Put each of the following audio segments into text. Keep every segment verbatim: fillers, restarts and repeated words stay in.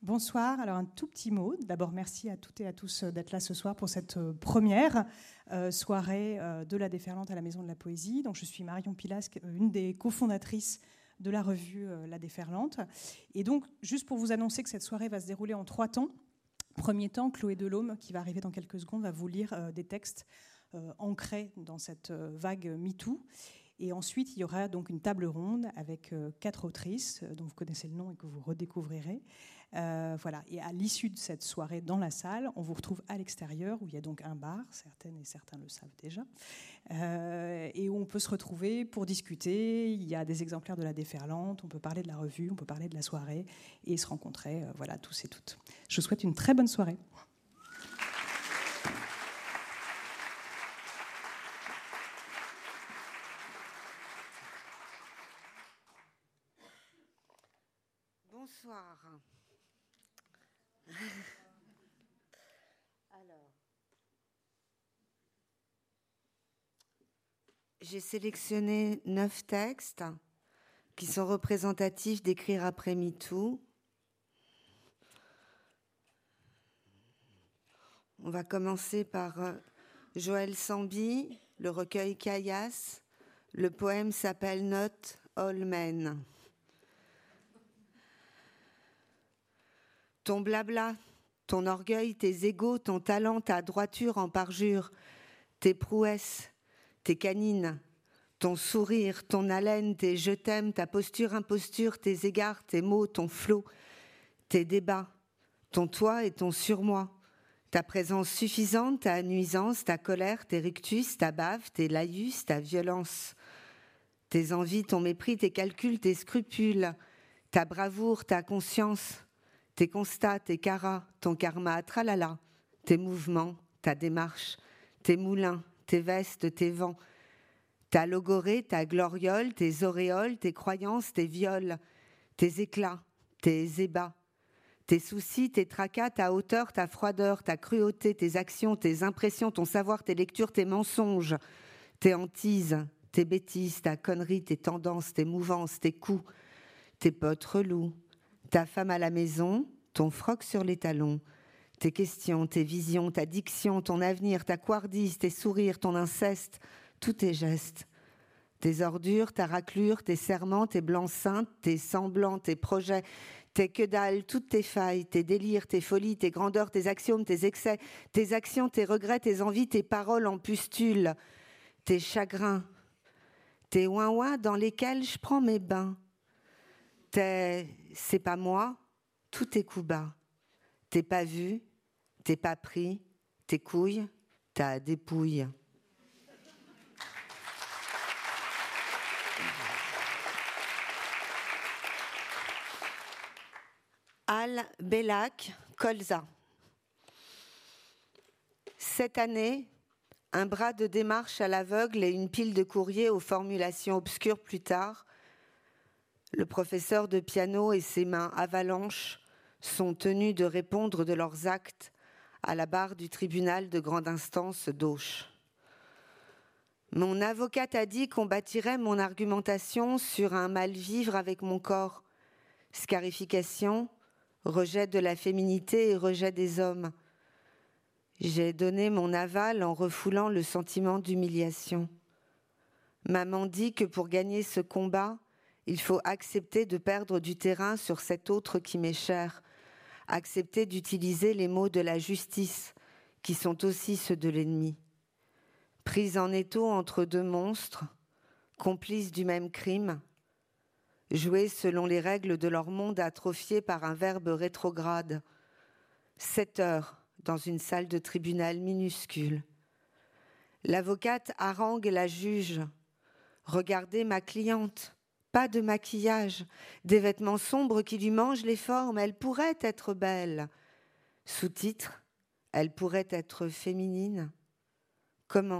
Bonsoir. Alors un tout petit mot. D'abord, merci à toutes et à tous d'être là ce soir pour cette première euh, soirée euh, de la Déferlante à la Maison de la Poésie. Donc, je suis Marion Pilasque, une des cofondatrices de la revue euh, La Déferlante. Et donc, juste pour vous annoncer que cette soirée va se dérouler en trois temps. Premier temps, Chloé Delhomme, qui va arriver dans quelques secondes, va vous lire euh, des textes euh, ancrés dans cette euh, vague MeToo. Et ensuite, il y aura donc une table ronde avec euh, quatre autrices euh, dont vous connaissez le nom et que vous redécouvrirez. Euh, voilà. Et à l'issue de cette soirée dans la salle, on vous retrouve à l'extérieur où il y a donc un bar, certaines et certains le savent déjà, euh, et où on peut se retrouver pour discuter. Il y a des exemplaires de la Déferlante, on peut parler de la revue, on peut parler de la soirée et se rencontrer, euh, voilà, tous et toutes. Je vous souhaite une très bonne soirée. Bonsoir. Alors, j'ai sélectionné neuf textes qui sont représentatifs d'Écrire après MeToo. On va commencer par Joël Samby, le recueil Caillasse. Le poème s'appelle Not All Men. Ton blabla, ton orgueil, tes égos, ton talent, ta droiture en parjure, tes prouesses, tes canines, ton sourire, ton haleine, tes je t'aime, ta posture, imposture, tes égards, tes mots, ton flot, tes débats, ton toi et ton surmoi, ta présence suffisante, ta nuisance, ta colère, tes rictus, ta bave, tes laïus, ta violence, tes envies, ton mépris, tes calculs, tes scrupules, ta bravoure, ta conscience, tes constats, tes caras, ton karma, tralala, tes mouvements, ta démarche, tes moulins, tes vestes, tes vents, ta logorée, ta gloriole, tes auréoles, tes croyances, tes viols, tes éclats, tes ébats, tes soucis, tes tracas, ta hauteur, ta froideur, ta cruauté, tes actions, tes impressions, ton savoir, tes lectures, tes mensonges, tes hantises, tes bêtises, ta connerie, tes tendances, tes mouvances, tes coups, tes potes relous, ta femme à la maison, ton froc sur les talons, tes questions, tes visions, ta diction, ton avenir, ta couardise, tes sourires, ton inceste, tous tes gestes, tes ordures, ta raclure, tes serments, tes blancs-seins, tes semblants, tes projets, tes que dalle, toutes tes failles, tes délires, tes folies, tes grandeurs, tes axiomes, tes excès, tes actions, tes regrets, tes envies, tes paroles en pustules, tes chagrins, tes ouin-ouin dans lesquels je prends mes bains, tes c'est pas moi, tous tes coups bas, t'es pas vu, t'es pas pris, tes couilles, ta dépouille. Al Belak, Colza. Cette année, un bras de démarche à l'aveugle et une pile de courriers aux formulations obscures plus tard, le professeur de piano et ses mains avalanches sont tenus de répondre de leurs actes à la barre du tribunal de grande instance d'Auch. Mon avocate a dit qu'on bâtirait mon argumentation sur un mal-vivre avec mon corps, scarification, rejet de la féminité et rejet des hommes. J'ai donné mon aval en refoulant le sentiment d'humiliation. Maman dit que pour gagner ce combat, il faut accepter de perdre du terrain sur cet autre qui m'est cher, accepter d'utiliser les mots de la justice, qui sont aussi ceux de l'ennemi. Prise en étau entre deux monstres, complices du même crime, jouer selon les règles de leur monde atrophié par un verbe rétrograde. Sept heures dans une salle de tribunal minuscule. L'avocate harangue la juge. Regardez ma cliente. Pas de maquillage, des vêtements sombres qui lui mangent les formes. Elle pourrait être belle. Sous-titre, elle pourrait être féminine. Comment ?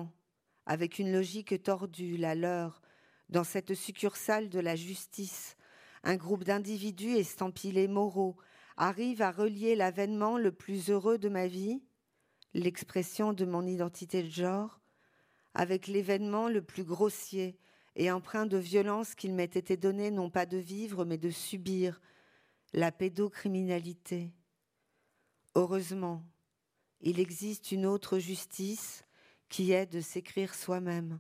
Avec une logique tordue, la leur, dans cette succursale de la justice, un groupe d'individus estampillés moraux arrive à relier l'avènement le plus heureux de ma vie, l'expression de mon identité de genre, avec l'événement le plus grossier et empreint de violence qu'il m'ait été donné non pas de vivre mais de subir, la pédocriminalité. Heureusement, il existe une autre justice qui est de s'écrire soi-même.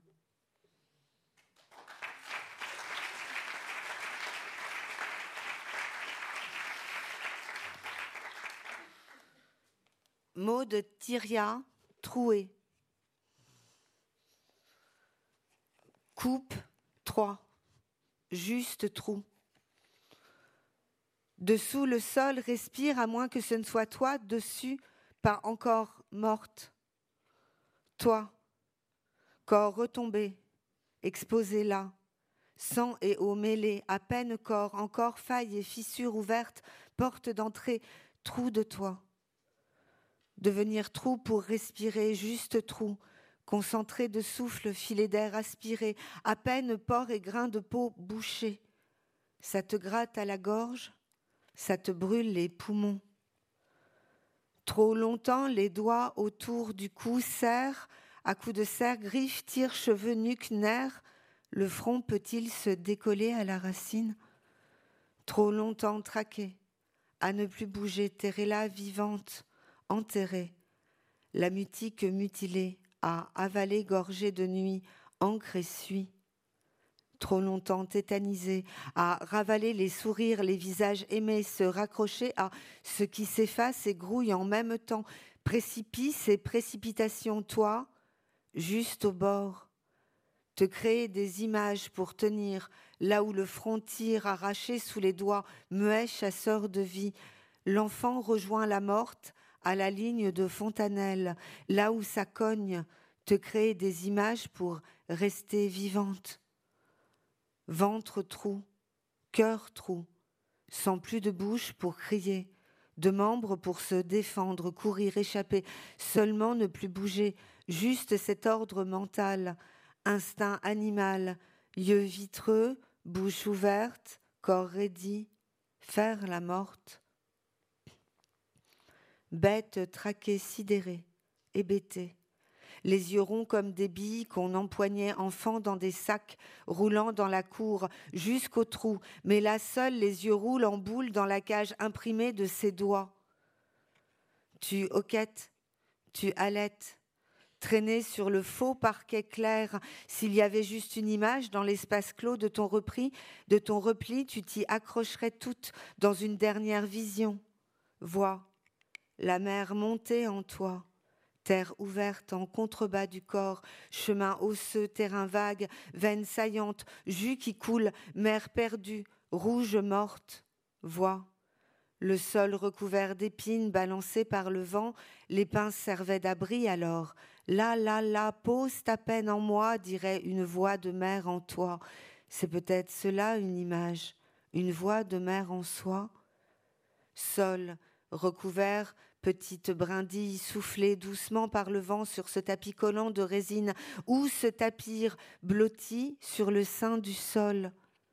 Mot de Tyria, troué. Coupe, trois. Juste trou. Dessous le sol respire à moins que ce ne soit toi, dessus, pas encore morte. Toi, corps retombé, exposé là, sang et eau mêlés, à peine corps, encore faille et fissure ouverte, porte d'entrée, trou de toi. Devenir trou pour respirer, juste trou, concentré de souffle, filet d'air aspiré, à peine pores et grains de peau bouchés. Ça te gratte à la gorge, ça te brûle les poumons. Trop longtemps, les doigts autour du cou serrent, à coups de serre, griffes, tire, cheveux, nuque, nerfs. Le front peut-il se décoller à la racine? Trop longtemps traqué, à ne plus bouger, terrée là, vivante, enterrée. La mutique mutilée, à avaler, gorgée de nuit, encre et suie. Trop longtemps tétanisé, à ravaler les sourires, les visages aimés, se raccrocher à ce qui s'efface et grouille en même temps, précipice et précipitation, toi, juste au bord, te créer des images pour tenir, là où le front tire, arraché sous les doigts, muet chasseur de vie, l'enfant rejoint la morte à la ligne de Fontanelle, là où ça cogne, te créer des images pour rester vivante. Ventre trou, cœur trou, sans plus de bouche pour crier, de membres pour se défendre, courir, échapper, seulement ne plus bouger, juste cet ordre mental, instinct animal, yeux vitreux, bouche ouverte, corps raidi, faire la morte. Bête traquée, sidérée, hébétée. Les yeux ronds comme des billes qu'on empoignait enfant dans des sacs, roulant dans la cour jusqu'au trou, mais là seul les yeux roulent en boule dans la cage imprimée de ses doigts. Tu hoquettes, tu halètes, traîné sur le faux parquet clair, s'il y avait juste une image dans l'espace clos de ton repli, de ton repli, tu t'y accrocherais toute dans une dernière vision. Vois la mer monter en toi. Terre ouverte en contrebas du corps, chemin osseux, terrain vague, veines saillantes, jus qui coule, mer perdue, rouge morte. Vois, le sol recouvert d'épines balancé par le vent, les pins servaient d'abri alors. Là, là, là, pose ta peine en moi, dirait une voix de mère en toi. C'est peut-être cela une image, une voix de mère en soi. Sol recouvert, petite brindille soufflée doucement par le vent sur ce tapis collant de résine, ou ce tapir blotti sur le sein du sol.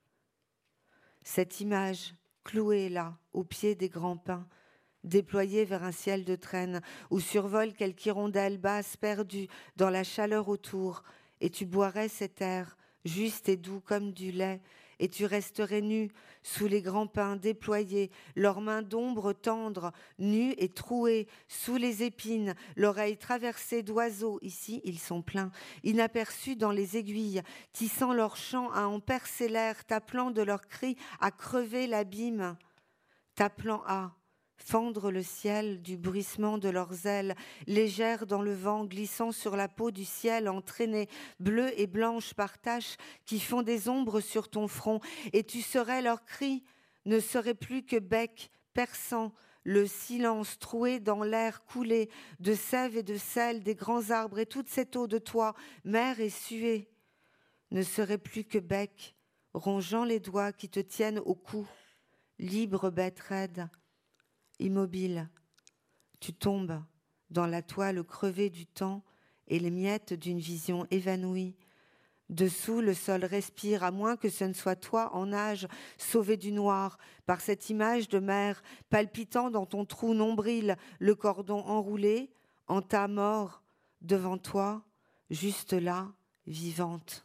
Cette image clouée là, au pied des grands pins, déployée vers un ciel de traîne, où survole quelque hirondelle basse perdue dans la chaleur autour, et tu boirais cet air, juste et doux comme du lait, et tu resterais nu sous les grands pins déployés, leurs mains d'ombre tendres, nues et trouées, sous les épines, l'oreille traversée d'oiseaux, ici ils sont pleins, inaperçus dans les aiguilles, tissant leurs chants à en percer l'air, t'appelant de leurs cris à crever l'abîme, t'appelant à fendre le ciel du bruissement de leurs ailes, légères dans le vent, glissant sur la peau du ciel, entraînées, bleues et blanches par taches qui font des ombres sur ton front, et tu serais leurs cris, ne serait plus que bec perçant, le silence troué dans l'air coulé de sève et de sel des grands arbres, et toute cette eau de toi, mer et suée, ne serait plus que bec, rongeant les doigts qui te tiennent au cou, libre bête raide. Immobile, tu tombes dans la toile crevée du temps et les miettes d'une vision évanouie. Dessous, le sol respire, à moins que ce ne soit toi en nage, sauvé du noir, par cette image de mer, palpitant dans ton trou nombril, le cordon enroulé, en ta mort, devant toi, juste là, vivante.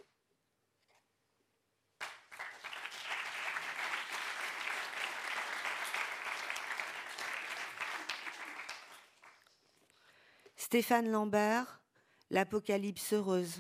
Stéphane Lambert, L'Apocalypse heureuse.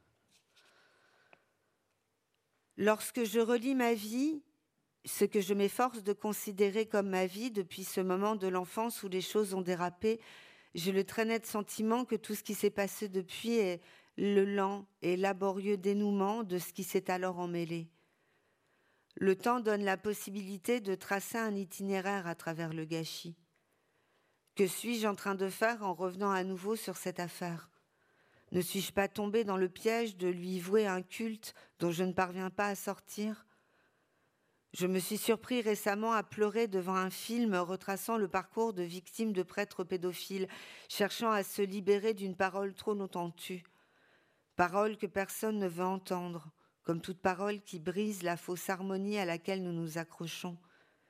Lorsque je relis ma vie, ce que je m'efforce de considérer comme ma vie depuis ce moment de l'enfance où les choses ont dérapé, j'ai le très net sentiment que tout ce qui s'est passé depuis est le lent et laborieux dénouement de ce qui s'est alors emmêlé. Le temps donne la possibilité de tracer un itinéraire à travers le gâchis. Que suis-je en train de faire en revenant à nouveau sur cette affaire ? Ne suis-je pas tombée dans le piège de lui vouer un culte dont je ne parviens pas à sortir ? Je me suis surpris récemment à pleurer devant un film retraçant le parcours de victimes de prêtres pédophiles, cherchant à se libérer d'une parole trop longtemps tue. Parole que personne ne veut entendre, comme toute parole qui brise la fausse harmonie à laquelle nous nous accrochons.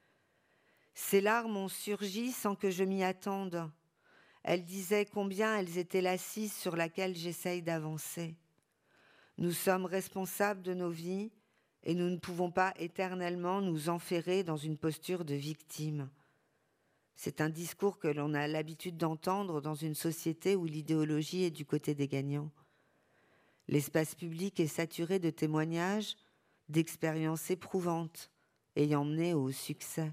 Ces larmes ont surgi sans que je m'y attende. Elles disaient combien elles étaient l'assise sur laquelle j'essaye d'avancer. Nous sommes responsables de nos vies et nous ne pouvons pas éternellement nous enferrer dans une posture de victime. C'est un discours que l'on a l'habitude d'entendre dans une société où l'idéologie est du côté des gagnants. L'espace public est saturé de témoignages, d'expériences éprouvantes, ayant mené au succès.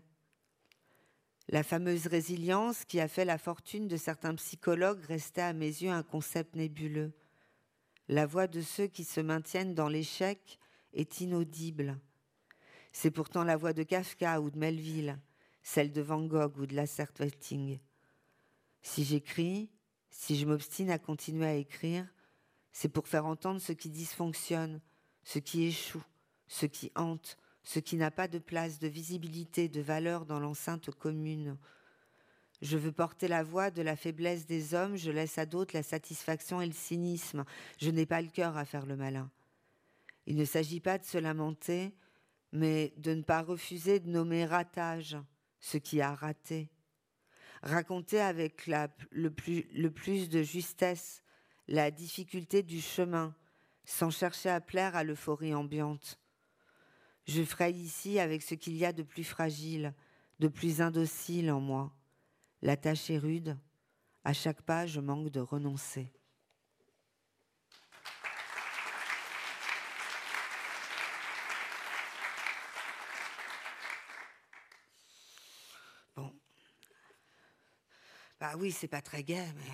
La fameuse résilience qui a fait la fortune de certains psychologues restait à mes yeux un concept nébuleux. La voix de ceux qui se maintiennent dans l'échec est inaudible. C'est pourtant la voix de Kafka ou de Melville, celle de Van Gogh ou de Lasert Welting. Si j'écris, si je m'obstine à continuer à écrire, c'est pour faire entendre ce qui dysfonctionne, ce qui échoue, ce qui hante, ce qui n'a pas de place, de visibilité, de valeur dans l'enceinte commune. Je veux porter la voix de la faiblesse des hommes, je laisse à d'autres la satisfaction et le cynisme. Je n'ai pas le cœur à faire le malin. Il ne s'agit pas de se lamenter, mais de ne pas refuser de nommer ratage ce qui a raté. Raconter avec la, le, plus, le plus de justesse la difficulté du chemin, sans chercher à plaire à l'euphorie ambiante. Je fraye ici avec ce qu'il y a de plus fragile, de plus indocile en moi. La tâche est rude. À chaque pas, je manque de renoncer. Bon. Bah oui, c'est pas très gai, mais...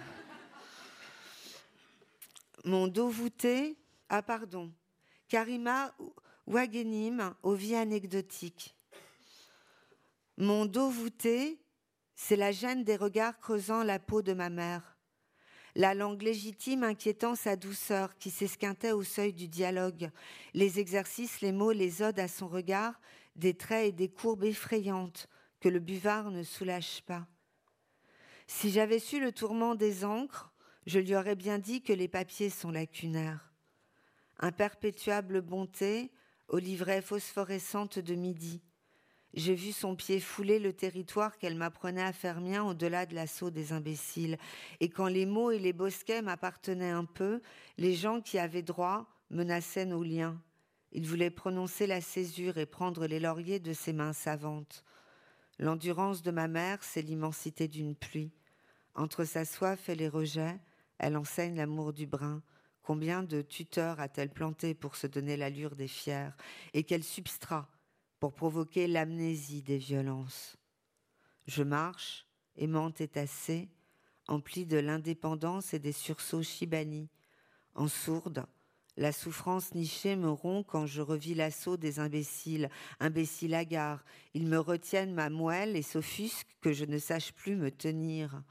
Mon dos voûté... Ah, pardon. Karima Wagenim, aux vies anecdotiques. Mon dos voûté, c'est la gêne des regards creusant la peau de ma mère. La langue légitime inquiétant sa douceur qui s'esquintait au seuil du dialogue. Les exercices, les mots, les odes à son regard, des traits et des courbes effrayantes que le buvard ne soulage pas. Si j'avais su le tourment des encres, je lui aurais bien dit que les papiers sont lacunaires. Imperpétuable bonté, aux livrées phosphorescentes de midi. J'ai vu son pied fouler le territoire qu'elle m'apprenait à faire mien au-delà de l'assaut des imbéciles. Et quand les mots et les bosquets m'appartenaient un peu, les gens qui avaient droit menaçaient nos liens. Ils voulaient prononcer la césure et prendre les lauriers de ses mains savantes. L'endurance de ma mère, c'est l'immensité d'une pluie. Entre sa soif et les rejets, elle enseigne l'amour du brin. Combien de tuteurs a-t-elle planté pour se donner l'allure des fiers? Et quel substrat pour provoquer l'amnésie des violences? Je marche, aimante et tassée, emplie de l'indépendance et des sursauts shibani. En sourde, la souffrance nichée me rompt quand je revis l'assaut des imbéciles, imbéciles hagards. Ils me retiennent ma moelle et s'offusquent que je ne sache plus me tenir.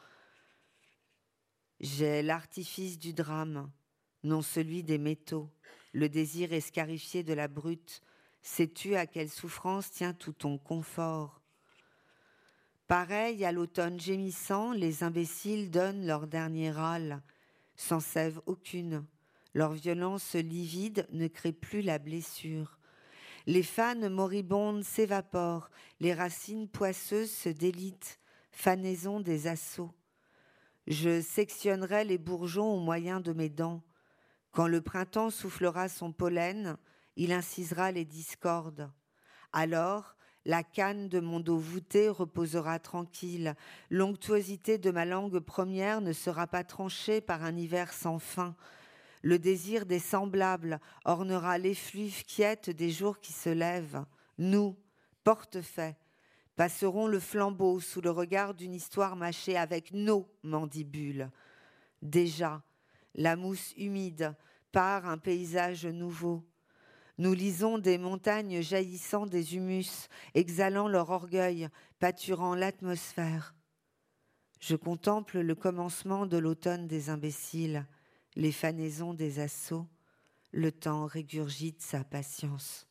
J'ai l'artifice du drame, non celui des métaux, le désir escarifié de la brute. Sais-tu à quelle souffrance tient tout ton confort? Pareil à l'automne gémissant, les imbéciles donnent leur dernier râle, sans sève aucune. Leur violence livide ne crée plus la blessure. Les fans moribondes s'évaporent, les racines poisseuses se délitent, fanaison des assauts. Je sectionnerai les bourgeons au moyen de mes dents. Quand le printemps soufflera son pollen, il incisera les discordes. Alors, La canne de mon dos voûté reposera tranquille. L'onctuosité de ma langue première ne sera pas tranchée par un hiver sans fin. Le désir des semblables ornera l'effluve quiète des jours qui se lèvent. Nous, portefaix, passerons le flambeau sous le regard d'une histoire mâchée avec nos mandibules. Déjà, la mousse humide part un paysage nouveau. Nous lisons des montagnes jaillissant des humus, exhalant leur orgueil, pâturant l'atmosphère. Je contemple le commencement de l'automne des imbéciles, les fanaisons des assauts. Le temps régurgite sa patience.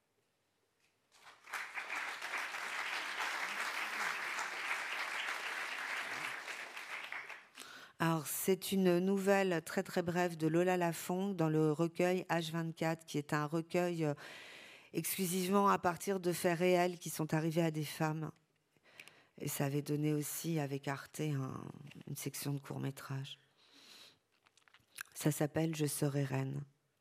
Alors, c'est une nouvelle très très brève de Lola Lafont dans le recueil H vingt-quatre, qui est un recueil euh, exclusivement à partir de faits réels qui sont arrivés à des femmes. Et ça avait donné aussi avec Arte un, une section de court-métrage. Ça s'appelle « Je serai reine ».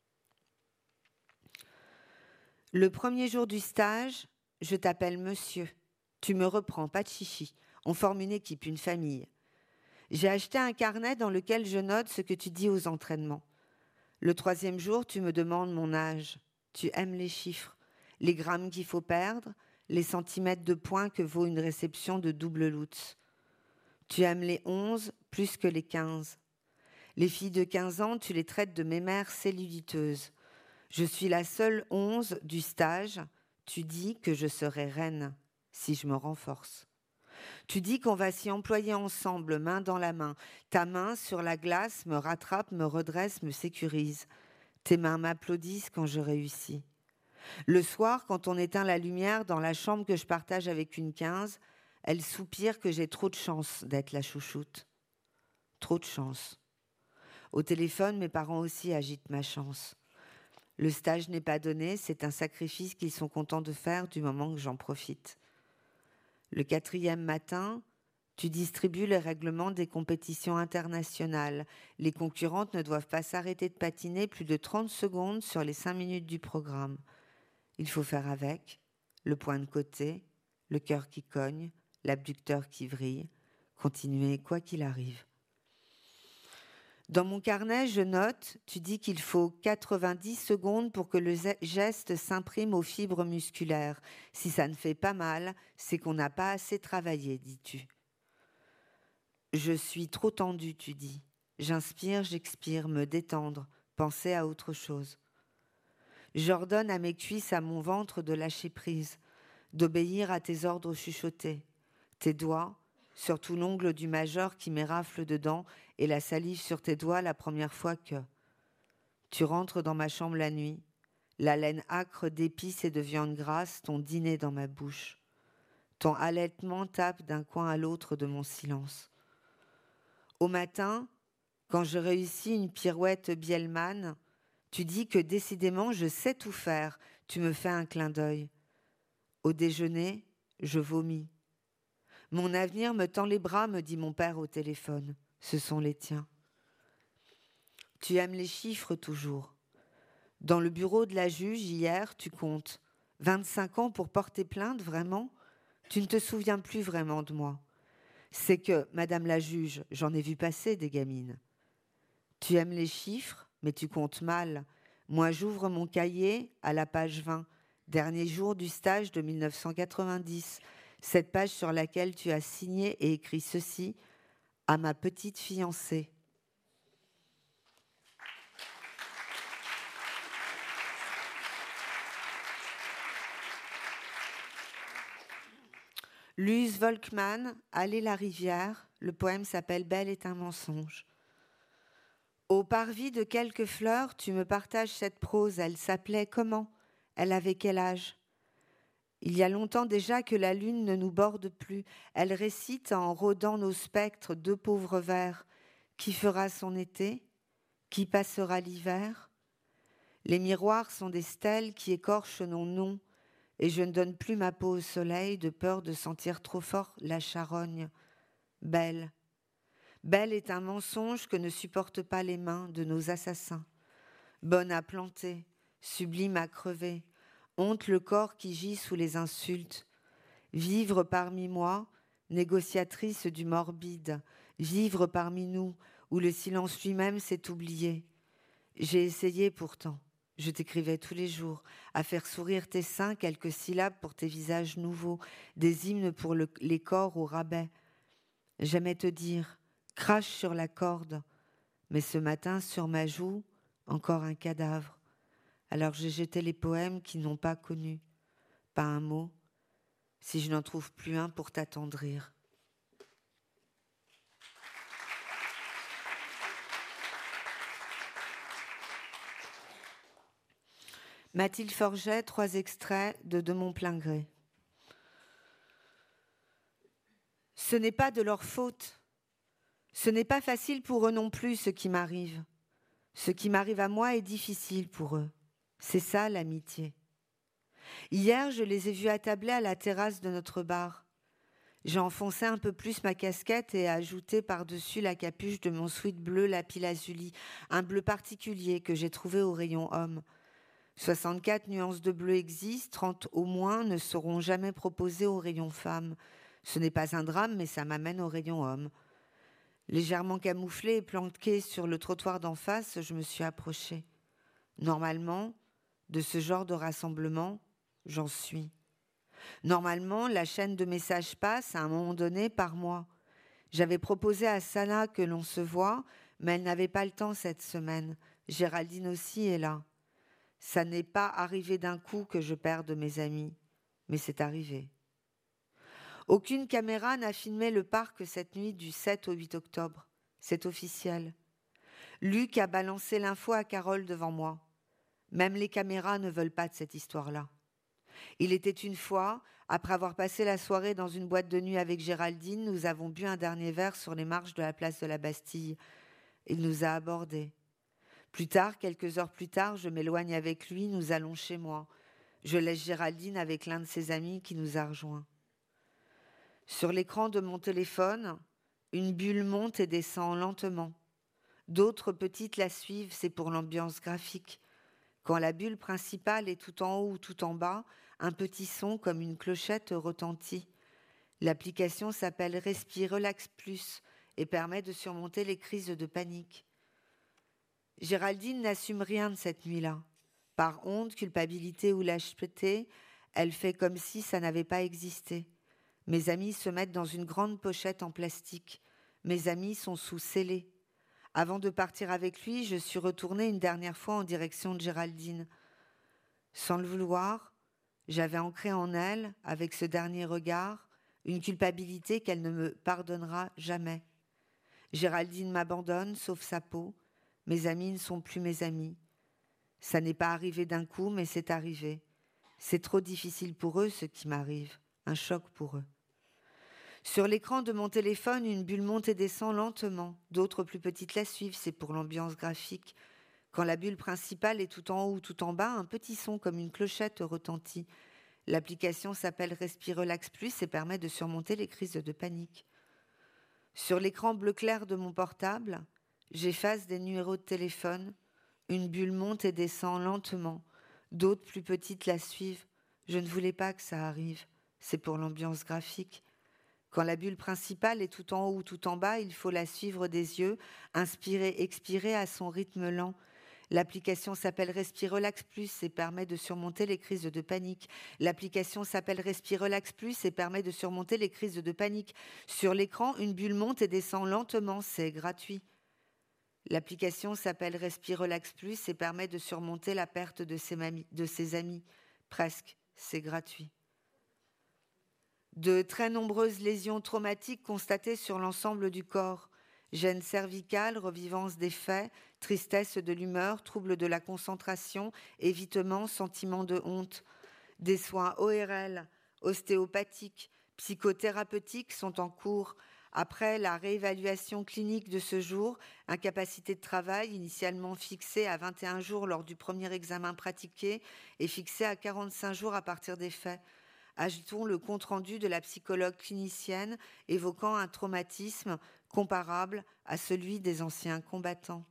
Le premier jour du stage, je t'appelle monsieur. Tu me reprends, pas de chichi. On forme une équipe, une famille. J'ai acheté un carnet dans lequel je note ce que tu dis aux entraînements. Le troisième jour, tu me demandes mon âge. Tu aimes les chiffres, les grammes qu'il faut perdre, les centimètres de points que vaut une réception de double Lutz. Tu aimes les onze plus que les quinze. Les filles de quinze ans, tu les traites de mémères celluliteuses. Je suis la seule onze du stage. Tu dis que je serai reine si je me renforce. Tu dis qu'on va s'y employer ensemble, main dans la main. Ta main sur la glace me rattrape, me redresse, me sécurise. Tes mains m'applaudissent quand je réussis. Le soir, quand on éteint la lumière dans la chambre que je partage avec une quinze, elle soupire que j'ai trop de chance d'être la chouchoute. Trop de chance. Au téléphone, mes parents aussi agitent ma chance. Le stage n'est pas donné, c'est un sacrifice qu'ils sont contents de faire du moment que j'en profite. Le quatrième matin, tu distribues les règlements des compétitions internationales. Les concurrentes ne doivent pas s'arrêter de patiner plus de trente secondes sur les cinq minutes du programme. Il faut faire avec, le point de côté, le cœur qui cogne, l'abducteur qui vrille, continuer quoi qu'il arrive. Dans mon carnet, je note, tu dis qu'il faut quatre-vingt-dix secondes pour que le geste s'imprime aux fibres musculaires. Si ça ne fait pas mal, c'est qu'on n'a pas assez travaillé, dis-tu. Je suis trop tendue, tu dis. J'inspire, j'expire, me détendre, penser à autre chose. J'ordonne à mes cuisses, à mon ventre de lâcher prise, d'obéir à tes ordres chuchotés. Tes doigts, surtout l'ongle du major qui m'érafle dedans et la salive sur tes doigts la première fois que... Tu rentres dans ma chambre la nuit, la laine âcre d'épices et de viande grasse, ton dîner dans ma bouche. Ton halètement tape d'un coin à l'autre de mon silence. Au matin, quand je réussis une pirouette Biellmann, tu dis que décidément je sais tout faire, tu me fais un clin d'œil. Au déjeuner, je vomis. Mon avenir me tend les bras, me dit mon père au téléphone. Ce sont les tiens. Tu aimes les chiffres toujours. Dans le bureau de la juge, hier, tu comptes. vingt-cinq ans pour porter plainte, vraiment ? Tu ne te souviens plus vraiment de moi. C'est que, madame la juge, j'en ai vu passer des gamines. Tu aimes les chiffres, mais tu comptes mal. Moi, j'ouvre mon cahier à la page vingt. Dernier jour du stage de mille neuf cent quatre-vingt-dix. Cette page sur laquelle tu as signé et écrit ceci à ma petite fiancée. Luz Volkmann, Aller la rivière, le poème s'appelle Belle est un mensonge. Au parvis de quelques fleurs, tu me partages cette prose. Elle s'appelait comment ? Elle avait quel âge ? Il y a longtemps déjà que la lune ne nous borde plus. Elle récite en rôdant nos spectres deux pauvres vers. Qui fera son été ? Qui passera l'hiver ? Les miroirs sont des stèles qui écorchent nos noms, et je ne donne plus ma peau au soleil de peur de sentir trop fort la charogne. Belle. Belle est un mensonge que ne supportent pas les mains de nos assassins. Bonne à planter, sublime à crever. Honte le corps qui gît sous les insultes. vivre parmi moi, négociatrice du morbide, vivre parmi nous, où le silence lui-même s'est oublié. J'ai essayé pourtant, je t'écrivais tous les jours, à faire sourire tes seins, quelques syllabes pour tes visages nouveaux, des hymnes pour le, les corps au rabais. J'aimais te dire, crache sur la corde, mais ce matin, sur ma joue, encore un cadavre. Alors j'ai jeté les poèmes qui n'ont pas connu, pas un mot, si je n'en trouve plus un pour t'attendrir. Mathilde Forget, trois extraits de De mon plein gré. Ce n'est pas de leur faute. Ce n'est pas facile pour eux non plus, ce qui m'arrive. Ce qui m'arrive à moi est difficile pour eux. C'est ça l'amitié. Hier, je les ai vus attabler à la terrasse de notre bar. J'ai enfoncé un peu plus ma casquette et ajouté par-dessus la capuche de mon sweat bleu lapis-lazuli, un bleu particulier que j'ai trouvé au rayon homme. soixante-quatre nuances de bleu existent, trente au moins ne seront jamais proposées au rayon femme. Ce n'est pas un drame, mais ça m'amène au rayon homme. Légèrement camouflée et planquée sur le trottoir d'en face, je me suis approchée. Normalement, de ce genre de rassemblement, j'en suis. Normalement, la chaîne de messages passe à un moment donné par mois. J'avais proposé à Sana que l'on se voie, mais elle n'avait pas le temps cette semaine. Géraldine aussi est là. Ça n'est pas arrivé d'un coup que je perde mes amis, mais c'est arrivé. Aucune caméra n'a filmé le parc cette nuit du sept au huit octobre. C'est officiel. Luc a balancé l'info à Carole devant moi. Même les caméras ne veulent pas de cette histoire-là. Il était une fois, après avoir passé la soirée dans une boîte de nuit avec Géraldine, nous avons bu un dernier verre sur les marches de la place de la Bastille. Il nous a abordés. Plus tard, quelques heures plus tard, je m'éloigne avec lui, nous allons chez moi. Je laisse Géraldine avec l'un de ses amis qui nous a rejoints. Sur l'écran de mon téléphone, une bulle monte et descend lentement. D'autres petites la suivent, c'est pour l'ambiance graphique. Quand la bulle principale est tout en haut ou tout en bas, un petit son comme une clochette retentit. L'application s'appelle Respire Relax Plus et permet de surmonter les crises de panique. Géraldine n'assume rien de cette nuit-là. Par honte, culpabilité ou lâcheté, elle fait comme si ça n'avait pas existé. Mes amis se mettent dans une grande pochette en plastique. Mes amis sont sous scellés. Avant de partir avec lui, je suis retournée une dernière fois en direction de Géraldine. Sans le vouloir, j'avais ancré en elle, avec ce dernier regard, une culpabilité qu'elle ne me pardonnera jamais. Géraldine m'abandonne, sauf sa peau. Mes amis ne sont plus mes amis. Ça n'est pas arrivé d'un coup, mais c'est arrivé. C'est trop difficile pour eux, ce qui m'arrive. Un choc pour eux. Sur l'écran de mon téléphone, une bulle monte et descend lentement. D'autres plus petites la suivent, c'est pour l'ambiance graphique. Quand la bulle principale est tout en haut ou tout en bas, un petit son comme une clochette retentit. L'application s'appelle Respire Relax Plus et permet de surmonter les crises de panique. Sur l'écran bleu clair de mon portable, j'efface des numéros de téléphone. Une bulle monte et descend lentement. D'autres plus petites la suivent. Je ne voulais pas que ça arrive. C'est pour l'ambiance graphique. Quand la bulle principale est tout en haut ou tout en bas, il faut la suivre des yeux, inspirer, expirer à son rythme lent. L'application s'appelle Respire Relax Plus et permet de surmonter les crises de panique. L'application s'appelle Respire Relax Plus et permet de surmonter les crises de panique. Sur l'écran, une bulle monte et descend lentement, c'est gratuit. L'application s'appelle Respire Relax Plus et permet de surmonter la perte de ses, mamies, de ses amis. Presque, c'est gratuit. De très nombreuses lésions traumatiques constatées sur l'ensemble du corps. Gêne cervicale, revivance des faits, tristesse de l'humeur, trouble de la concentration, évitement, sentiment de honte. Des soins O R L, ostéopathiques, psychothérapeutiques sont en cours. Après la réévaluation clinique de ce jour, incapacité de travail initialement fixée à vingt et un jours lors du premier examen pratiqué et fixée à quarante-cinq jours à partir des faits. Ajoutons le compte-rendu de la psychologue clinicienne évoquant un traumatisme comparable à celui des anciens combattants.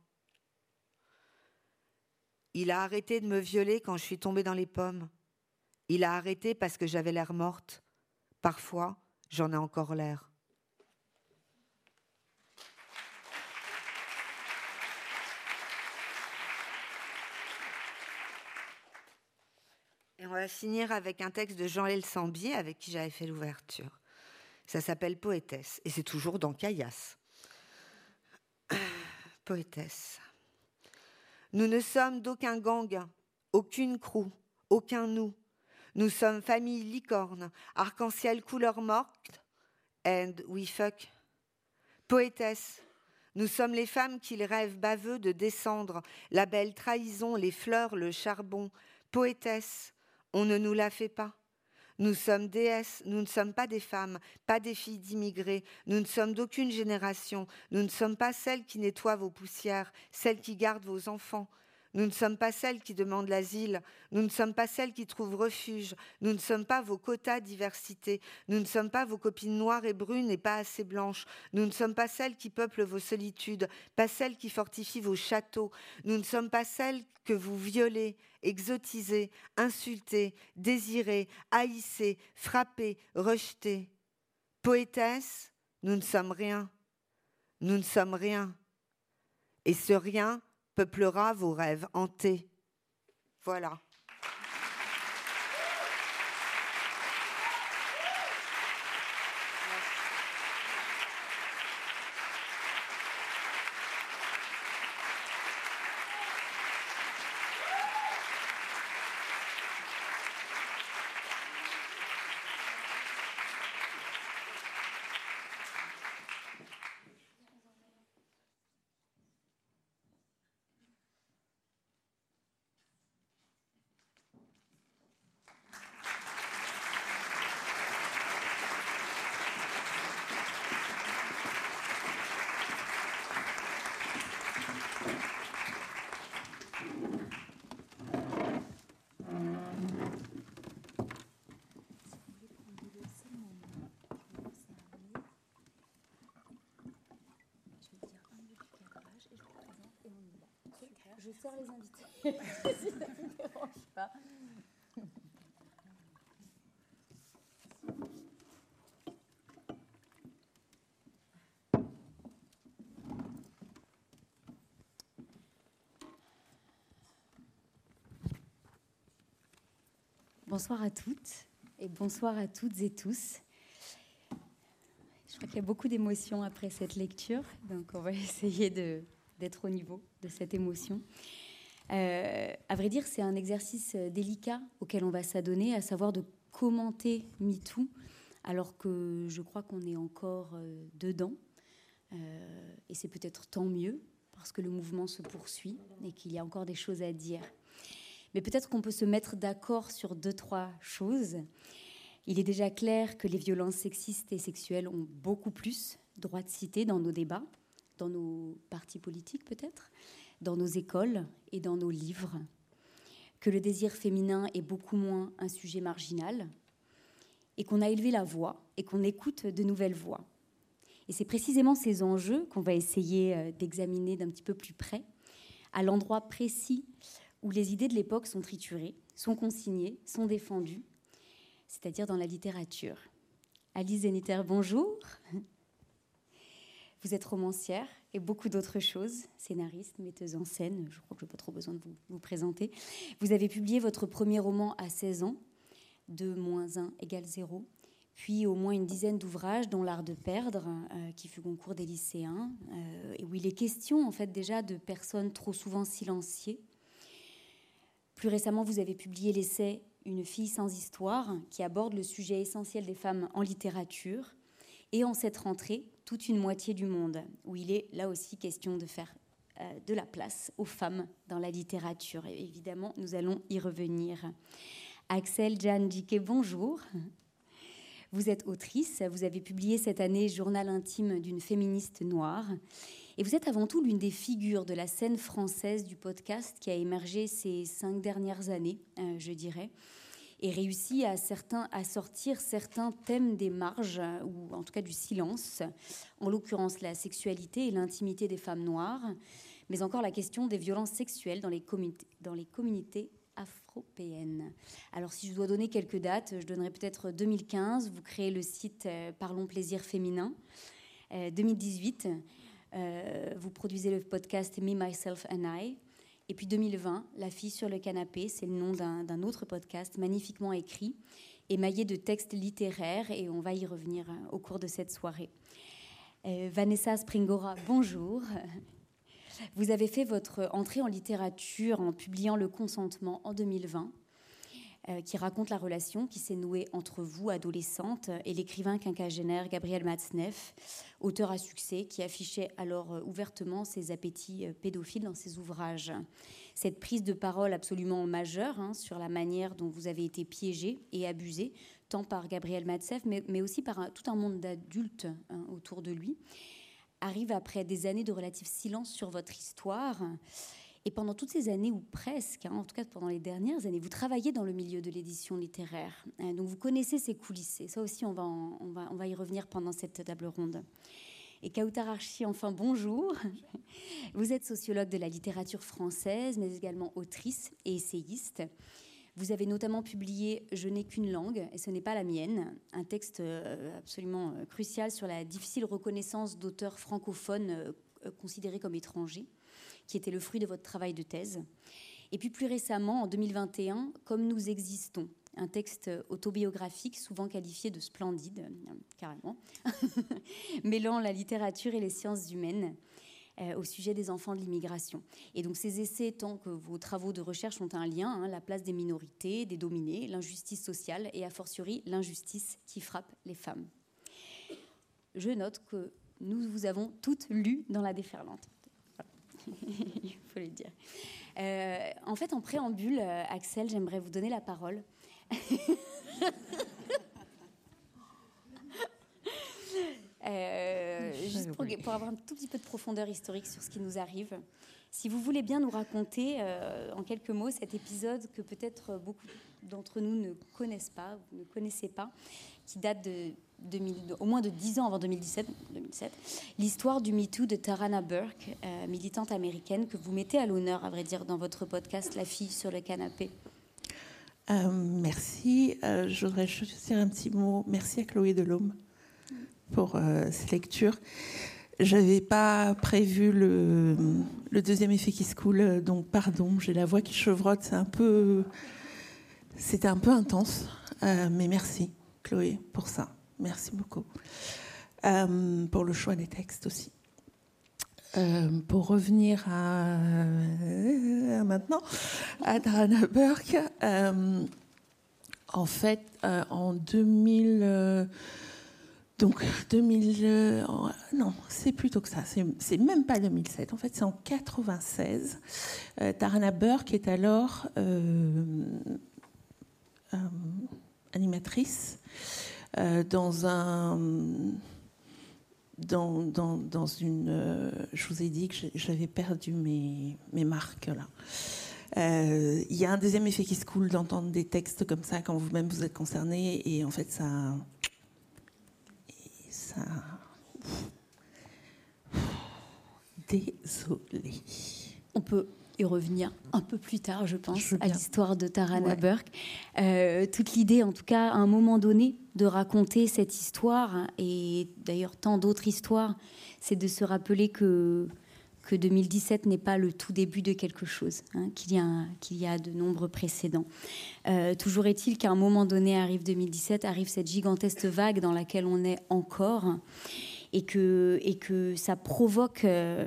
Il a arrêté de me violer quand je suis tombée dans les pommes. Il a arrêté parce que j'avais l'air morte. Parfois, j'en ai encore l'air. Et on va finir avec un texte de Jean-Lél Sambier, avec qui j'avais fait l'ouverture. Ça s'appelle Poétesse, et c'est toujours dans Caillasse. Poétesse. Nous ne sommes d'aucun gang, aucune crew, aucun nous. Nous sommes famille licorne, arc-en-ciel couleur morte, and we fuck. Poétesse. Nous sommes les femmes qu'ils rêvent baveux de descendre, la belle trahison, les fleurs, le charbon. Poétesse. On ne nous la fait pas. Nous sommes déesses, nous ne sommes pas des femmes, pas des filles d'immigrés, nous ne sommes d'aucune génération, nous ne sommes pas celles qui nettoient vos poussières, celles qui gardent vos enfants. Nous ne sommes pas celles qui demandent l'asile, nous ne sommes pas celles qui trouvent refuge, nous ne sommes pas vos quotas diversité, nous ne sommes pas vos copines noires et brunes et pas assez blanches, nous ne sommes pas celles qui peuplent vos solitudes, pas celles qui fortifient vos châteaux, nous ne sommes pas celles que vous violez, exotisez, insultez, désirez, haïssez, frappez, rejetez. Poétesse, nous ne sommes rien, nous ne sommes rien. Et ce rien peuplera vos rêves hantés. Voilà. Je sers les invités, si ça ne vous dérange pas. Bonsoir à toutes et bonsoir à toutes et tous. Je crois qu'il y a beaucoup d'émotions après cette lecture, donc on va essayer de... d'être au niveau de cette émotion. Euh, à vrai dire, c'est un exercice délicat auquel on va s'adonner, à savoir de commenter MeToo, alors que je crois qu'on est encore euh, dedans. Euh, et c'est peut-être tant mieux, parce que le mouvement se poursuit et qu'il y a encore des choses à dire. Mais peut-être qu'on peut se mettre d'accord sur deux, trois choses. Il est déjà clair que les violences sexistes et sexuelles ont beaucoup plus droit de citer dans nos débats, dans nos partis politiques peut-être, dans nos écoles et dans nos livres, que le désir féminin est beaucoup moins un sujet marginal et qu'on a élevé la voix et qu'on écoute de nouvelles voix. Et c'est précisément ces enjeux qu'on va essayer d'examiner d'un petit peu plus près, à l'endroit précis où les idées de l'époque sont triturées, sont consignées, sont défendues, c'est-à-dire dans la littérature. Alice Zeniter, bonjour. Vous êtes romancière et beaucoup d'autres choses, scénariste, metteuse en scène, je crois que je n'ai pas trop besoin de vous, vous présenter. Vous avez publié votre premier roman à seize ans, deux moins un égale zéro, puis au moins une dizaine d'ouvrages, dont L'Art de perdre, euh, qui fut concours des lycéens, euh, et où il est question en fait déjà de personnes trop souvent silenciées. Plus récemment, vous avez publié l'essai « Une fille sans histoire », qui aborde le sujet essentiel des femmes en littérature, et en cette rentrée, toute une moitié du monde, où il est là aussi question de faire euh, de la place aux femmes dans la littérature. Et évidemment, nous allons y revenir. Axelle Djan-Dike, bonjour. Vous êtes autrice, vous avez publié cette année « Journal intime d'une féministe noire ». Et vous êtes avant tout l'une des figures de la scène française du podcast qui a émergé ces cinq dernières années, euh, je dirais, et réussi à, certains, à sortir certains thèmes des marges, ou en tout cas du silence, en l'occurrence la sexualité et l'intimité des femmes noires, mais encore la question des violences sexuelles dans les, communautés, dans les communautés afropéenne. Alors, si je dois donner quelques dates, je donnerai peut-être deux mille quinze, vous créez le site euh, Parlons Plaisir Féminin. Euh, deux mille dix-huit, euh, vous produisez le podcast Me, Myself and I. Et puis deux mille vingt, La fille sur le canapé, c'est le nom d'un, d'un autre podcast magnifiquement écrit, émaillé de textes littéraires, et on va y revenir au cours de cette soirée. Euh, Vanessa Springora, bonjour. Vous avez fait votre entrée en littérature en publiant Le Consentement en deux mille vingt, euh, qui raconte la relation qui s'est nouée entre vous, adolescente, et l'écrivain quinquagénaire Gabriel Matzneff, auteur à succès, qui affichait alors euh, ouvertement ses appétits euh, pédophiles dans ses ouvrages. Cette prise de parole absolument majeure hein, sur la manière dont vous avez été piégé et abusé, tant par Gabriel Matzneff, mais, mais aussi par un, tout un monde d'adultes hein, autour de lui, arrive après des années de relatif silence sur votre histoire. Et pendant toutes ces années, ou presque, hein, en tout cas pendant les dernières années, vous travaillez dans le milieu de l'édition littéraire. Hein, donc vous connaissez ces coulisses. Et ça aussi, on va, en, on, va, on va y revenir pendant cette table ronde. Et Kautar Archi, enfin, bonjour. Vous êtes sociologue de la littérature française, mais également autrice et essayiste. Vous avez notamment publié « Je n'ai qu'une langue, et ce n'est pas la mienne », un texte absolument crucial sur la difficile reconnaissance d'auteurs francophones considérés comme étrangers, qui était le fruit de votre travail de thèse. Et puis plus récemment, en deux mille vingt et un, « Comme nous existons », un texte autobiographique souvent qualifié de splendide, carrément, mêlant la littérature et les sciences humaines, Euh, au sujet des enfants de l'immigration. Et donc ces essais, tant que vos travaux de recherche ont un lien, hein, la place des minorités, des dominés, l'injustice sociale et a fortiori l'injustice qui frappe les femmes. Je note que nous vous avons toutes lues dans La Déferlante. Il faut le dire. Euh, en fait, en préambule, euh, Axel, j'aimerais vous donner la parole. Euh, juste pour, pour avoir un tout petit peu de profondeur historique sur ce qui nous arrive, si vous voulez bien nous raconter euh, en quelques mots cet épisode que peut-être beaucoup d'entre nous ne connaissent pas, ou ne connaissaient pas, qui date de, de, de au moins de dix ans avant deux mille dix-sept, deux mille sept, l'histoire du MeToo de Tarana Burke, euh, militante américaine que vous mettez à l'honneur, à vrai dire, dans votre podcast La fille sur le canapé. Euh, merci. Euh, je voudrais juste dire un petit mot. Merci à Chloé Delhomme pour euh, ces lectures. Je n'avais pas prévu le, le deuxième effet qui se coule, donc pardon, j'ai la voix qui chevrotte, c'est un peu, c'était un peu intense, euh, mais merci Chloé pour ça, merci beaucoup. Euh, pour le choix des textes aussi. Euh, pour revenir à, euh, à maintenant, à Tarana Burke, euh, en fait, euh, en deux mille... Euh, Donc, deux mille... Euh, non, c'est plutôt que ça. C'est, c'est même pas deux mille sept. En fait, c'est en quatre-vingt-seize. Euh, Tarana Burke est alors euh, euh, animatrice euh, dans un... Dans, dans, dans une... Euh, je vous ai dit que j'avais perdu mes, mes marques, là. Euh, il y a un deuxième effet qui se coule d'entendre des textes comme ça quand vous-même vous êtes concerné. Et en fait, ça... Ça... Désolée. On peut y revenir un peu plus tard, je pense, je à l'histoire de Tarana ouais. Burke. Euh, toute l'idée, en tout cas, à un moment donné, de raconter cette histoire, et d'ailleurs tant d'autres histoires, c'est de se rappeler que, que deux mille dix-sept n'est pas le tout début de quelque chose, hein, qu'il y a, qu'il y a de nombreux précédents. Euh, toujours est-il qu'à un moment donné, arrive deux mille dix-sept, arrive cette gigantesque vague dans laquelle on est encore, et que, et que ça provoque euh,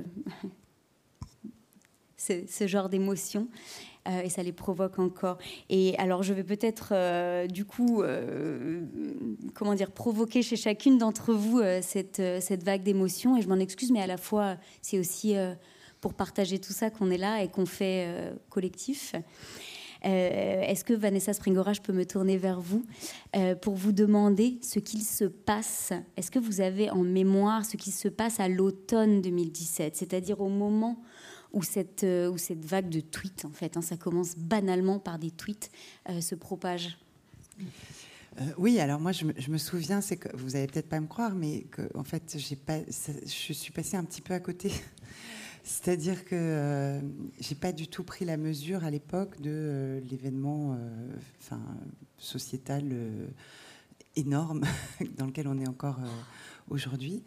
ce, ce genre d'émotions, euh, et ça les provoque encore. Et alors, je vais peut-être, euh, du coup, euh, comment dire, provoquer chez chacune d'entre vous euh, cette, euh, cette vague d'émotions, et je m'en excuse, mais à la fois, c'est aussi euh, pour partager tout ça qu'on est là et qu'on fait euh, collectif. Euh, est-ce que Vanessa Springora, je peux me tourner vers vous euh, pour vous demander ce qu'il se passe. Est-ce que vous avez en mémoire ce qui se passe à l'automne deux mille dix-sept, c'est-à-dire au moment où cette, euh, où cette vague de tweets, en fait, hein, ça commence banalement par des tweets, euh, se propage? Euh, oui, alors moi je me, je me souviens, c'est que vous allez peut-être pas me croire, mais que en fait j'ai pas, ça, je suis passée un petit peu à côté. C'est-à-dire que euh, j'ai pas du tout pris la mesure à l'époque de euh, l'événement euh, enfin, sociétal euh, énorme dans lequel on est encore euh, aujourd'hui.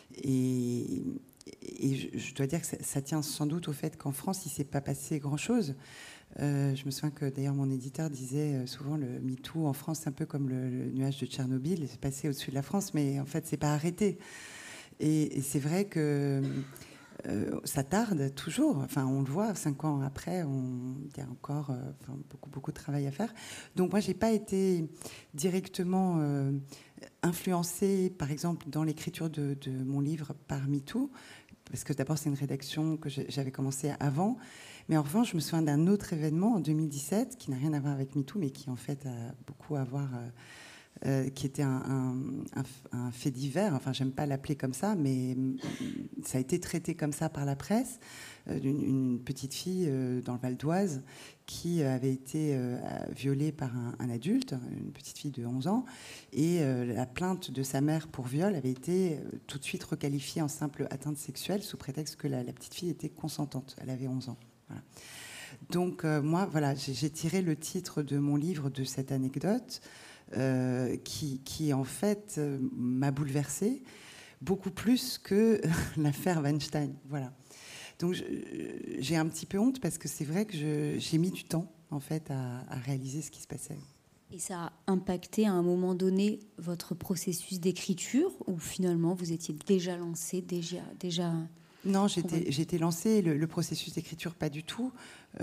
Et, et je, je dois dire que ça, ça tient sans doute au fait qu'en France, il ne s'est pas passé grand-chose. Euh, je me souviens que d'ailleurs mon éditeur disait souvent le MeToo en France, c'est un peu comme le, le nuage de Tchernobyl, il s'est passé au-dessus de la France, mais en fait, c'est pas arrêté. Et, et c'est vrai que euh, ça tarde toujours. Enfin, on le voit, cinq ans après, on, il y a encore euh, enfin, beaucoup, beaucoup de travail à faire. Donc moi, j'ai pas été directement euh, influencée, par exemple, dans l'écriture de, de mon livre par MeToo, parce que d'abord, c'est une rédaction que j'avais commencé avant. Mais en revanche, je me souviens d'un autre événement en deux mille dix-sept qui n'a rien à voir avec MeToo, mais qui en fait a beaucoup à voir, euh, euh, qui était un, un, un, un fait divers. Enfin, j'aime pas l'appeler comme ça, mais ça a été traité comme ça par la presse, euh, d'une une petite fille euh, dans le Val d'Oise qui avait été euh, violée par un, un adulte, une petite fille de onze ans, et euh, la plainte de sa mère pour viol avait été euh, tout de suite requalifiée en simple atteinte sexuelle sous prétexte que la, la petite fille était consentante. Elle avait onze ans. Voilà. Donc euh, moi, voilà, j'ai, j'ai tiré le titre de mon livre de cette anecdote euh, qui, qui, en fait, euh, m'a bouleversée beaucoup plus que l'affaire Weinstein. Voilà. Donc je, j'ai un petit peu honte parce que c'est vrai que je, j'ai mis du temps, en fait, à, à réaliser ce qui se passait. Et ça a impacté à un moment donné votre processus d'écriture ou finalement vous étiez déjà lancé, déjà... déjà... Non, j'étais, j'étais lancée, le, le processus d'écriture, pas du tout.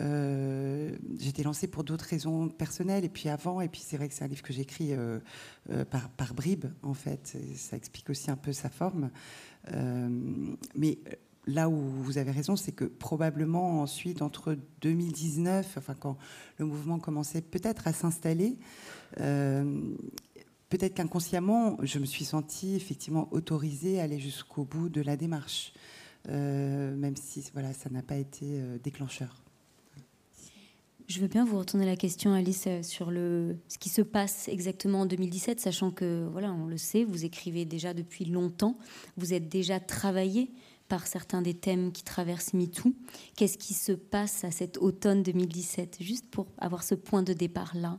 Euh, j'étais lancée pour d'autres raisons personnelles, et puis avant, et puis c'est vrai que c'est un livre que j'écris euh, euh, par, par bribes, en fait. Et ça explique aussi un peu sa forme. Euh, mais là où vous avez raison, c'est que probablement ensuite, entre deux mille dix-neuf, enfin, quand le mouvement commençait peut-être à s'installer, euh, peut-être qu'inconsciemment, je me suis sentie effectivement autorisée à aller jusqu'au bout de la démarche. Euh, même si voilà, ça n'a pas été euh, déclencheur. Je veux bien vous retourner la question, Alice, sur le, ce qui se passe exactement en deux mille dix-sept, sachant que, voilà, on le sait, vous écrivez déjà depuis longtemps, vous êtes déjà travaillé par certains des thèmes qui traversent MeToo. Qu'est-ce qui se passe à cet automne deux mille dix-sept, juste pour avoir ce point de départ-là?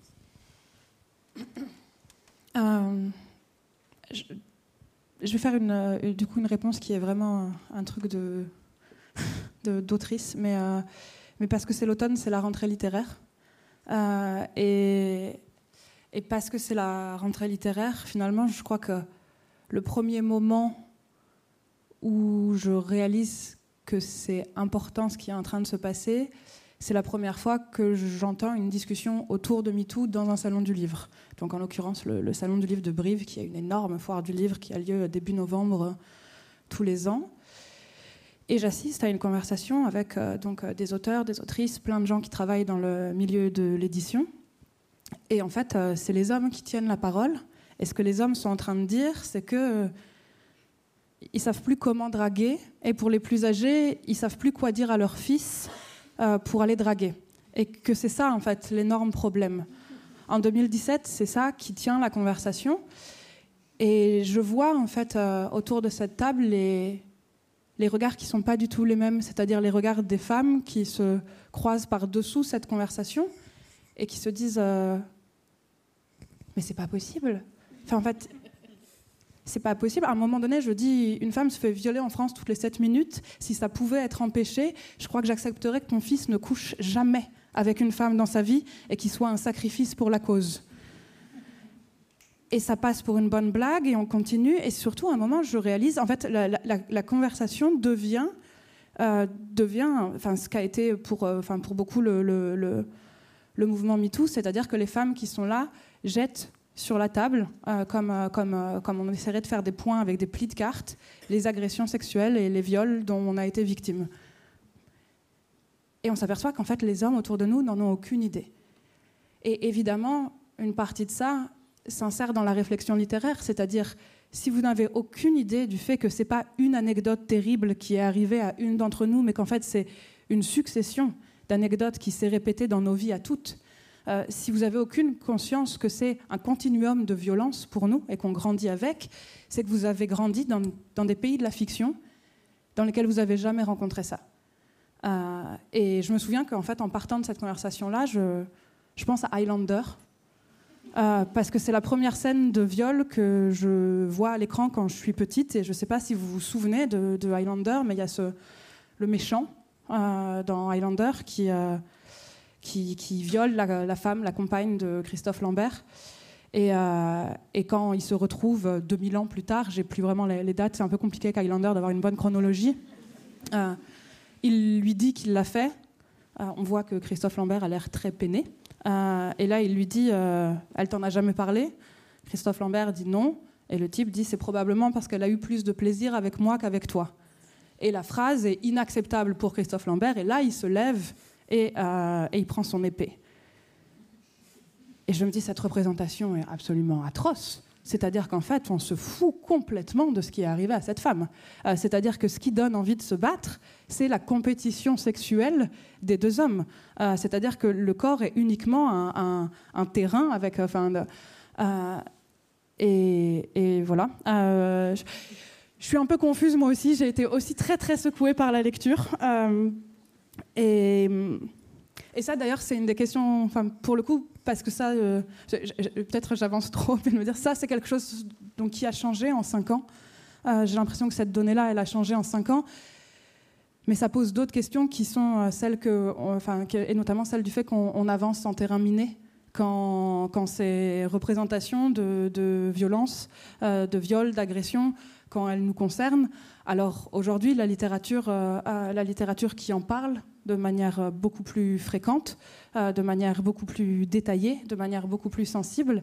euh, je... Je vais faire une, du coup une réponse qui est vraiment un truc de, de, d'autrice, mais, euh, mais parce que c'est l'automne, c'est la rentrée littéraire. Euh, et, et parce que c'est la rentrée littéraire, finalement, je crois que le premier moment où je réalise que c'est important ce qui est en train de se passer, c'est la première fois que j'entends une discussion autour de MeToo dans un salon du livre. Donc en l'occurrence, le, le salon du livre de Brive, qui a une énorme foire du livre qui a lieu début novembre tous les ans. Et j'assiste à une conversation avec euh, donc, des auteurs, des autrices, plein de gens qui travaillent dans le milieu de l'édition. Et en fait, euh, c'est les hommes qui tiennent la parole. Et ce que les hommes sont en train de dire, c'est que euh, ils savent plus comment draguer. Et pour les plus âgés, ils savent plus quoi dire à leur fils pour aller draguer. Et que c'est ça, en fait, l'énorme problème. En deux mille dix-sept, c'est ça qui tient la conversation. Et je vois, en fait, euh, autour de cette table, les, les regards qui ne sont pas du tout les mêmes, c'est-à-dire les regards des femmes qui se croisent par-dessous cette conversation et qui se disent euh, « Mais c'est pas possible !» Enfin, en fait... C'est pas possible. À un moment donné, je dis, une femme se fait violer en France toutes les sept minutes. Si ça pouvait être empêché, je crois que j'accepterais que ton fils ne couche jamais avec une femme dans sa vie et qu'il soit un sacrifice pour la cause. Et ça passe pour une bonne blague et on continue. Et surtout, à un moment, je réalise, en fait, la, la, la conversation devient, euh, devient, enfin, ce qu'a été pour, euh, enfin, pour beaucoup le, le, le, le mouvement MeToo, c'est-à-dire que les femmes qui sont là jettent sur la table, euh, comme, euh, comme, euh, comme on essaierait de faire des points avec des plis de cartes, les agressions sexuelles et les viols dont on a été victime. Et on s'aperçoit qu'en fait, les hommes autour de nous n'en ont aucune idée. Et évidemment, une partie de ça s'insère dans la réflexion littéraire, c'est-à-dire, si vous n'avez aucune idée du fait que ce n'est pas une anecdote terrible qui est arrivée à une d'entre nous, mais qu'en fait, c'est une succession d'anecdotes qui s'est répétée dans nos vies à toutes, Euh, si vous n'avez aucune conscience que c'est un continuum de violence pour nous et qu'on grandit avec, c'est que vous avez grandi dans, dans des pays de la fiction, dans lesquels vous n'avez jamais rencontré ça. Euh, et je me souviens qu'en fait, en partant de cette conversation-là, je, je pense à Highlander, euh, parce que c'est la première scène de viol que je vois à l'écran quand je suis petite, et je ne sais pas si vous vous souvenez de, de Highlander, mais il y a ce, le méchant euh, dans Highlander qui, euh, qui, qui viole la, la femme, la compagne de Christophe Lambert. Et, euh, et quand il se retrouve deux mille ans plus tard, j'ai plus vraiment les, les dates, c'est un peu compliqué avec Highlander d'avoir une bonne chronologie. Euh, il lui dit qu'il l'a fait. Euh, on voit que Christophe Lambert a l'air très peiné. Euh, et là, il lui dit euh, « Elle t'en a jamais parlé ?» Christophe Lambert dit non. Et le type dit « C'est probablement parce qu'elle a eu plus de plaisir avec moi qu'avec toi. » Et la phrase est inacceptable pour Christophe Lambert. Et là, il se lève et, euh, et il prend son épée. Et je me dis, cette représentation est absolument atroce. C'est-à-dire qu'en fait, on se fout complètement de ce qui est arrivé à cette femme. Euh, c'est-à-dire que ce qui donne envie de se battre, c'est la compétition sexuelle des deux hommes. Euh, c'est-à-dire que le corps est uniquement un, un, un terrain avec... Enfin, euh, et, et voilà. Euh, je, je suis un peu confuse, moi aussi. J'ai été aussi très, très secouée par la lecture. Euh, et... Et ça, d'ailleurs, c'est une des questions, enfin, pour le coup, parce que ça, euh, peut-être j'avance trop, mais me dire ça, c'est quelque chose donc, qui a changé en cinq ans. Euh, j'ai l'impression que cette donnée-là, elle a changé en cinq ans. Mais ça pose d'autres questions qui sont celles que, enfin, et notamment celle du fait qu'on on avance en terrain miné quand, quand ces représentations de, de violence, euh, de viol, d'agression, quand elles nous concernent. Alors aujourd'hui, la littérature, euh, la littérature qui en parle de manière beaucoup plus fréquente, euh, de manière beaucoup plus détaillée, de manière beaucoup plus sensible,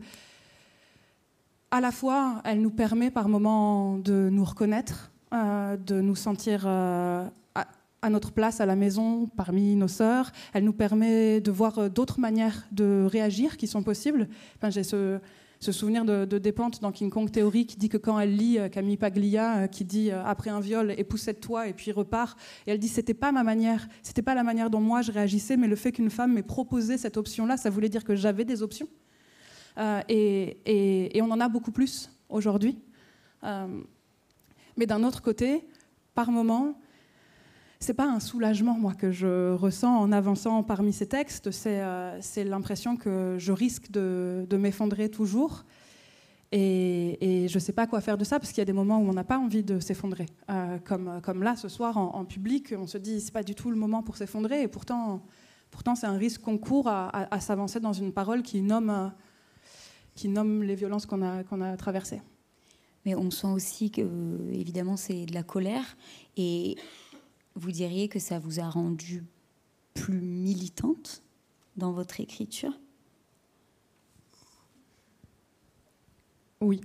à la fois, elle nous permet par moments de nous reconnaître, euh, de nous sentir euh, à, à notre place à la maison parmi nos sœurs. Elle nous permet de voir d'autres manières de réagir qui sont possibles. Enfin, j'ai ce... Ce souvenir de, de Despentes dans King Kong Theory qui dit que quand elle lit Camille Paglia qui dit après un viol épousette-toi et puis repart, et elle dit c'était pas ma manière, c'était pas la manière dont moi je réagissais, mais le fait qu'une femme m'ait proposé cette option-là, ça voulait dire que j'avais des options. Euh, et, et, et on en a beaucoup plus aujourd'hui. Euh, mais d'un autre côté, par moment, c'est pas un soulagement moi que je ressens en avançant parmi ces textes, c'est, euh, c'est l'impression que je risque de, de m'effondrer toujours et, et je sais pas quoi faire de ça parce qu'il y a des moments où on n'a pas envie de s'effondrer, euh, comme, comme là ce soir en, en public, on se dit c'est pas du tout le moment pour s'effondrer et pourtant, pourtant c'est un risque qu'on court à, à, à s'avancer dans une parole qui nomme, euh, qui nomme les violences qu'on a, qu'on a traversées. Mais on sent aussi que évidemment c'est de la colère et vous diriez que ça vous a rendu plus militante dans votre écriture ? Oui.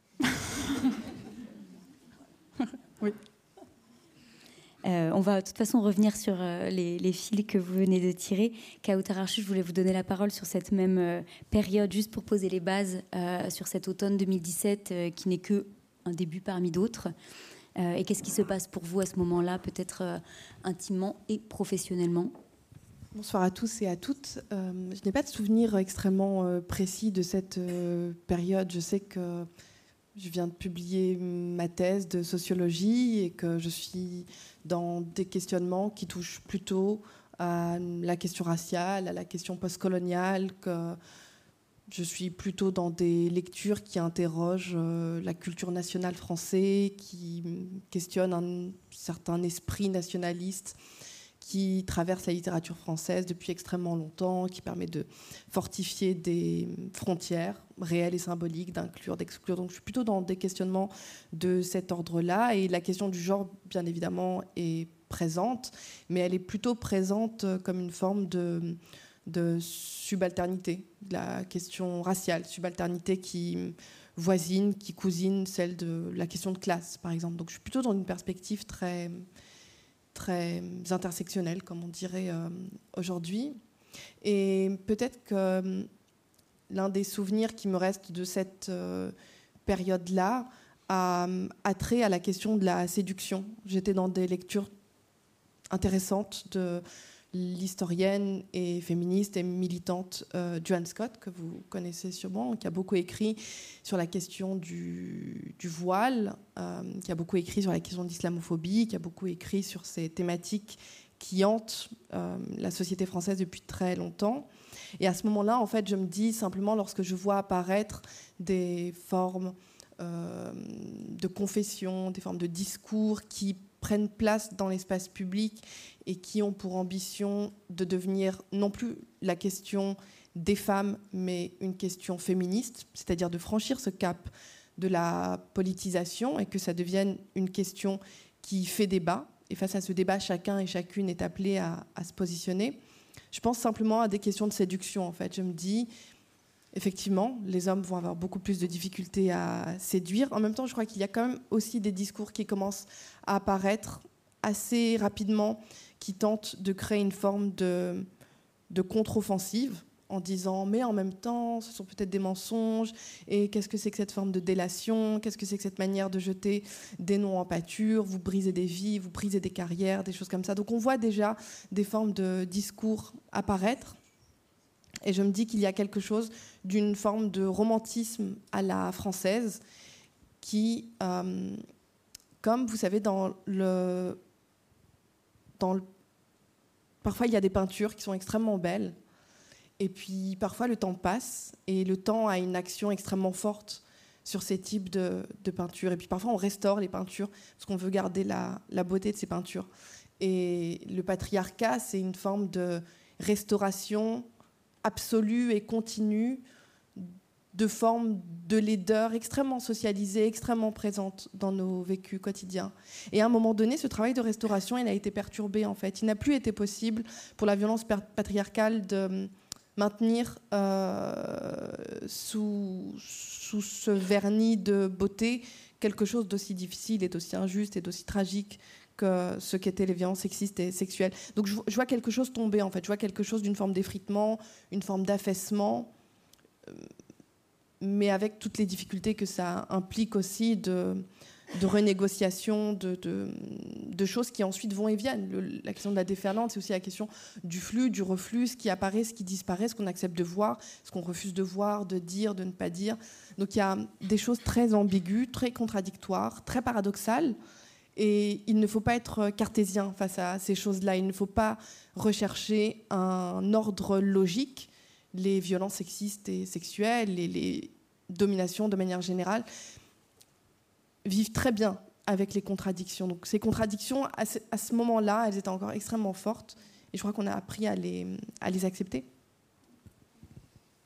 Oui. Euh, on va de toute façon revenir sur euh, les, les fils que vous venez de tirer. Kautar Archu, je voulais vous donner la parole sur cette même euh, période, juste pour poser les bases euh, sur cet automne deux mille dix-sept, euh, qui n'est qu'un début parmi d'autres. Euh, et qu'est-ce qui se passe pour vous à ce moment-là, peut-être euh, intimement et professionnellement ? Bonsoir à tous et à toutes. Euh, je n'ai pas de souvenir extrêmement euh, précis de cette euh, période. Je sais que je viens de publier ma thèse de sociologie et que je suis dans des questionnements qui touchent plutôt à la question raciale, à la question postcoloniale, que je suis plutôt dans des lectures qui interrogent euh, la culture nationale française, qui questionnent un certain esprit nationaliste qui traverse la littérature française depuis extrêmement longtemps, qui permet de fortifier des frontières réelles et symboliques, d'inclure, d'exclure. Donc je suis plutôt dans des questionnements de cet ordre-là. Et la question du genre, bien évidemment, est présente, mais elle est plutôt présente comme une forme de... de subalternité, de la question raciale, subalternité qui voisine, qui cousine celle de la question de classe, par exemple. Donc je suis plutôt dans une perspective très, très intersectionnelle, comme on dirait euh, aujourd'hui. Et peut-être que euh, l'un des souvenirs qui me reste de cette euh, période-là a, a trait à la question de la séduction. J'étais dans des lectures intéressantes de l'historienne et féministe et militante euh, Joan Scott, que vous connaissez sûrement, qui a beaucoup écrit sur la question du, du voile, euh, qui a beaucoup écrit sur la question de l'islamophobie, qui a beaucoup écrit sur ces thématiques qui hantent euh, la société française depuis très longtemps. Et à ce moment-là, en fait, je me dis simplement, lorsque je vois apparaître des formes euh, de confession, des formes de discours qui prennent place dans l'espace public et qui ont pour ambition de devenir non plus la question des femmes, mais une question féministe, c'est-à-dire de franchir ce cap de la politisation et que ça devienne une question qui fait débat. Et face à ce débat, chacun et chacune est appelé à, à se positionner. Je pense simplement à des questions de séduction, en fait. Je me dis, effectivement, les hommes vont avoir beaucoup plus de difficultés à séduire. En même temps, je crois qu'il y a quand même aussi des discours qui commencent à apparaître assez rapidement, qui tentent de créer une forme de, de contre-offensive en disant « mais en même temps, ce sont peut-être des mensonges, et qu'est-ce que c'est que cette forme de délation, qu'est-ce que c'est que cette manière de jeter des noms en pâture, vous brisez des vies, vous brisez des carrières, des choses comme ça ». Donc on voit déjà des formes de discours apparaître. Et je me dis qu'il y a quelque chose d'une forme de romantisme à la française qui, euh, comme vous savez, dans le, dans le... parfois il y a des peintures qui sont extrêmement belles, et puis parfois le temps passe, et le temps a une action extrêmement forte sur ces types de, de peintures. Et puis parfois on restaure les peintures, parce qu'on veut garder la, la beauté de ces peintures. Et le patriarcat, c'est une forme de restauration absolue et continue de formes de laideur extrêmement socialisées, extrêmement présentes dans nos vécus quotidiens. Et à un moment donné, ce travail de restauration, il a été perturbé, en fait. Il n'a plus été possible pour la violence patriarcale de maintenir euh, sous, sous ce vernis de beauté quelque chose d'aussi difficile et d'aussi injuste et d'aussi tragique que ce qu'étaient les violences sexistes et sexuelles. Donc je, je vois quelque chose tomber, en fait. Je vois quelque chose d'une forme d'effritement, une forme d'affaissement, euh, mais avec toutes les difficultés que ça implique aussi de, de renégociation, de, de, de choses qui ensuite vont et viennent. Le, la question de la déferlante, c'est aussi la question du flux, du reflux, ce qui apparaît, ce qui disparaît, ce qu'on accepte de voir, ce qu'on refuse de voir, de dire, de ne pas dire. Donc il y a des choses très ambiguës, très contradictoires, très paradoxales. Et il ne faut pas être cartésien face à ces choses-là. Il ne faut pas rechercher un ordre logique. Les violences sexistes et sexuelles et les dominations de manière générale vivent très bien avec les contradictions. Donc ces contradictions, à ce, à ce moment-là, elles étaient encore extrêmement fortes. Et je crois qu'on a appris à les, à les accepter. Axel ?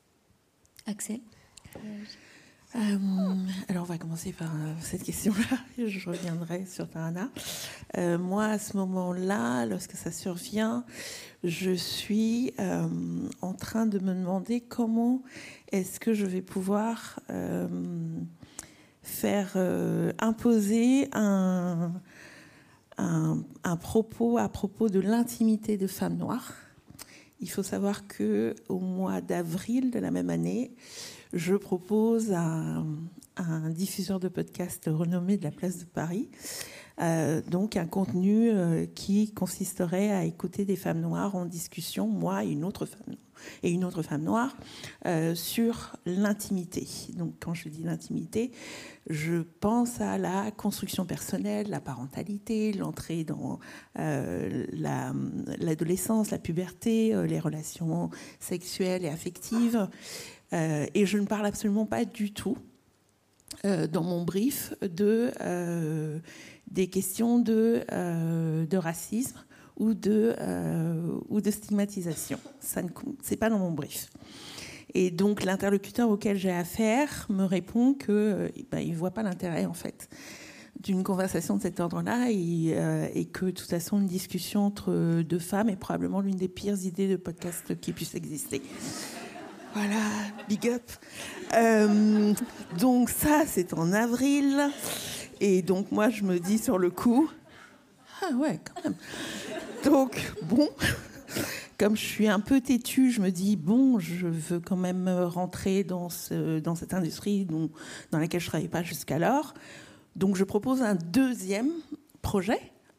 Euh, alors on va commencer par euh, cette question-là, je reviendrai sur Tarana. Euh, moi, à ce moment-là, lorsque ça survient, je suis euh, en train de me demander comment est-ce que je vais pouvoir euh, faire euh, imposer un, un, un propos à propos de l'intimité de femmes noires. Il faut savoir qu'au mois d'avril de la même année, je propose à un, à un diffuseur de podcast renommé de la Place de Paris, euh, donc un contenu euh, qui consisterait à écouter des femmes noires en discussion, moi et une autre femme, et une autre femme noire, euh, sur l'intimité. Donc quand je dis l'intimité, je pense à la construction personnelle, la parentalité, l'entrée dans euh, la, l'adolescence, la puberté, euh, les relations sexuelles et affectives. Euh, et je ne parle absolument pas du tout, euh, dans mon brief, de, euh, des questions de, euh, de racisme ou de, euh, ou de stigmatisation. Ça ne, c'est pas dans mon brief. Et donc l'interlocuteur auquel j'ai affaire me répond qu'il euh, ben, ne voit pas l'intérêt, en fait, d'une conversation de cet ordre-là et, euh, et que, de toute façon, une discussion entre deux femmes est probablement l'une des pires idées de podcast qui puisse exister. Voilà, big up. Euh, donc ça, c'est en avril. Et donc moi, je me dis sur le coup, ah ouais, quand même. Donc bon, comme je suis un peu têtue, je me dis, bon, je veux quand même rentrer dans, ce, dans cette industrie dont, dans laquelle je ne travaillais pas jusqu'alors. Donc je propose un deuxième projet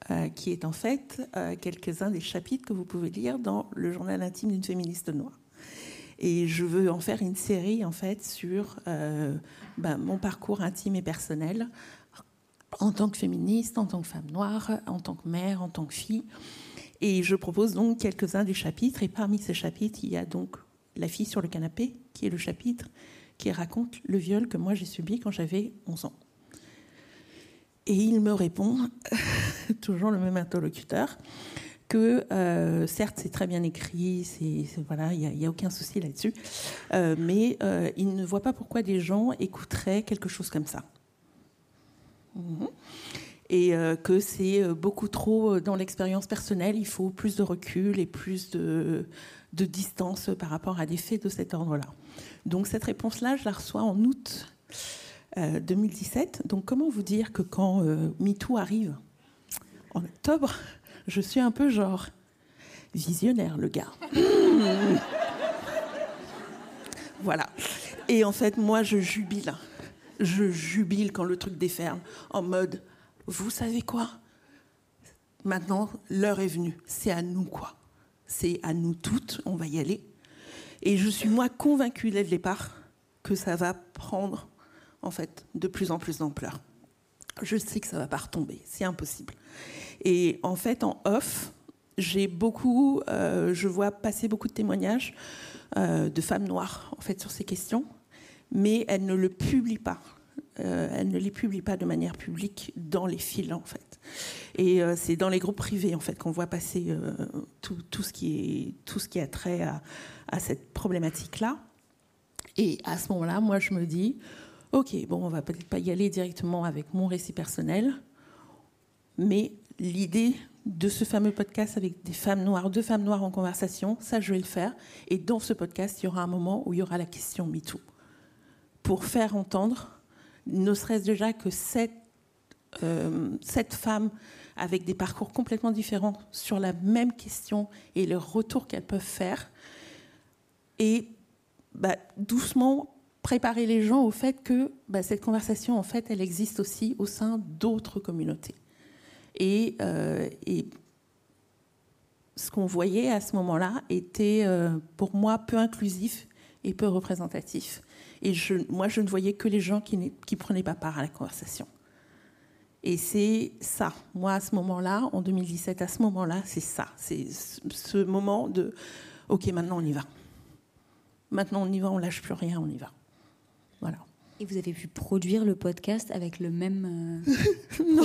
euh, qui est en fait euh, quelques-uns des chapitres que vous pouvez lire dans le journal intime d'une féministe noire. Et je veux en faire une série en fait sur euh, ben, mon parcours intime et personnel en tant que féministe, en tant que femme noire, en tant que mère, en tant que fille. Et je propose donc quelques-uns des chapitres. Et parmi ces chapitres, il y a donc La fille sur le canapé, qui est le chapitre qui raconte le viol que moi j'ai subi quand j'avais onze ans. Et il me répond, toujours le même interlocuteur, que euh, certes c'est très bien écrit, c'est, c'est, voilà, il n'y a, a aucun souci là-dessus, euh, mais euh, il ne voit pas pourquoi des gens écouteraient quelque chose comme ça. Mmh. Et euh, que c'est beaucoup trop dans l'expérience personnelle, il faut plus de recul et plus de, de distance par rapport à des faits de cet ordre-là. Donc cette réponse-là, je la reçois en août euh, deux mille dix-sept. Donc comment vous dire que quand euh, MeToo arrive en octobre, je suis un peu genre visionnaire, le gars. Voilà. Et en fait, moi, je jubile. Je jubile quand le truc déferle, en mode, vous savez quoi ? Maintenant, l'heure est venue. C'est à nous, quoi. C'est à nous toutes, on va y aller. Et je suis, moi, convaincue dès le départ que ça va prendre, en fait, de plus en plus d'ampleur. Je sais que ça ne va pas retomber, c'est impossible. Et en fait, en off, j'ai beaucoup, euh, je vois passer beaucoup de témoignages euh, de femmes noires, en fait, sur ces questions, mais elles ne le publient pas. Euh, elles ne les publient pas de manière publique dans les fils, en fait. Et euh, c'est dans les groupes privés, en fait, qu'on voit passer euh, tout, tout, ce qui est, tout ce qui a trait à, à cette problématique-là. Et à ce moment-là, moi, je me dis, OK, bon, on va peut-être pas y aller directement avec mon récit personnel, mais l'idée de ce fameux podcast avec des femmes noires, deux femmes noires en conversation, ça, je vais le faire. Et dans ce podcast, il y aura un moment où il y aura la question MeToo. Pour faire entendre, ne serait-ce déjà que cette, euh, cette femme avec des parcours complètement différents sur la même question et le retour qu'elles peuvent faire, et bah, doucement préparer les gens au fait que bah, cette conversation, en fait, elle existe aussi au sein d'autres communautés. Et, euh, et ce qu'on voyait à ce moment-là était, euh, pour moi, peu inclusif et peu représentatif. Et je, moi, je ne voyais que les gens qui ne prenaient pas part à la conversation. Et c'est ça. Moi, à ce moment-là, en deux mille dix-sept, à ce moment-là, c'est ça. C'est ce moment de « OK, maintenant, on y va. Maintenant, on y va, on ne lâche plus rien, on y va. » Voilà. Et vous avez pu produire le podcast avec le même euh, non.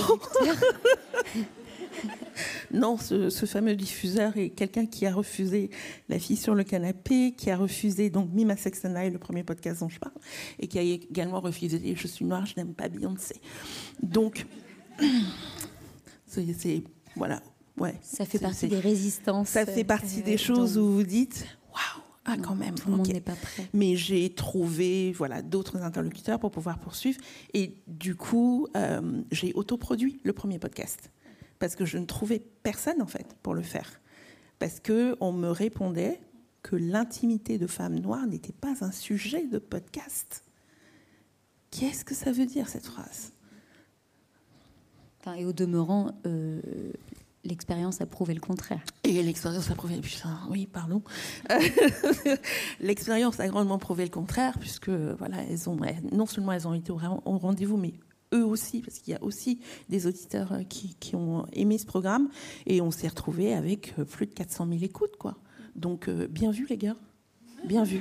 Non, ce, ce fameux diffuseur est quelqu'un qui a refusé La fille sur le canapé, qui a refusé donc Me, My, Sex and I, le premier podcast dont je parle, et qui a également refusé Je suis noire, je n'aime pas Beyoncé. Donc, c'est, c'est voilà, ouais. Ça fait c'est, partie c'est, des résistances. Ça fait partie euh, des choses donc... où vous dites waouh. Ah, quand même. Tout le monde okay. n'est pas prêt. Mais j'ai trouvé voilà, d'autres interlocuteurs pour pouvoir poursuivre. Et du coup, euh, j'ai autoproduit le premier podcast. Parce que je ne trouvais personne, en fait, pour le faire. Parce qu'on me répondait que l'intimité de femmes noires n'était pas un sujet de podcast. Qu'est-ce que ça veut dire, cette phrase ? Enfin, et au demeurant... Euh... L'expérience a prouvé le contraire. Et l'expérience a prouvé... Putain, oui, pardon. L'expérience a grandement prouvé le contraire, puisque voilà, elles ont, non seulement elles ont été au rendez-vous, mais eux aussi, parce qu'il y a aussi des auditeurs qui, qui ont aimé ce programme, et on s'est retrouvés avec plus de quatre cent mille écoutes, quoi. Donc, euh, bien vu, les gars. Bien vu.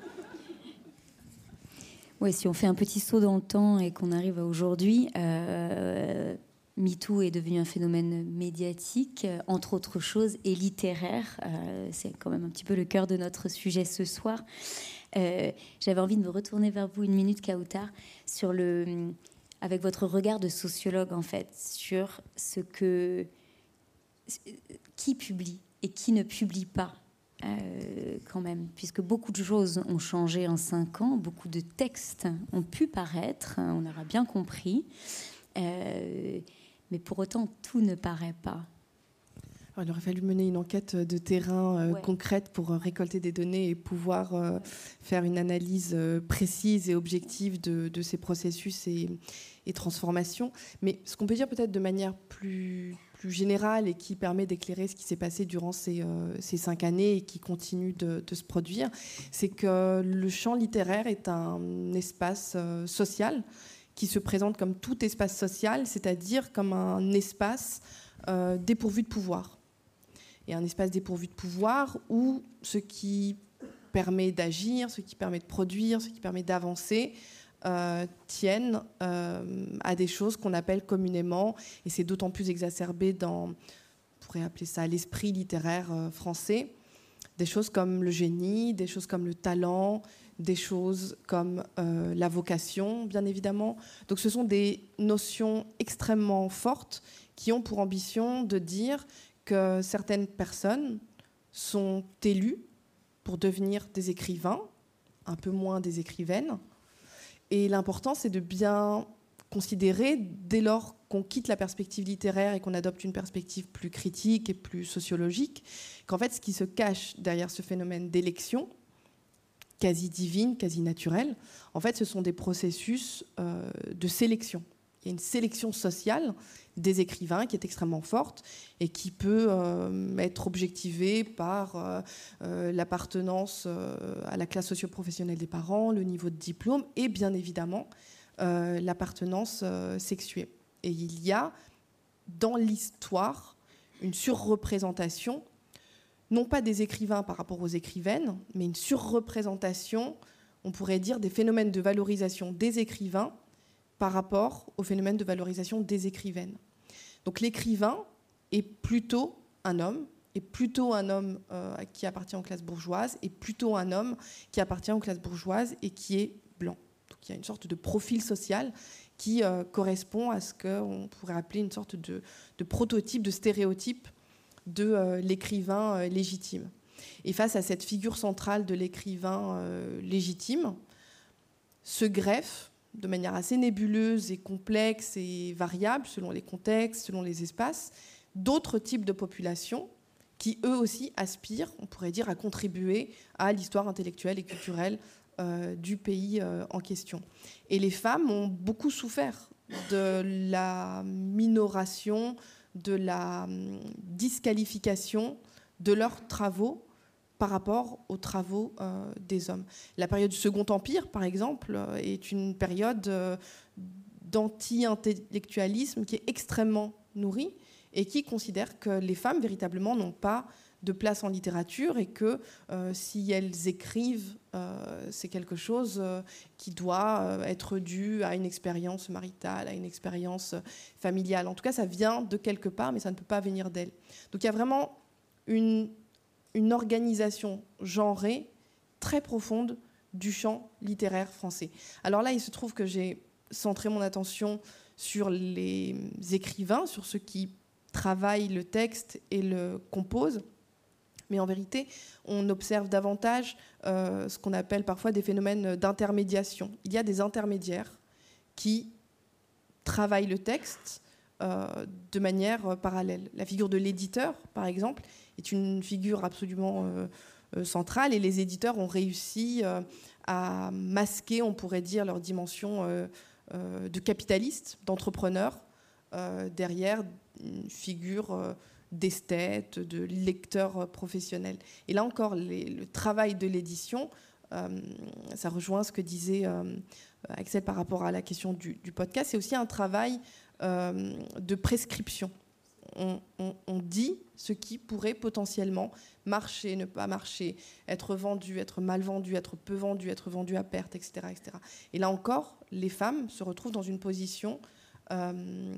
Oui, si on fait un petit saut dans le temps et qu'on arrive à aujourd'hui... Euh... MeToo est devenu un phénomène médiatique, entre autres choses, et littéraire. Euh, c'est quand même un petit peu le cœur de notre sujet ce soir. Euh, j'avais envie de me retourner vers vous une minute, Kautar, sur le, avec votre regard de sociologue, en fait, sur ce que... qui publie et qui ne publie pas, euh, quand même, puisque beaucoup de choses ont changé en cinq ans, beaucoup de textes ont pu paraître, on aura bien compris. Euh, mais pour autant, tout ne paraît pas. Alors, il aurait fallu mener une enquête de terrain euh, ouais. concrète pour euh, récolter des données et pouvoir euh, ouais. faire une analyse euh, précise et objective de, de ces processus et, et transformations. Mais ce qu'on peut dire peut-être de manière plus plus générale et qui permet d'éclairer ce qui s'est passé durant ces, euh, ces cinq années et qui continue de, de se produire, c'est que le champ littéraire est un espace euh, social qui se présente comme tout espace social, c'est-à-dire comme un espace euh, dépourvu de pouvoir. Et un espace dépourvu de pouvoir où ce qui permet d'agir, ce qui permet de produire, ce qui permet d'avancer, euh, tiennent euh, à des choses qu'on appelle communément, et c'est d'autant plus exacerbé dans, on pourrait appeler ça l'esprit littéraire euh, français, des choses comme le génie, des choses comme le talent, des choses comme euh, la vocation, bien évidemment. Donc ce sont des notions extrêmement fortes qui ont pour ambition de dire que certaines personnes sont élues pour devenir des écrivains, un peu moins des écrivaines. Et l'important, c'est de bien considérer, dès lors qu'on quitte la perspective littéraire et qu'on adopte une perspective plus critique et plus sociologique, qu'en fait, ce qui se cache derrière ce phénomène d'élection, quasi divine, quasi naturelle, en fait, ce sont des processus euh, de sélection. Il y a une sélection sociale des écrivains qui est extrêmement forte et qui peut euh, être objectivée par euh, euh, l'appartenance euh, à la classe socio-professionnelle des parents, le niveau de diplôme et bien évidemment euh, l'appartenance euh, sexuée. Et il y a dans l'histoire une surreprésentation, non pas des écrivains par rapport aux écrivaines, mais une surreprésentation, on pourrait dire, des phénomènes de valorisation des écrivains par rapport au phénomène de valorisation des écrivaines. Donc l'écrivain est plutôt un homme, est plutôt un homme euh, qui appartient aux classes bourgeoises, et plutôt un homme qui appartient aux classes bourgeoises et qui est blanc. Donc il y a une sorte de profil social qui euh, correspond à ce qu'on pourrait appeler une sorte de, de prototype, de stéréotype de euh, l'écrivain euh, légitime. Et face à cette figure centrale de l'écrivain euh, légitime, se greffe de manière assez nébuleuse et complexe et variable selon les contextes, selon les espaces, d'autres types de populations qui, eux aussi, aspirent, on pourrait dire, à contribuer à l'histoire intellectuelle et culturelle euh, du pays euh, en question. Et les femmes ont beaucoup souffert de la minoration, de la disqualification de leurs travaux par rapport aux travaux euh, des hommes. La période du Second Empire, par exemple, est une période euh, d'anti-intellectualisme qui est extrêmement nourrie et qui considère que les femmes, véritablement, n'ont pas de place en littérature et que euh, si elles écrivent, euh, c'est quelque chose euh, qui doit euh, être dû à une expérience maritale, à une expérience familiale. En tout cas, ça vient de quelque part, mais ça ne peut pas venir d'elles. Donc il y a vraiment une... une organisation genrée très profonde du champ littéraire français. Alors là, il se trouve que j'ai centré mon attention sur les écrivains, sur ceux qui travaillent le texte et le composent. Mais en vérité, on observe davantage euh, ce qu'on appelle parfois des phénomènes d'intermédiation. Il y a des intermédiaires qui travaillent le texte euh, de manière parallèle. La figure de l'éditeur, par exemple, est une figure absolument euh, euh, centrale et les éditeurs ont réussi euh, à masquer, on pourrait dire, leur dimension euh, euh, de capitaliste, d'entrepreneur, euh, derrière une figure euh, d'esthète, de lecteur professionnel. Et là encore, les, le travail de l'édition, euh, ça rejoint ce que disait euh, Axel par rapport à la question du, du podcast, c'est aussi un travail euh, de prescription. On, on, on dit ce qui pourrait potentiellement marcher, ne pas marcher, être vendu, être mal vendu, être peu vendu, être vendu à perte, et cetera, et cetera. Et là encore, les femmes se retrouvent dans une position euh,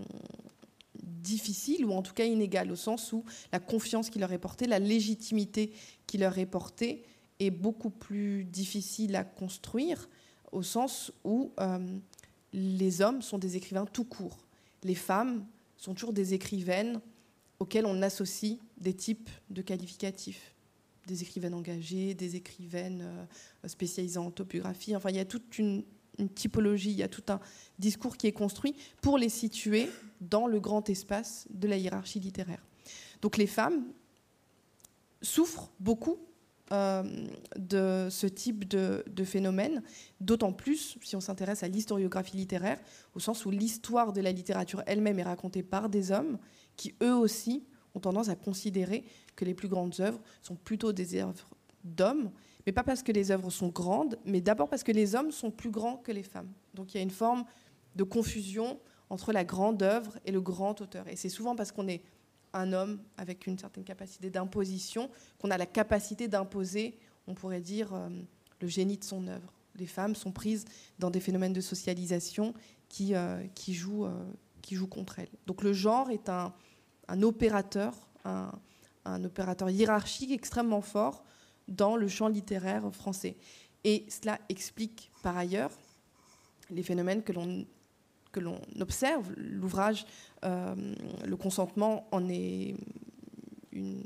difficile ou en tout cas inégale, au sens où la confiance qui leur est portée, la légitimité qui leur est portée est beaucoup plus difficile à construire, au sens où euh, les hommes sont des écrivains tout court. Les femmes sont toujours des écrivaines auxquelles on associe des types de qualificatifs. Des écrivaines engagées, des écrivaines euh, spécialisées en autobiographie. Enfin, il y a toute une, une typologie, il y a tout un discours qui est construit pour les situer dans le grand espace de la hiérarchie littéraire. Donc les femmes souffrent beaucoup euh, de ce type de, de phénomène, d'autant plus si on s'intéresse à l'historiographie littéraire, au sens où l'histoire de la littérature elle-même est racontée par des hommes qui, eux aussi, ont tendance à considérer que les plus grandes œuvres sont plutôt des œuvres d'hommes, mais pas parce que les œuvres sont grandes, mais d'abord parce que les hommes sont plus grands que les femmes. Donc il y a une forme de confusion entre la grande œuvre et le grand auteur. Et c'est souvent parce qu'on est un homme avec une certaine capacité d'imposition qu'on a la capacité d'imposer, on pourrait dire, euh, le génie de son œuvre. Les femmes sont prises dans des phénomènes de socialisation qui, euh, qui, jouent, euh, qui jouent contre elles. Donc le genre est un, un opérateur, un, un opérateur hiérarchique extrêmement fort dans le champ littéraire français. Et cela explique par ailleurs les phénomènes que l'on, que l'on observe. L'ouvrage, euh, le consentement en est une,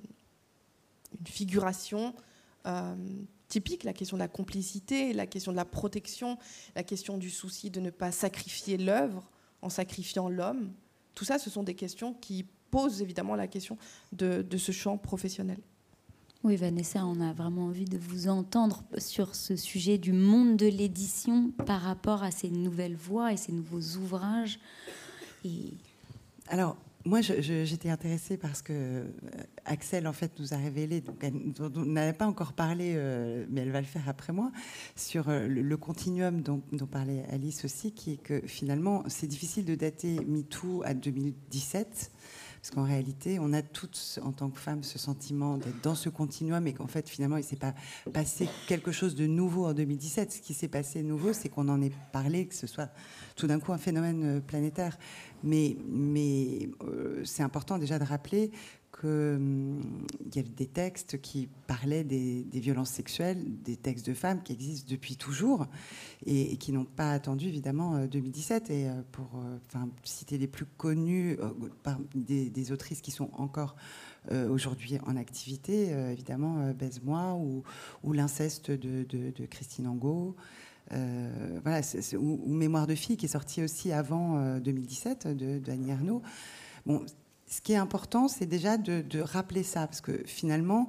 une figuration euh, typique, la question de la complicité, la question de la protection, la question du souci de ne pas sacrifier l'œuvre en sacrifiant l'homme. Tout ça, ce sont des questions qui posent évidemment la question de, de ce champ professionnel. Oui, Vanessa, on a vraiment envie de vous entendre sur ce sujet du monde de l'édition par rapport à ces nouvelles voies et ces nouveaux ouvrages. Et... Alors, moi, je, je, j'étais intéressée parce que Axelle, en fait, nous a révélé, donc elle n'avait pas encore parlé, euh, mais elle va le faire après moi, sur le, le continuum dont, dont parlait Alice aussi, qui est que finalement, c'est difficile de dater MeToo à deux mille dix-sept. Parce qu'en réalité, on a toutes, en tant que femmes, ce sentiment d'être dans ce continuum et qu'en fait, finalement, il ne s'est pas passé quelque chose de nouveau en deux mille dix-sept. Ce qui s'est passé de nouveau, c'est qu'on en ait parlé, que ce soit tout d'un coup un phénomène planétaire. Mais, mais euh, c'est important déjà de rappeler qu'il hum, y avait des textes qui parlaient des, des violences sexuelles, des textes de femmes qui existent depuis toujours et, et qui n'ont pas attendu évidemment deux mille dix-sept. Et euh, pour euh, enfin, citer les plus connus, euh, par des, des autrices qui sont encore euh, aujourd'hui en activité, euh, évidemment euh, Baise-moi ou, ou L'inceste de, de, de Christine Angot. Euh, voilà, c'est, c'est, ou, ou Mémoire de fille qui est sorti aussi avant euh, deux mille dix-sept de, de Annie Ernaux. Bon, ce qui est important, c'est déjà de, de rappeler ça, parce que finalement,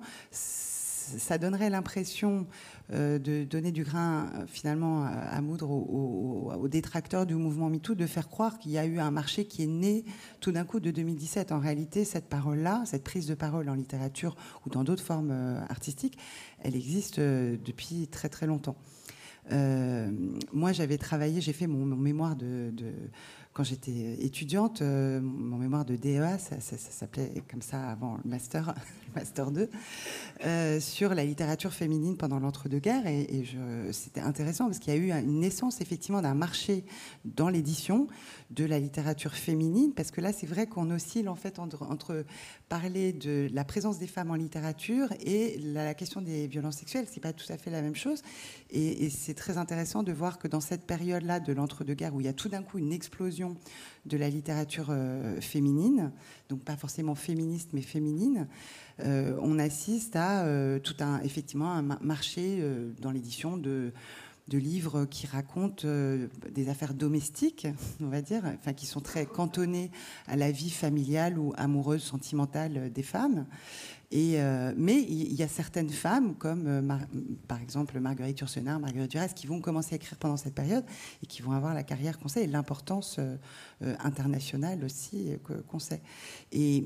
ça donnerait l'impression euh, de donner du grain finalement à moudre aux, aux, aux détracteurs du mouvement MeToo, de faire croire qu'il y a eu un marché qui est né tout d'un coup de deux mille dix-sept. En réalité, cette parole-là, cette prise de parole en littérature ou dans d'autres formes euh, artistiques, elle existe euh, depuis très très longtemps. Euh, moi, j'avais travaillé, j'ai fait mon, mon mémoire de, de quand j'étais étudiante, euh, mon mémoire de D E A, ça, ça, ça s'appelait comme ça avant le master, le master deux, euh, sur la littérature féminine pendant l'entre-deux-guerres. Et, et je, c'était intéressant parce qu'il y a eu une naissance effectivement d'un marché dans l'édition de la littérature féminine, parce que là, c'est vrai qu'on oscille en fait entre, entre parler de la présence des femmes en littérature et la, la question des violences sexuelles. C'est pas tout à fait la même chose. Et, et c'est très intéressant de voir que dans cette période-là de l'entre-deux-guerres, où il y a tout d'un coup une explosion de la littérature euh, féminine, donc pas forcément féministe mais féminine, euh, on assiste à euh, tout un, effectivement un marché euh, dans l'édition de, de livres qui racontent euh, des affaires domestiques, on va dire, enfin qui sont très cantonnés à la vie familiale ou amoureuse, sentimentale des femmes. Et euh, mais il y a certaines femmes, comme euh, Mar- par exemple Marguerite Yourcenar, Marguerite Duras, qui vont commencer à écrire pendant cette période et qui vont avoir la carrière qu'on sait et l'importance euh, internationale aussi euh, qu'on sait. Et,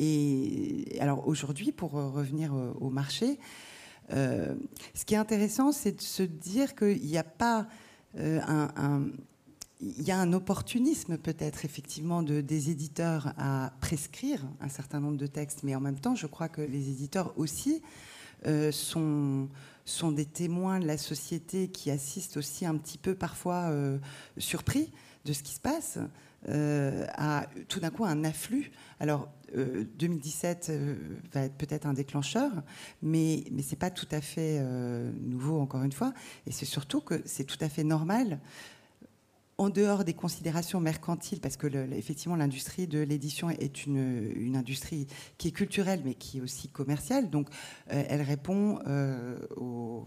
et alors aujourd'hui, pour revenir au, au marché, euh, ce qui est intéressant, c'est de se dire qu'il n'y a pas euh, un, un il y a un opportunisme peut-être effectivement de, des éditeurs à prescrire un certain nombre de textes, mais en même temps, je crois que les éditeurs aussi euh, sont, sont des témoins de la société qui assistent aussi un petit peu parfois euh, surpris de ce qui se passe, euh, à tout d'un coup un afflux. Alors euh, deux mille dix-sept euh, va être peut-être un déclencheur, mais, mais ce n'est pas tout à fait euh, nouveau encore une fois, et c'est surtout que c'est tout à fait normal en dehors des considérations mercantiles, parce que le, effectivement l'industrie de l'édition est une, une industrie qui est culturelle mais qui est aussi commerciale, donc euh, elle répond euh, aux,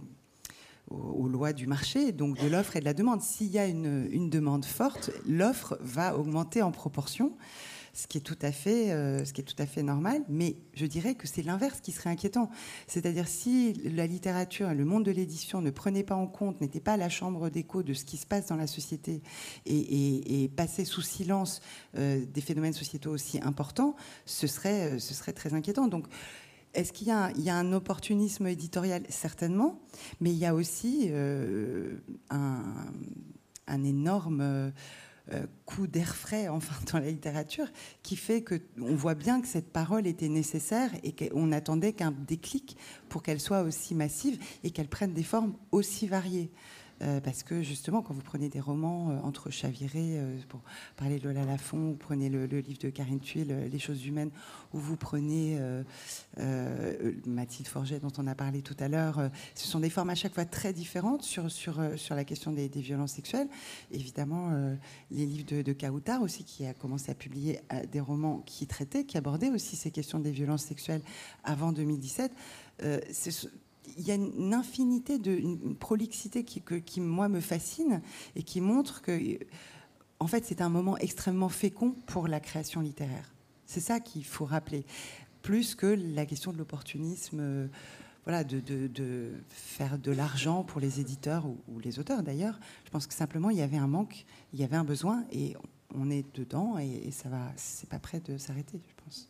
aux lois du marché, donc de l'offre et de la demande. S'il y a une, une demande forte, l'offre va augmenter en proportion. ce qui est tout à fait, euh, ce qui est tout à fait normal. Mais je dirais que c'est l'inverse qui serait inquiétant. C'est-à-dire si la littérature, le monde de l'édition ne prenait pas en compte, n'était pas la chambre d'écho de ce qui se passe dans la société et, et, et passait sous silence euh, des phénomènes sociétaux aussi importants, ce serait, ce serait très inquiétant. Donc, est-ce qu'il y a, un, il y a un opportunisme éditorial? Certainement, mais il y a aussi euh, un, un énorme euh, coup d'air frais enfin, dans la littérature qui fait qu'on voit bien que cette parole était nécessaire et qu'on n'attendait qu'un déclic pour qu'elle soit aussi massive et qu'elle prenne des formes aussi variées. Euh, parce que justement, quand vous prenez des romans euh, entre chavirés, euh, pour parler de Lola Lafont, vous prenez le, le livre de Karine Thuil, euh, Les choses humaines, ou vous prenez euh, euh, Mathilde Forget, dont on a parlé tout à l'heure, euh, ce sont des formes à chaque fois très différentes sur, sur, euh, sur la question des, des violences sexuelles. Évidemment, euh, les livres de, de Kautar aussi, qui a commencé à publier euh, des romans qui traitaient, qui abordaient aussi ces questions des violences sexuelles avant deux mille dix-sept. Euh, c'est, il y a une infinité, de, une prolixité qui, que, qui, moi, me fascine et qui montre que, en fait, c'est un moment extrêmement fécond pour la création littéraire. C'est ça qu'il faut rappeler. Plus que la question de l'opportunisme, euh, voilà, de, de, de faire de l'argent pour les éditeurs ou, ou les auteurs, d'ailleurs. Je pense que simplement, il y avait un manque, il y avait un besoin, et on est dedans, et, et ça va, c'est pas prêt de s'arrêter, je pense.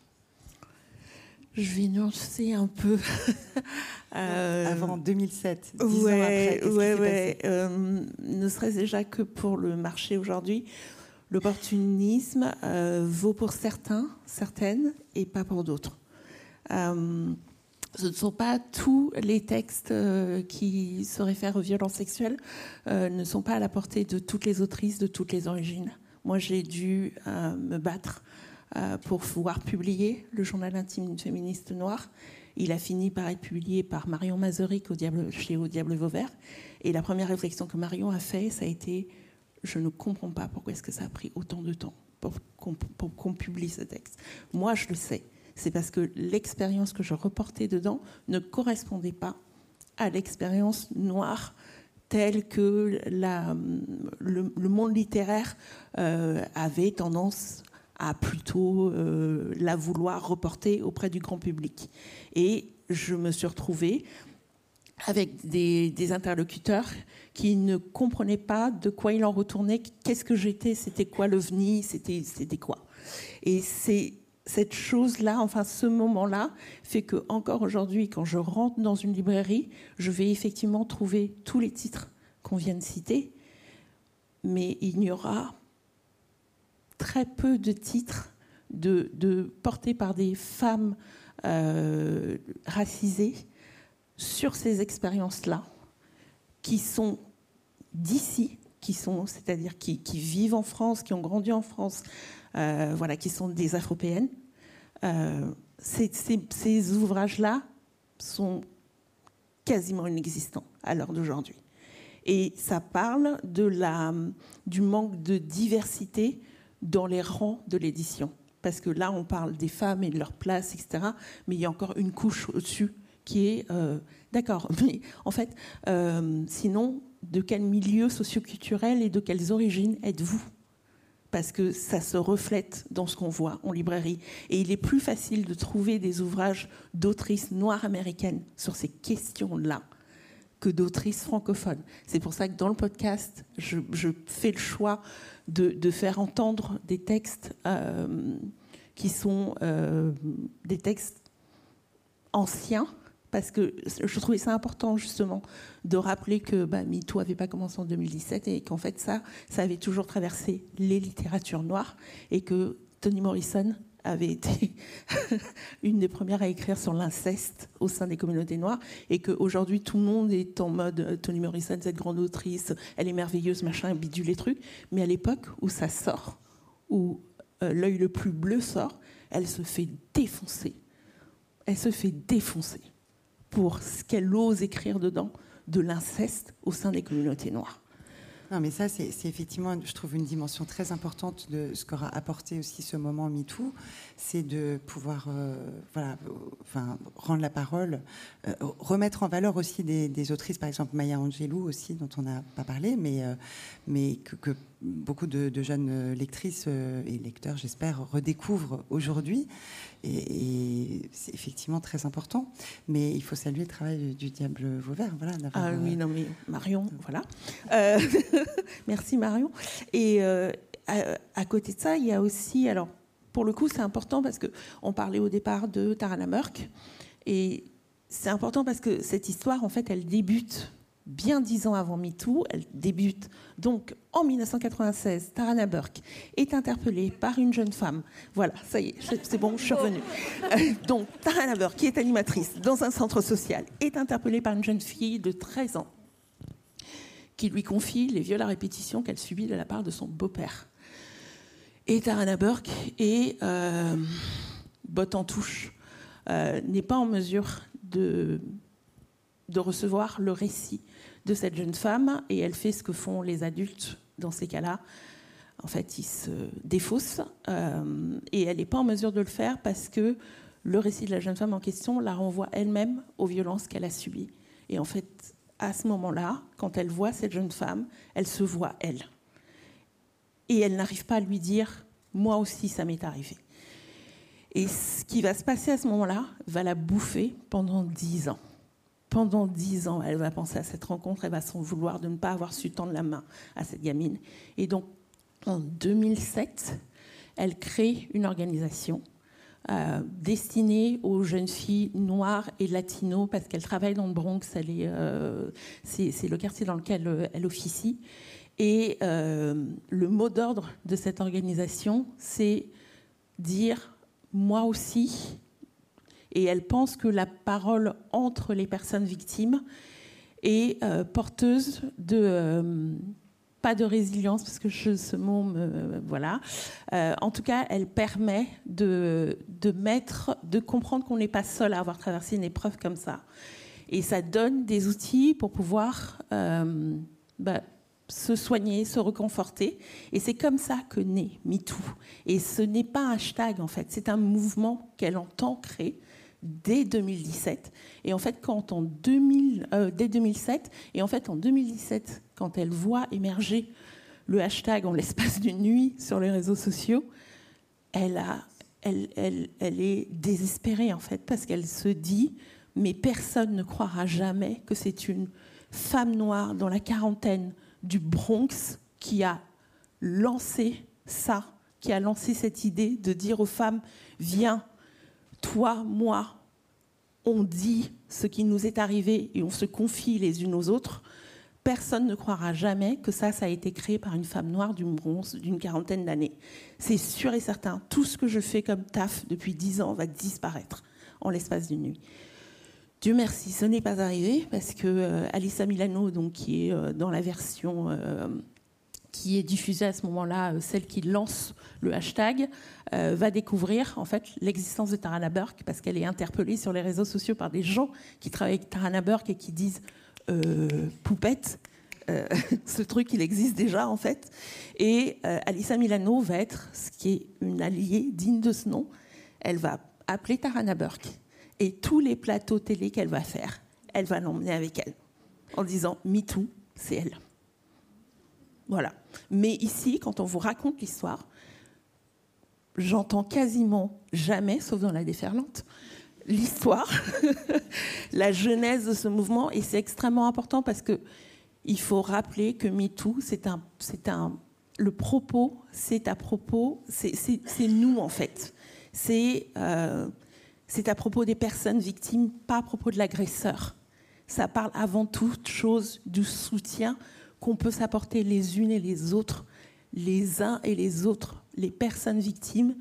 Je vais nuancer un peu. euh, Avant deux mille sept, dix ouais, ans après, qu'est-ce ouais, qui s'est ouais. passé euh, Ne serait-ce déjà que pour le marché aujourd'hui, l'opportunisme euh, vaut pour certains, certaines, et pas pour d'autres. Euh, ce ne sont pas tous les textes euh, qui se réfèrent aux violences sexuelles, euh, ne sont pas à la portée de toutes les autrices, de toutes les origines. Moi, j'ai dû euh, me battre pour pouvoir publier le journal intime d'une féministe noire. Il a fini par être publié par Marion Mazuric au Diable, chez Au Diable Vauvert. Et la première réflexion que Marion a faite, ça a été « Je ne comprends pas pourquoi est-ce que ça a pris autant de temps pour qu'on, pour qu'on publie ce texte. » Moi, je le sais. C'est parce que l'expérience que je reportais dedans ne correspondait pas à l'expérience noire telle que la, le, le monde littéraire euh, avait tendance à plutôt euh, la vouloir reporter auprès du grand public. Et je me suis retrouvée avec des, des interlocuteurs qui ne comprenaient pas de quoi il en retournait, qu'est-ce que j'étais, c'était quoi l'OVNI, c'était, c'était quoi. Et c'est cette chose-là, enfin ce moment-là, fait que encore aujourd'hui, quand je rentre dans une librairie, je vais effectivement trouver tous les titres qu'on vient de citer, mais il n'y aura très peu de titres de, de, portés par des femmes euh, racisées sur ces expériences-là, qui sont d'ici, qui sont, c'est-à-dire qui, qui vivent en France, qui ont grandi en France, euh, voilà, qui sont des Afropéennes. Euh, ces, ces, ces ouvrages-là sont quasiment inexistants à l'heure d'aujourd'hui. Et ça parle de la, du manque de diversité dans les rangs de l'édition. Parce que là, on parle des femmes et de leur place, et cetera. Mais il y a encore une couche au-dessus qui est... Euh, d'accord, mais en fait, euh, sinon, de quel milieu socio-culturel et de quelles origines êtes-vous ? Parce que ça se reflète dans ce qu'on voit en librairie. Et il est plus facile de trouver des ouvrages d'autrices noires américaines sur ces questions-là que d'autrices francophones. C'est pour ça que dans le podcast, je, je fais le choix de, de faire entendre des textes euh, qui sont euh, des textes anciens, parce que je trouvais ça important justement de rappeler que bah, MeToo n'avait pas commencé en deux mille dix-sept et qu'en fait ça, ça avait toujours traversé les littératures noires et que Toni Morrison avait été une des premières à écrire sur l'inceste au sein des communautés noires et qu'aujourd'hui tout le monde est en mode Toni Morrison, cette grande autrice, elle est merveilleuse, machin, bidule les trucs. Mais à l'époque où ça sort, où euh, l'œil le plus bleu sort, elle se fait défoncer. Elle se fait défoncer pour ce qu'elle ose écrire dedans de l'inceste au sein des communautés noires. Non, mais ça, c'est, c'est effectivement, je trouve, une dimension très importante de ce qu'aura apporté aussi ce moment MeToo, c'est de pouvoir euh, voilà, euh, enfin, rendre la parole, euh, remettre en valeur aussi des, des autrices, par exemple Maya Angelou aussi, dont on n'a pas parlé, mais, euh, mais que, que beaucoup de, de jeunes lectrices et lecteurs, j'espère, redécouvrent aujourd'hui. Et, et c'est effectivement très important. Mais il faut saluer le travail du Diable Vauvert. Voilà, ah oui, non mais Marion, voilà. Euh, merci Marion. Et euh, à, à côté de ça, il y a aussi... alors pour le coup, c'est important parce qu'on parlait au départ de Tarana Burke. Et c'est important parce que cette histoire, en fait, elle débute bien dix ans avant MeToo. Elle débute donc en mille neuf cent quatre-vingt-seize. Tarana Burke est interpellée par une jeune femme. Voilà, ça y est, c'est bon, je suis revenue. Euh, donc, Tarana Burke, qui est animatrice dans un centre social, est interpellée par une jeune fille de treize ans qui lui confie les viols à répétition qu'elle subit de la part de son beau-père. Et Tarana Burke est euh, botte en touche, euh, n'est pas en mesure de, de recevoir le récit de cette jeune femme, et elle fait ce que font les adultes dans ces cas-là. En fait, ils se défaussent, euh, et elle n'est pas en mesure de le faire parce que le récit de la jeune femme en question la renvoie elle-même aux violences qu'elle a subies. Et en fait, à ce moment-là, quand elle voit cette jeune femme, elle se voit elle. Et elle n'arrive pas à lui dire « moi aussi, ça m'est arrivé ». Et ce qui va se passer à ce moment-là va la bouffer pendant dix ans. Pendant dix ans, elle va penser à cette rencontre, elle va s'en vouloir de ne pas avoir su tendre la main à cette gamine. Et donc, en deux mille sept, elle crée une organisation euh, destinée aux jeunes filles noires et latino, parce qu'elle travaille dans le Bronx, elle est, euh, c'est, c'est le quartier dans lequel euh, elle officie. Et euh, le mot d'ordre de cette organisation, c'est dire « moi aussi ». Et elle pense que la parole entre les personnes victimes est euh, porteuse de... Euh, pas de résilience, parce que je, ce mot, me, voilà. Euh, en tout cas, elle permet de, de, mettre, de comprendre qu'on n'est pas seul à avoir traversé une épreuve comme ça. Et ça donne des outils pour pouvoir... Euh, bah, se soigner, se reconforter. Et c'est comme ça que naît MeToo. Et ce n'est pas un hashtag, en fait. C'est un mouvement qu'elle entend créer dès deux mille dix-sept. Et en fait, quand en deux mille, euh, dès deux mille sept, et en fait, en deux mille dix-sept, quand elle voit émerger le hashtag en l'espace d'une nuit sur les réseaux sociaux, elle, a, elle, elle, elle est désespérée, en fait, parce qu'elle se dit « mais personne ne croira jamais que c'est une femme noire dans la quarantaine du Bronx qui a lancé ça, qui a lancé cette idée de dire aux femmes « viens, toi, moi, on dit ce qui nous est arrivé et on se confie les unes aux autres ». Personne ne croira jamais que ça, ça a été créé par une femme noire du Bronx d'une quarantaine d'années. C'est sûr et certain. Tout ce que je fais comme taf depuis dix ans va disparaître en l'espace d'une nuit. Dieu merci, ce n'est pas arrivé parce que euh, Alyssa Milano, donc, qui est euh, dans la version euh, qui est diffusée à ce moment-là, euh, celle qui lance le hashtag, euh, va découvrir en fait l'existence de Tarana Burke parce qu'elle est interpellée sur les réseaux sociaux par des gens qui travaillent avec Tarana Burke et qui disent euh, poupette. Euh, ce truc, il existe déjà en fait. Et euh, Alyssa Milano va être ce qui est une alliée digne de ce nom. Elle va appeler Tarana Burke. Et tous les plateaux télé qu'elle va faire, elle va l'emmener avec elle, en disant « MeToo, c'est elle ». Voilà. Mais ici, quand on vous raconte l'histoire, j'entends quasiment jamais, sauf dans La Déferlante, l'histoire, la genèse de ce mouvement. Et c'est extrêmement important parce qu'il faut rappeler que MeToo, c'est un, c'est un, le propos, c'est à propos, c'est, c'est, c'est nous en fait. C'est... Euh, C'est à propos des personnes victimes, pas à propos de l'agresseur. Ça parle avant toute chose du soutien qu'on peut s'apporter les unes et les autres, les uns et les autres, les personnes victimes,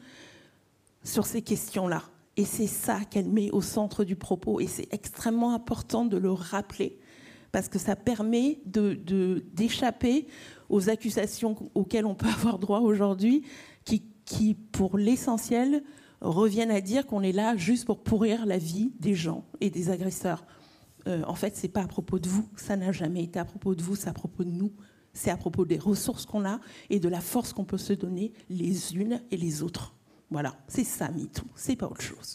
sur ces questions-là. Et c'est ça qu'elle met au centre du propos. Et c'est extrêmement important de le rappeler, parce que ça permet de, de, d'échapper aux accusations auxquelles on peut avoir droit aujourd'hui, qui, qui pour l'essentiel, reviennent à dire qu'on est là juste pour pourrir la vie des gens et des agresseurs. Euh, en fait, c'est pas à propos de vous, ça n'a jamais été à propos de vous, c'est à propos de nous. C'est à propos des ressources qu'on a et de la force qu'on peut se donner les unes et les autres. Voilà, c'est ça MeToo, c'est pas autre chose.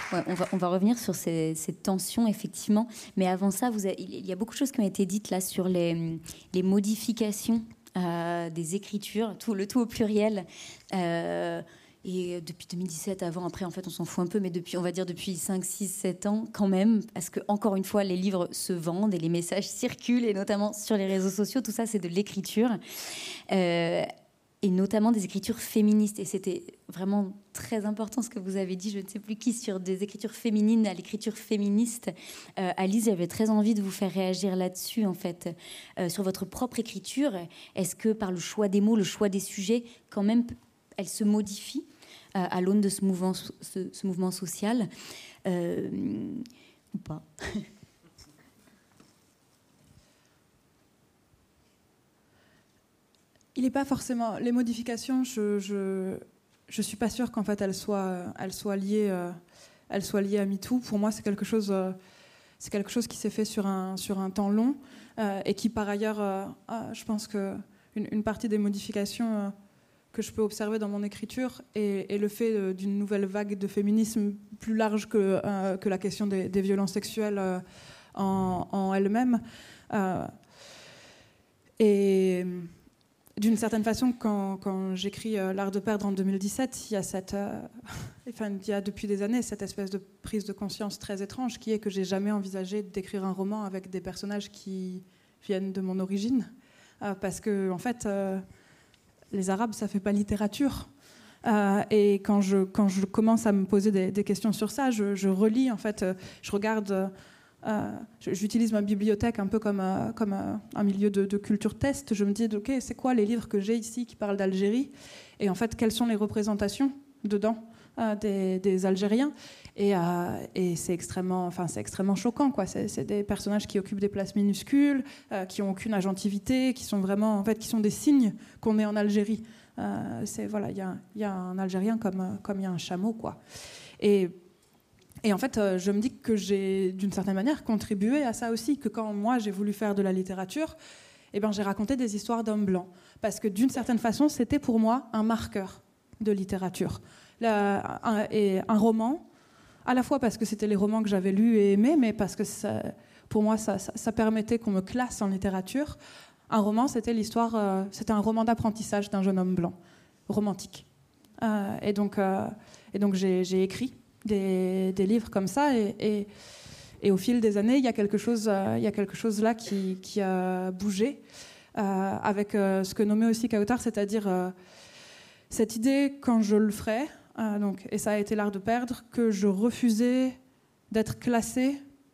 Ouais, on, va, on va revenir sur ces, ces tensions, effectivement. Mais avant ça, vous avez, il y a beaucoup de choses qui ont été dites là sur les, les modifications euh, des écritures, tout, le tout au pluriel. Euh, et depuis deux mille dix-sept, avant, après, en fait, on s'en fout un peu, mais depuis, on va dire depuis cinq, six, sept ans, quand même, parce que, encore une fois, les livres se vendent et les messages circulent, et notamment sur les réseaux sociaux. Tout ça, c'est de l'écriture. Euh, et notamment des écritures féministes. Et c'était vraiment très important ce que vous avez dit, je ne sais plus qui, sur des écritures féminines à l'écriture féministe. Euh, Alice, j'avais très envie de vous faire réagir là-dessus, en fait, euh, sur votre propre écriture. Est-ce que par le choix des mots, le choix des sujets, quand même, elle se modifie euh, à l'aune de ce mouvement, ce, ce mouvement social euh, ou pas? Il n'est pas forcément... Les modifications, je je, je suis pas sûre qu'en fait elles soient, elles soient, liées, euh, elles soient liées à MeToo. Pour moi, c'est quelque chose, euh, c'est quelque chose qui s'est fait sur un, sur un temps long euh, et qui, par ailleurs, euh, euh, je pense qu'une une partie des modifications euh, que je peux observer dans mon écriture est, est le fait euh, d'une nouvelle vague de féminisme plus large que, euh, que la question des, des violences sexuelles euh, en, en elle-même. Euh, et... D'une certaine façon, quand, quand j'écris euh, L'Art de perdre en deux mille dix-sept, il y a cette, euh, enfin, il y a depuis des années cette espèce de prise de conscience très étrange qui est que j'ai jamais envisagé d'écrire un roman avec des personnages qui viennent de mon origine, euh, parce que en fait, euh, les Arabes, ça fait pas littérature. Euh, et quand je quand je commence à me poser des, des questions sur ça, je, je relis en fait, euh, je regarde. Euh, Euh, j'utilise ma bibliothèque un peu comme, euh, comme euh, un milieu de, de culture test. Je me dis, ok, c'est quoi les livres que j'ai ici qui parlent d'Algérie? Et en fait, quelles sont les représentations dedans euh, des, des Algériens? Et, euh, et c'est extrêmement, enfin, c'est extrêmement choquant, quoi. C'est, c'est des personnages qui occupent des places minuscules, euh, qui n'ont aucune agentivité, qui sont vraiment, en fait, qui sont des signes qu'on est en Algérie. Euh, c'est, voilà, il y a, y a un Algérien comme comme il y a un chameau, quoi. Et Et en fait, euh, je me dis que j'ai, d'une certaine manière, contribué à ça aussi, que quand moi, j'ai voulu faire de la littérature, eh ben, j'ai raconté des histoires d'hommes blancs. Parce que d'une certaine façon, c'était pour moi un marqueur de littérature. La, un, et un roman, à la fois parce que c'était les romans que j'avais lus et aimés, mais parce que ça, pour moi, ça, ça, ça permettait qu'on me classe en littérature. Un roman, c'était l'histoire, euh, c'était un roman d'apprentissage d'un jeune homme blanc, romantique. Euh, et donc, euh, et donc j'ai, j'ai écrit Des, des livres comme ça, et, et, et au fil des années, il y a quelque chose, euh, il y a quelque chose là qui, qui a bougé, euh, avec euh, ce que nommait aussi Kautar, c'est-à-dire euh, cette idée, quand je le ferais, euh, donc, et ça a été L'Art de perdre, que je refusais d'être classée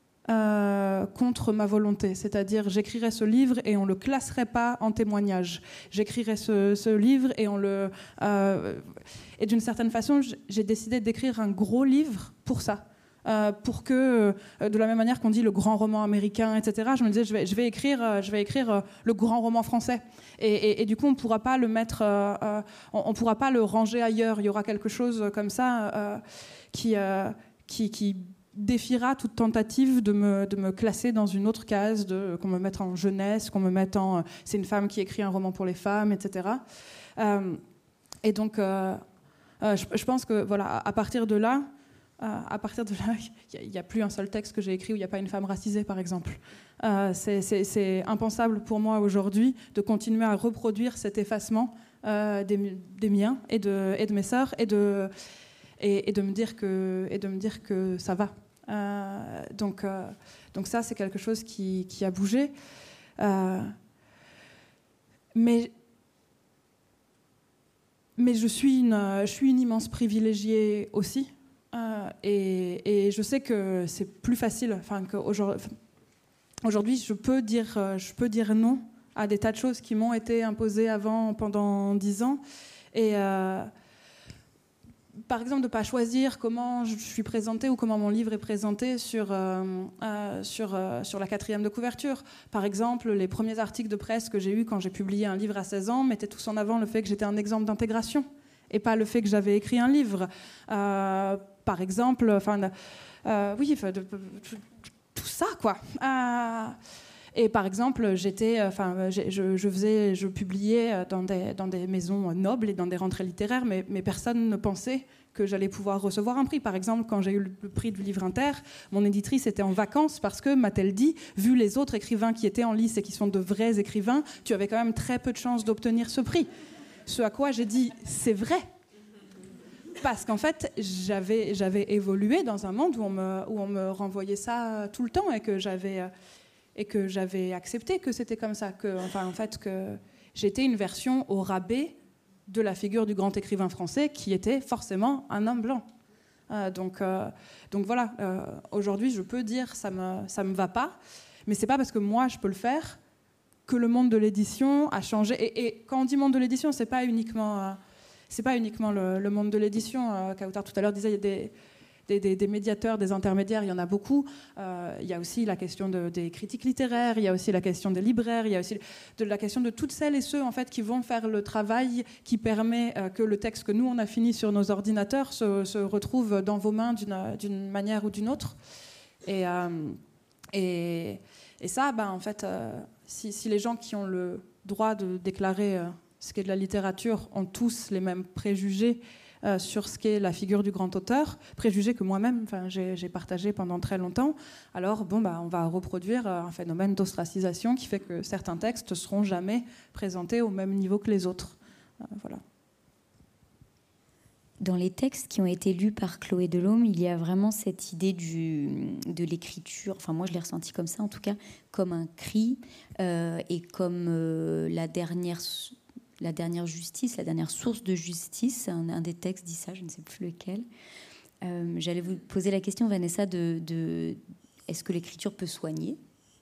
euh, contre ma volonté, c'est-à-dire j'écrirais ce livre et on le classerait pas en témoignage, j'écrirais ce, ce livre et on le... Euh, Et d'une certaine façon, j'ai décidé d'écrire un gros livre pour ça. Euh, pour que, euh, de la même manière qu'on dit le grand roman américain, et cetera, je me disais, je vais, je vais écrire, euh, je vais écrire euh, le grand roman français. Et, et, et du coup, on ne pourra pas le mettre, euh, euh, on ne pourra pas le ranger ailleurs. Il y aura quelque chose comme ça euh, qui, euh, qui, qui défiera toute tentative de me, de me classer dans une autre case, de, qu'on me mette en jeunesse, qu'on me mette en... Euh, c'est une femme qui écrit un roman pour les femmes, et cetera. Euh, et donc... Euh, Euh, je, je pense que voilà, à partir de là, euh, à partir de là, il n'y a, a plus un seul texte que j'ai écrit où il n'y a pas une femme racisée, par exemple. Euh, c'est, c'est, c'est impensable pour moi aujourd'hui de continuer à reproduire cet effacement euh, des, des miens et de, et de mes sœurs et de, et, et de me dire que, et de me dire que ça va. Euh, donc, euh, donc ça, c'est quelque chose qui, qui a bougé. Euh, mais Mais je suis une, je suis une immense privilégiée aussi. Euh, et, et je sais que c'est plus facile. Enfin, qu'aujourd'hui, aujourd'hui, je peux dire, je peux dire non à des tas de choses qui m'ont été imposées avant, pendant dix ans. Et euh, par exemple, de ne pas choisir comment je suis présentée ou comment mon livre est présenté sur, euh, euh, sur, euh, sur la quatrième de couverture. Par exemple, les premiers articles de presse que j'ai eus quand j'ai publié un livre à seize ans mettaient tous en avant le fait que j'étais un exemple d'intégration et pas le fait que j'avais écrit un livre. Euh, par exemple, enfin, euh, oui, de, de, de, tout ça, quoi. Euh, Et par exemple, j'étais, enfin, je, je, faisais, je publiais dans des, dans des maisons nobles et dans des rentrées littéraires, mais, mais personne ne pensait que j'allais pouvoir recevoir un prix. Par exemple, quand j'ai eu le prix du Livre Inter, mon éditrice était en vacances parce que, m'a-t-elle dit, vu les autres écrivains qui étaient en lice et qui sont de vrais écrivains, tu avais quand même très peu de chances d'obtenir ce prix. Ce à quoi j'ai dit, c'est vrai. Parce qu'en fait, j'avais, j'avais évolué dans un monde où on, me, où on me renvoyait ça tout le temps et que j'avais, et que j'avais accepté que c'était comme ça. Que, enfin, en fait, que j'étais une version au rabais de la figure du grand écrivain français qui était forcément un homme blanc. Euh, donc, euh, donc voilà, euh, aujourd'hui, je peux dire ça me, ça me va pas, mais c'est pas parce que moi, je peux le faire que le monde de l'édition a changé. Et, et quand on dit monde de l'édition, c'est pas uniquement... Euh, c'est pas uniquement le, le monde de l'édition. Euh, Kautar tout à l'heure disait il y a des, des, des, des médiateurs, des intermédiaires, il y en a beaucoup. Euh, il y a aussi la question de, des critiques littéraires, il y a aussi la question des libraires, il y a aussi de la question de toutes celles et ceux en fait, qui vont faire le travail qui permet euh, que le texte que nous, on a fini sur nos ordinateurs se, se retrouve dans vos mains d'une, d'une manière ou d'une autre. Et, euh, et, et ça, ben, en fait, euh, si, si les gens qui ont le droit de déclarer... Euh, ce qu'est de la littérature, ont tous les mêmes préjugés euh, sur ce qu'est la figure du grand auteur, préjugés que moi-même j'ai, j'ai partagé pendant très longtemps. Alors, bon, bah, on va reproduire un phénomène d'ostracisation qui fait que certains textes ne seront jamais présentés au même niveau que les autres. Euh, voilà. Dans les textes qui ont été lus par Chloé Delhomme, il y a vraiment cette idée du, de l'écriture, enfin moi je l'ai ressenti comme ça en tout cas, comme un cri euh, et comme euh, la dernière... la dernière justice, la dernière source de justice. Un, un des textes dit ça, je ne sais plus lequel. Euh, j'allais vous poser la question, Vanessa, de, de est-ce que l'écriture peut soigner ?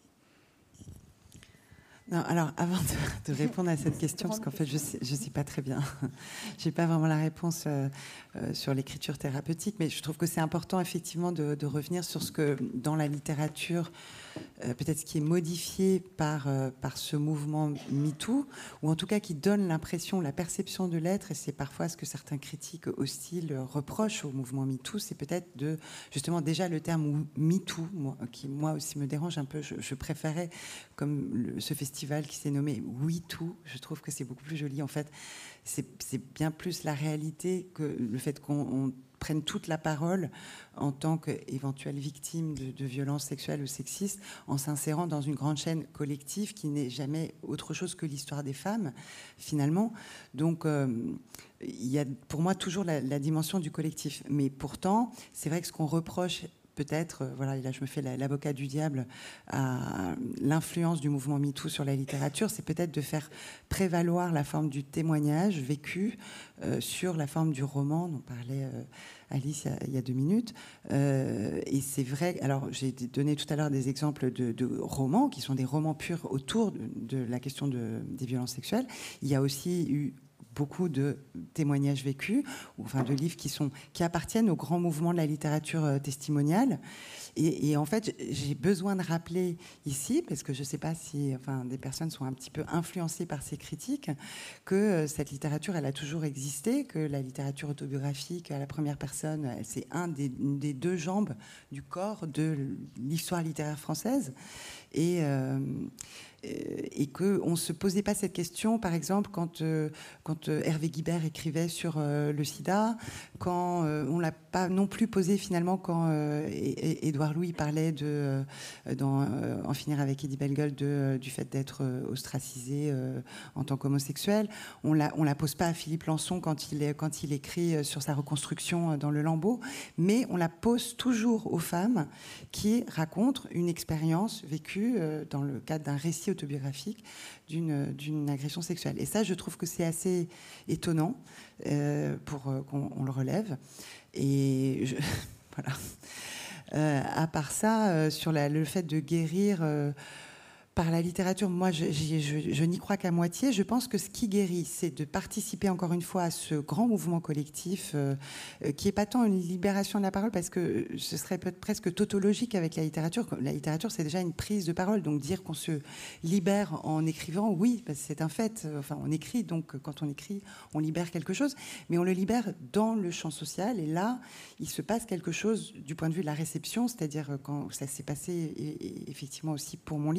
Non, alors, avant de, de répondre à cette question, parce qu'en fait, je ne sais, sais pas très bien, je n'ai pas vraiment la réponse euh, euh, sur l'écriture thérapeutique, mais je trouve que c'est important, effectivement, de, de revenir sur ce que, dans la littérature, euh, peut-être ce qui est modifié par, euh, par ce mouvement MeToo, ou en tout cas qui donne l'impression, la perception de l'être, et c'est parfois ce que certains critiques hostiles reprochent au mouvement MeToo, c'est peut-être de, justement, déjà le terme MeToo, moi, qui moi aussi me dérange un peu, je, je préférais, comme le, ce festival qui s'est nommé Oui Tout, je trouve que c'est beaucoup plus joli. En fait, c'est, c'est bien plus la réalité que le fait qu'on on prenne toute la parole en tant qu'éventuelle victime de, de violences sexuelles ou sexistes, en s'insérant dans une grande chaîne collective qui n'est jamais autre chose que l'histoire des femmes, finalement. Donc, euh, il y a pour moi toujours la, la dimension du collectif. Mais pourtant, c'est vrai que ce qu'on reproche peut-être, voilà, et là je me fais l'avocat du diable, à l'influence du mouvement MeToo sur la littérature, c'est peut-être de faire prévaloir la forme du témoignage vécu euh, sur la forme du roman dont parlait euh, Alice il y, a, il y a deux minutes. Euh, et c'est vrai, alors j'ai donné tout à l'heure des exemples de, de romans qui sont des romans purs autour de, de la question de, des violences sexuelles. Il y a aussi eu beaucoup de témoignages vécus, ou enfin de livres qui, sont, qui appartiennent au grand mouvement de la littérature euh, testimoniale. Et, et en fait, j'ai besoin de rappeler ici, parce que je ne sais pas si enfin, des personnes sont un petit peu influencées par ces critiques, que euh, cette littérature, elle a toujours existé, que la littérature autobiographique à la première personne, c'est un des, une des deux jambes du corps de l'histoire littéraire française. Et... Euh, et qu'on ne se posait pas cette question, par exemple, quand, euh, quand Hervé Guibert écrivait sur euh, le sida, quand euh, on ne l'a pas non plus posé finalement quand euh, Édouard Louis parlait de, euh, dans euh, En finir avec Eddie Bellegueule de, euh, du fait d'être euh, ostracisé euh, en tant qu'homosexuel. On ne la pose pas à Philippe Lançon quand il, quand il écrit sur sa reconstruction dans Le Lambeau, mais on la pose toujours aux femmes qui racontent une expérience vécue euh, dans le cadre d'un récit autobiographique d'une, d'une agression sexuelle. Et ça, je trouve que c'est assez étonnant euh, pour euh, qu'on on le relève. Et je, voilà. Euh, à part ça, euh, sur la, le fait de guérir euh, par la littérature, moi, je, je, je, je n'y crois qu'à moitié. Je pense que ce qui guérit, c'est de participer encore une fois à ce grand mouvement collectif euh, qui n'est pas tant une libération de la parole, parce que ce serait peut-être presque tautologique avec la littérature. La littérature, c'est déjà une prise de parole. Donc dire qu'on se libère en écrivant, oui, c'est un fait. Enfin, on écrit, donc quand on écrit, on libère quelque chose. Mais on le libère dans le champ social. Et là, il se passe quelque chose du point de vue de la réception, c'est-à-dire quand ça s'est passé et, et effectivement aussi pour mon livre,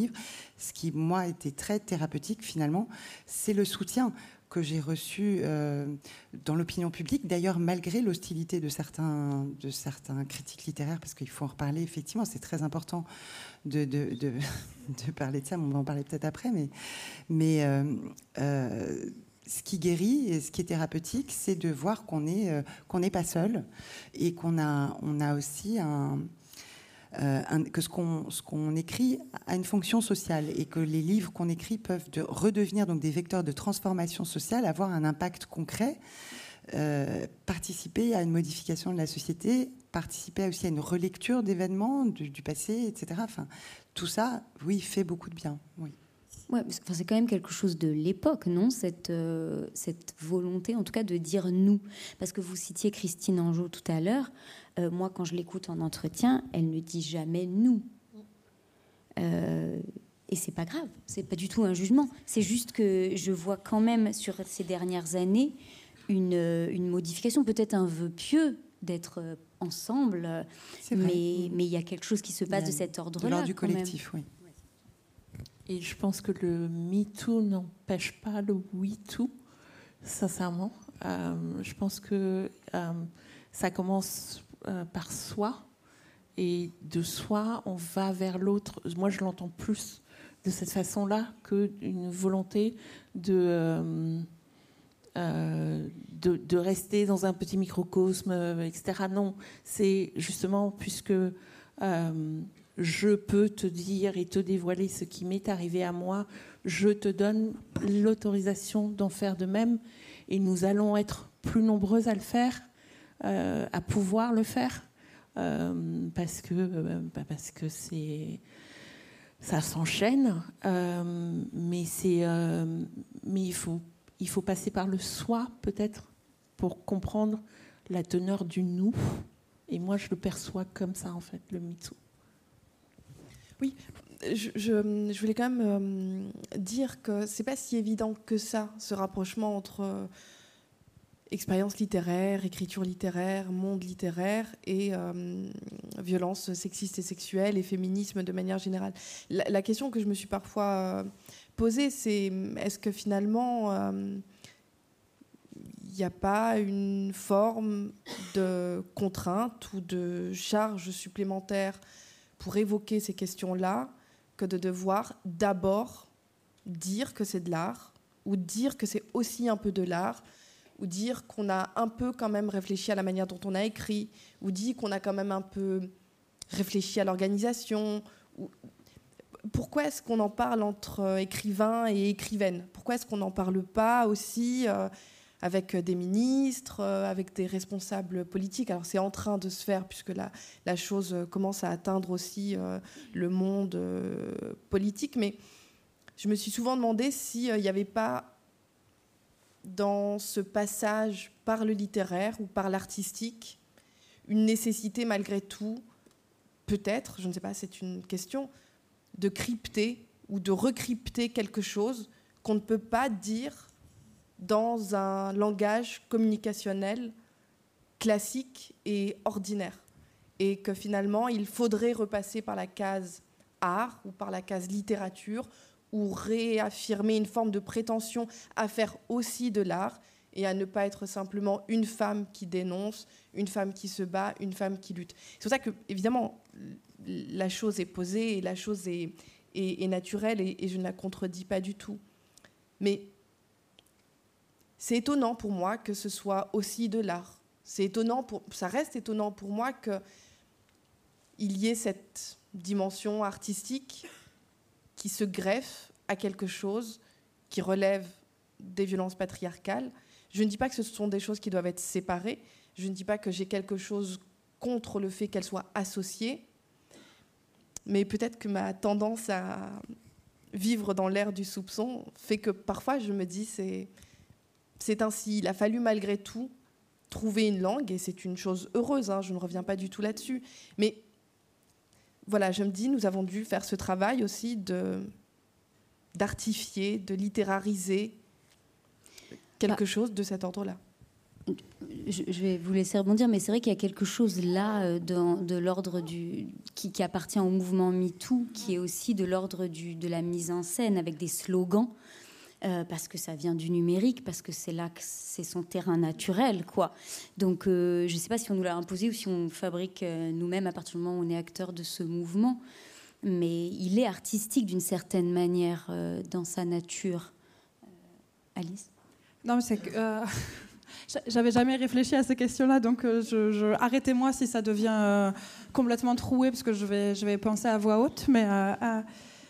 ce qui, moi, était très thérapeutique, finalement, c'est le soutien que j'ai reçu euh, dans l'opinion publique, d'ailleurs malgré l'hostilité de certains, de certains critiques littéraires, parce qu'il faut en reparler, effectivement, c'est très important de, de, de, de parler de ça, on va en parler peut-être après, mais, mais euh, euh, ce qui guérit et ce qui est thérapeutique, c'est de voir qu'on est, euh, qu'on n'est pas seul et qu'on a, on a aussi un... Euh, un, que ce qu'on, ce qu'on écrit a une fonction sociale et que les livres qu'on écrit peuvent de redevenir donc des vecteurs de transformation sociale, avoir un impact concret, euh, participer à une modification de la société, participer aussi à une relecture d'événements du, du passé, et cetera. Enfin, tout ça, oui, fait beaucoup de bien. Oui. Ouais, enfin, c'est quand même quelque chose de l'époque, non, cette, euh, cette volonté, en tout cas, de dire nous. Parce que vous citiez Christine Angot tout à l'heure. Euh, moi, quand je l'écoute en entretien, elle ne dit jamais nous. Euh, et c'est pas grave, c'est pas du tout un jugement. C'est juste que je vois quand même sur ces dernières années une, une modification, peut-être un vœu pieux d'être ensemble, mais mais il y a quelque chose qui se passe de cet ordre-là. De l'ordre du collectif, oui. Et je pense que le MeToo n'empêche pas le WeToo, sincèrement. Euh, je pense que euh, ça commence euh, par soi, et de soi, on va vers l'autre. Moi, je l'entends plus de cette façon-là qu'une volonté de, euh, euh, de, de rester dans un petit microcosme, et cetera. Non, c'est justement puisque... Euh, je peux te dire et te dévoiler ce qui m'est arrivé à moi, je te donne l'autorisation d'en faire de même, et nous allons être plus nombreuses à le faire, euh, à pouvoir le faire, euh, parce que, euh, bah parce que c'est, ça s'enchaîne, euh, mais, c'est, euh, mais il faut, il faut passer par le soi, peut-être, pour comprendre la teneur du nous, et moi je le perçois comme ça, en fait, le MeToo. Oui, je, je, je voulais quand même euh, dire que c'est pas si évident que ça, ce rapprochement entre euh, expérience littéraire, écriture littéraire, monde littéraire et euh, violence sexiste et sexuelle et féminisme de manière générale. La, la question que je me suis parfois euh, posée, c'est est-ce que finalement il euh, n'y a pas une forme de contrainte ou de charge supplémentaire pour évoquer ces questions-là, que de devoir d'abord dire que c'est de l'art, ou dire que c'est aussi un peu de l'art, ou dire qu'on a un peu quand même réfléchi à la manière dont on a écrit, ou dire qu'on a quand même un peu réfléchi à l'organisation. Ou... Pourquoi est-ce qu'on en parle entre écrivains et écrivaines ? Pourquoi est-ce qu'on n'en parle pas aussi euh, avec des ministres, euh, avec des responsables politiques ? Alors c'est en train de se faire, puisque la, la chose commence à atteindre aussi euh, le monde euh, politique, mais je me suis souvent demandé s'il n'y avait pas, dans ce passage par le littéraire ou par l'artistique, une nécessité malgré tout, peut-être, je ne sais pas, c'est une question, de crypter ou de recrypter quelque chose qu'on ne peut pas dire dans un langage communicationnel classique et ordinaire. Et que finalement, il faudrait repasser par la case art ou par la case littérature ou réaffirmer une forme de prétention à faire aussi de l'art et à ne pas être simplement une femme qui dénonce, une femme qui se bat, une femme qui lutte. C'est pour ça que, évidemment, la chose est posée et la chose est, est, est naturelle et, et je ne la contredis pas du tout. Mais c'est étonnant pour moi que ce soit aussi de l'art. C'est étonnant pour, ça reste étonnant pour moi qu'il y ait cette dimension artistique qui se greffe à quelque chose qui relève des violences patriarcales. Je ne dis pas que ce sont des choses qui doivent être séparées. Je ne dis pas que j'ai quelque chose contre le fait qu'elles soient associées. Mais peut-être que ma tendance à vivre dans l'ère du soupçon fait que parfois je me dis c'est... C'est ainsi, il a fallu malgré tout trouver une langue, et c'est une chose heureuse, hein, je ne reviens pas du tout là-dessus. Mais voilà, je me dis, nous avons dû faire ce travail aussi de, d'artifier, de littérariser quelque bah, chose de cet ordre-là. je, je vais vous laisser rebondir, mais c'est vrai qu'il y a quelque chose là de, de l'ordre du qui, qui appartient au mouvement MeToo, qui est aussi de l'ordre du, de la mise en scène avec des slogans. Euh, parce que ça vient du numérique, parce que c'est là que c'est son terrain naturel, quoi. Donc, euh, je ne sais pas si on nous l'a imposé ou si on fabrique euh, nous-mêmes à partir du moment où on est acteur de ce mouvement, mais il est artistique d'une certaine manière euh, dans sa nature. Euh, Alice ? Non, mais c'est que euh, j'avais jamais réfléchi à ces questions-là, donc euh, je, je, arrêtez-moi si ça devient euh, complètement troué, parce que je vais, je vais penser à voix haute, mais euh, euh,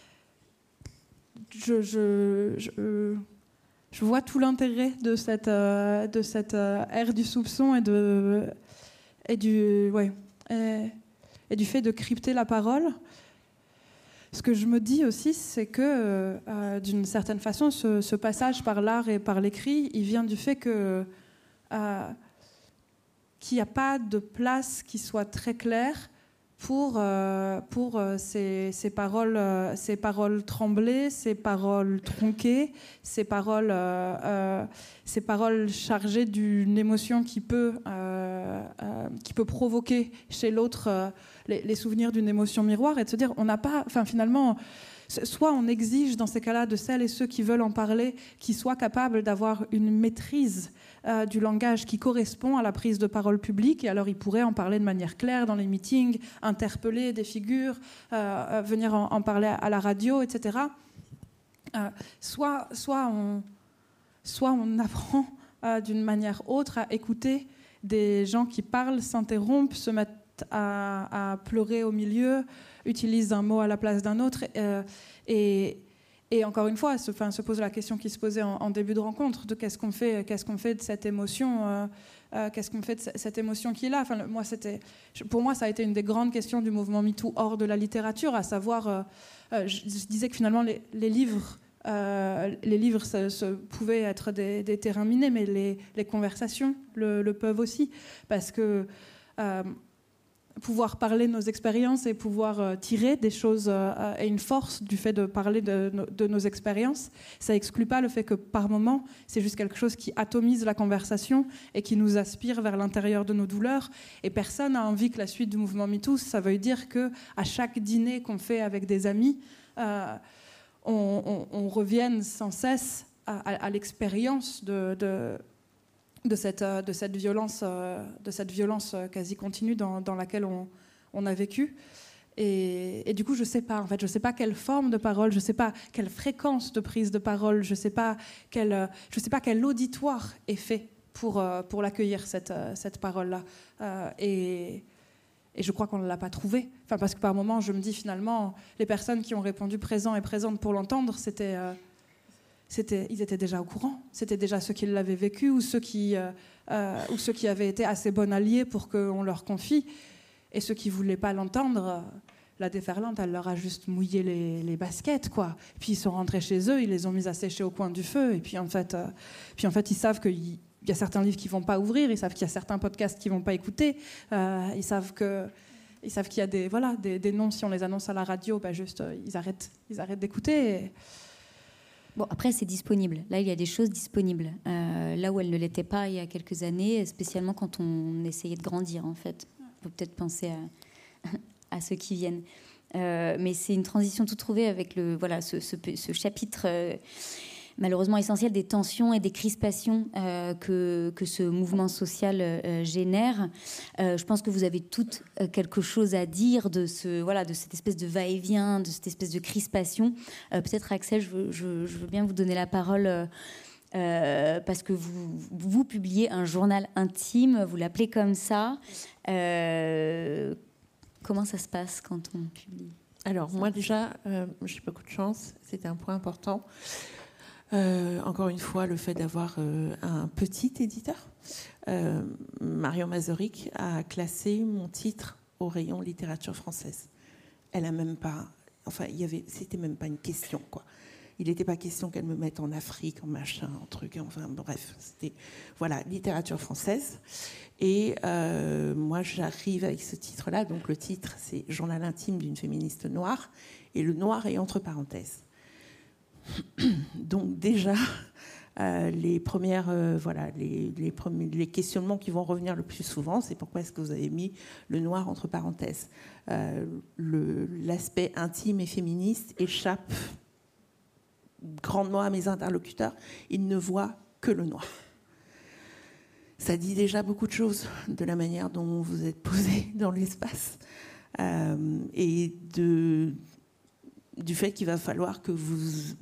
Je, je, je, je vois tout l'intérêt de cette, euh, de cette euh, ère du soupçon et, de, et, du, ouais, et, et du fait de crypter la parole. Ce que je me dis aussi, c'est que, euh, d'une certaine façon, ce, ce passage par l'art et par l'écrit, il vient du fait que, euh, qu'il n'y a pas de place qui soit très claire pour, euh, pour euh, ces, ces, paroles, euh, ces paroles tremblées, ces paroles tronquées, ces paroles, euh, euh, ces paroles chargées d'une émotion qui peut, euh, euh, qui peut provoquer chez l'autre euh, les, les souvenirs d'une émotion miroir, et de se dire, on n'a pas, enfin finalement, soit on exige dans ces cas-là de celles et ceux qui veulent en parler qu'ils soient capables d'avoir une maîtrise Euh, du langage qui correspond à la prise de parole publique, et alors ils pourraient en parler de manière claire dans les meetings, interpeller des figures, euh, euh, venir en, en parler à la radio, et cetera. Euh, soit, soit, on, soit on apprend euh, d'une manière autre à écouter des gens qui parlent, s'interrompent, se mettent à, à pleurer au milieu, utilisent un mot à la place d'un autre, euh, et Et encore une fois, se, enfin, se pose la question qui se posait en, en début de rencontre, de qu'est-ce qu'on fait, qu'est-ce qu'on fait de cette émotion, euh, euh, qu'est-ce qu'on fait de cette émotion qui est là. Enfin, le, moi, c'était, pour moi, ça a été une des grandes questions du mouvement MeToo hors de la littérature, à savoir, euh, euh, je, je disais que finalement, les, les livres, euh, les livres ça, ça pouvaient être des, des terrains minés, mais les, les conversations le, le peuvent aussi, parce que euh, pouvoir parler de nos expériences et pouvoir euh, tirer des choses euh, et une force du fait de parler de, de nos expériences, ça exclut pas le fait que par moment, c'est juste quelque chose qui atomise la conversation et qui nous aspire vers l'intérieur de nos douleurs. Et personne n'a envie que la suite du mouvement MeToo, ça veut dire que à chaque dîner qu'on fait avec des amis, euh, on, on, on revienne sans cesse à, à, à l'expérience de, de De cette, de cette violence, de cette violence quasi continue dans, dans laquelle on, on a vécu. Et, et du coup, je ne sais pas. En fait, je ne sais pas quelle forme de parole, je ne sais pas quelle fréquence de prise de parole, je ne sais pas quel, je sais pas quel auditoire est fait pour, pour l'accueillir, cette, cette parole-là. Euh, et, et je crois qu'on ne l'a pas trouvée. Enfin, parce que par moments, je me dis finalement, les personnes qui ont répondu présent et présente pour l'entendre, c'était... Euh, C'était, ils étaient déjà au courant. C'était déjà ceux qui l'avaient vécu ou ceux qui, euh, euh, ou ceux qui avaient été assez bons alliés pour qu'on leur confie. Et ceux qui ne voulaient pas l'entendre, euh, la déferlante, elle leur a juste mouillé les, les baskets, quoi. Puis ils sont rentrés chez eux, ils les ont mis à sécher au coin du feu. Et puis en fait, euh, puis en fait ils savent qu'il y a certains livres qui ne vont pas ouvrir, ils savent qu'il y a certains podcasts qui ne vont pas écouter. Euh, ils savent que... Ils savent qu'il y a des, voilà, des, des noms, si on les annonce à la radio, ben juste, euh, ils, arrêtent, ils arrêtent d'écouter. Et... Bon, après, c'est disponible. Là, il y a des choses disponibles. Euh, là où elles ne l'étaient pas il y a quelques années, spécialement quand on essayait de grandir, en fait. Il faut peut-être penser à, à ceux qui viennent. Euh, mais c'est une transition toute trouvée avec le, voilà, ce, ce, ce chapitre... Euh, malheureusement essentiel des tensions et des crispations euh, que, que ce mouvement social euh, génère. Euh, je pense que vous avez toutes euh, quelque chose à dire de, ce, voilà, de cette espèce de va-et-vient, de cette espèce de crispation. Euh, peut-être, Axel, je veux, je, je veux bien vous donner la parole euh, euh, parce que vous, vous publiez un journal intime, vous l'appelez comme ça. Euh, comment ça se passe quand on publie ? Alors, moi déjà, euh, j'ai beaucoup de chance, c'était un point important. Euh, encore une fois, le fait d'avoir euh, un petit éditeur. Euh, Marion Mazoric a classé mon titre au rayon littérature française. Elle a même pas... Enfin, il y avait, c'était même pas une question, quoi. Il n'était pas question qu'elle me mette en Afrique, en machin, en truc, enfin bref. C'était, voilà, littérature française. Et euh, moi, j'arrive avec ce titre-là. Donc le titre, c'est « Journal intime d'une féministe noire ». Et le noir est entre parenthèses. Donc déjà, Euh, les premières, euh, voilà, les, les, premiers, les questionnements qui vont revenir le plus souvent, c'est pourquoi est-ce que vous avez mis le noir entre parenthèses. Euh, le, l'aspect intime et féministe échappe grandement à mes interlocuteurs. Ils ne voient que le noir. Ça dit déjà beaucoup de choses de la manière dont vous êtes posé dans l'espace euh, et de, du fait qu'il va falloir que vous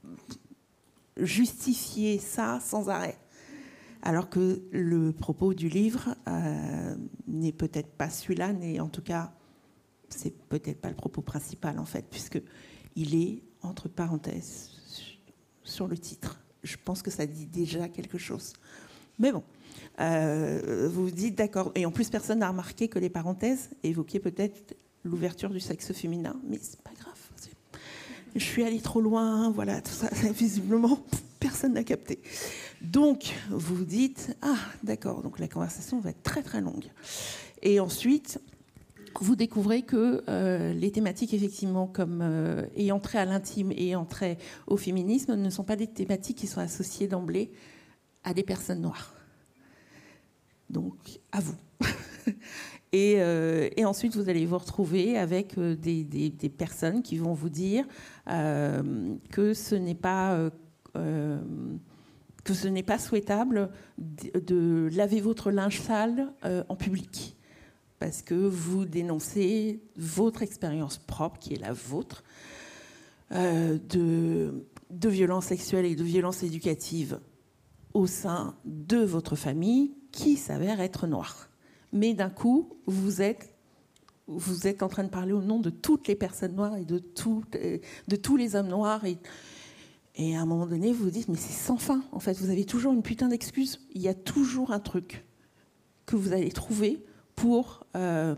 justifier ça sans arrêt, alors que le propos du livre euh, n'est peut-être pas celui-là, mais en tout cas, c'est peut-être pas le propos principal en fait, puisque il est entre parenthèses sur le titre. Je pense que ça dit déjà quelque chose. Mais bon, euh, vous vous dites d'accord. Et en plus, personne n'a remarqué que les parenthèses évoquaient peut-être l'ouverture du sexe féminin, mais c'est pas grave. C'est... Je suis allée trop loin, voilà, tout ça, visiblement, personne n'a capté. Donc, vous vous dites, ah, d'accord, donc la conversation va être très, très longue. Et ensuite, vous découvrez que euh, les thématiques, effectivement, comme euh, ayant trait à l'intime et ayant trait au féminisme, ne sont pas des thématiques qui sont associées d'emblée à des personnes noires. Donc, à vous. Et, euh, et ensuite, vous allez vous retrouver avec euh, des, des, des personnes qui vont vous dire euh, que ce n'est pas euh, euh, que ce n'est pas souhaitable de, de laver votre linge sale euh, en public, parce que vous dénoncez votre expérience propre, qui est la vôtre, euh, de, de violences sexuelles et de violences éducatives au sein de votre famille, qui s'avère être noire. Mais d'un coup, vous êtes, vous êtes en train de parler au nom de toutes les personnes noires et de, tout, de tous les hommes noirs. Et, et à un moment donné, vous vous dites, mais c'est sans fin. En fait, vous avez toujours une putain d'excuse. Il y a toujours un truc que vous allez trouver pour euh,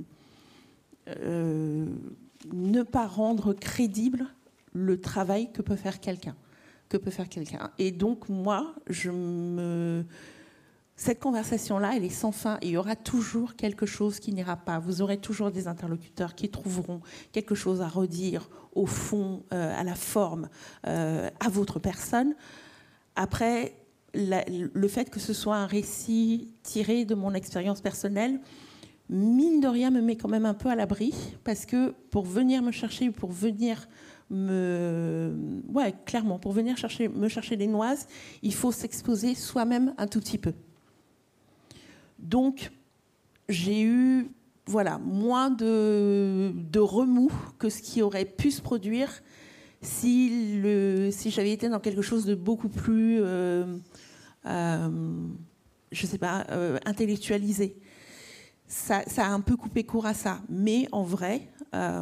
euh, ne pas rendre crédible le travail que peut faire quelqu'un. Que peut faire quelqu'un. Et donc, moi, je me... Cette conversation-là, elle est sans fin. Il y aura toujours quelque chose qui n'ira pas. Vous aurez toujours des interlocuteurs qui trouveront quelque chose à redire au fond, euh, à la forme, euh, à votre personne. Après, la, le fait que ce soit un récit tiré de mon expérience personnelle, mine de rien, me met quand même un peu à l'abri, parce que pour venir me chercher, pour venir me... Ouais, clairement, pour venir chercher, me chercher des noises, il faut s'exposer soi-même un tout petit peu. Donc, j'ai eu voilà, moins de, de remous que ce qui aurait pu se produire si, le, si j'avais été dans quelque chose de beaucoup plus, euh, euh, je ne sais pas, euh, intellectualisé. Ça, ça a un peu coupé court à ça. Mais en vrai, euh,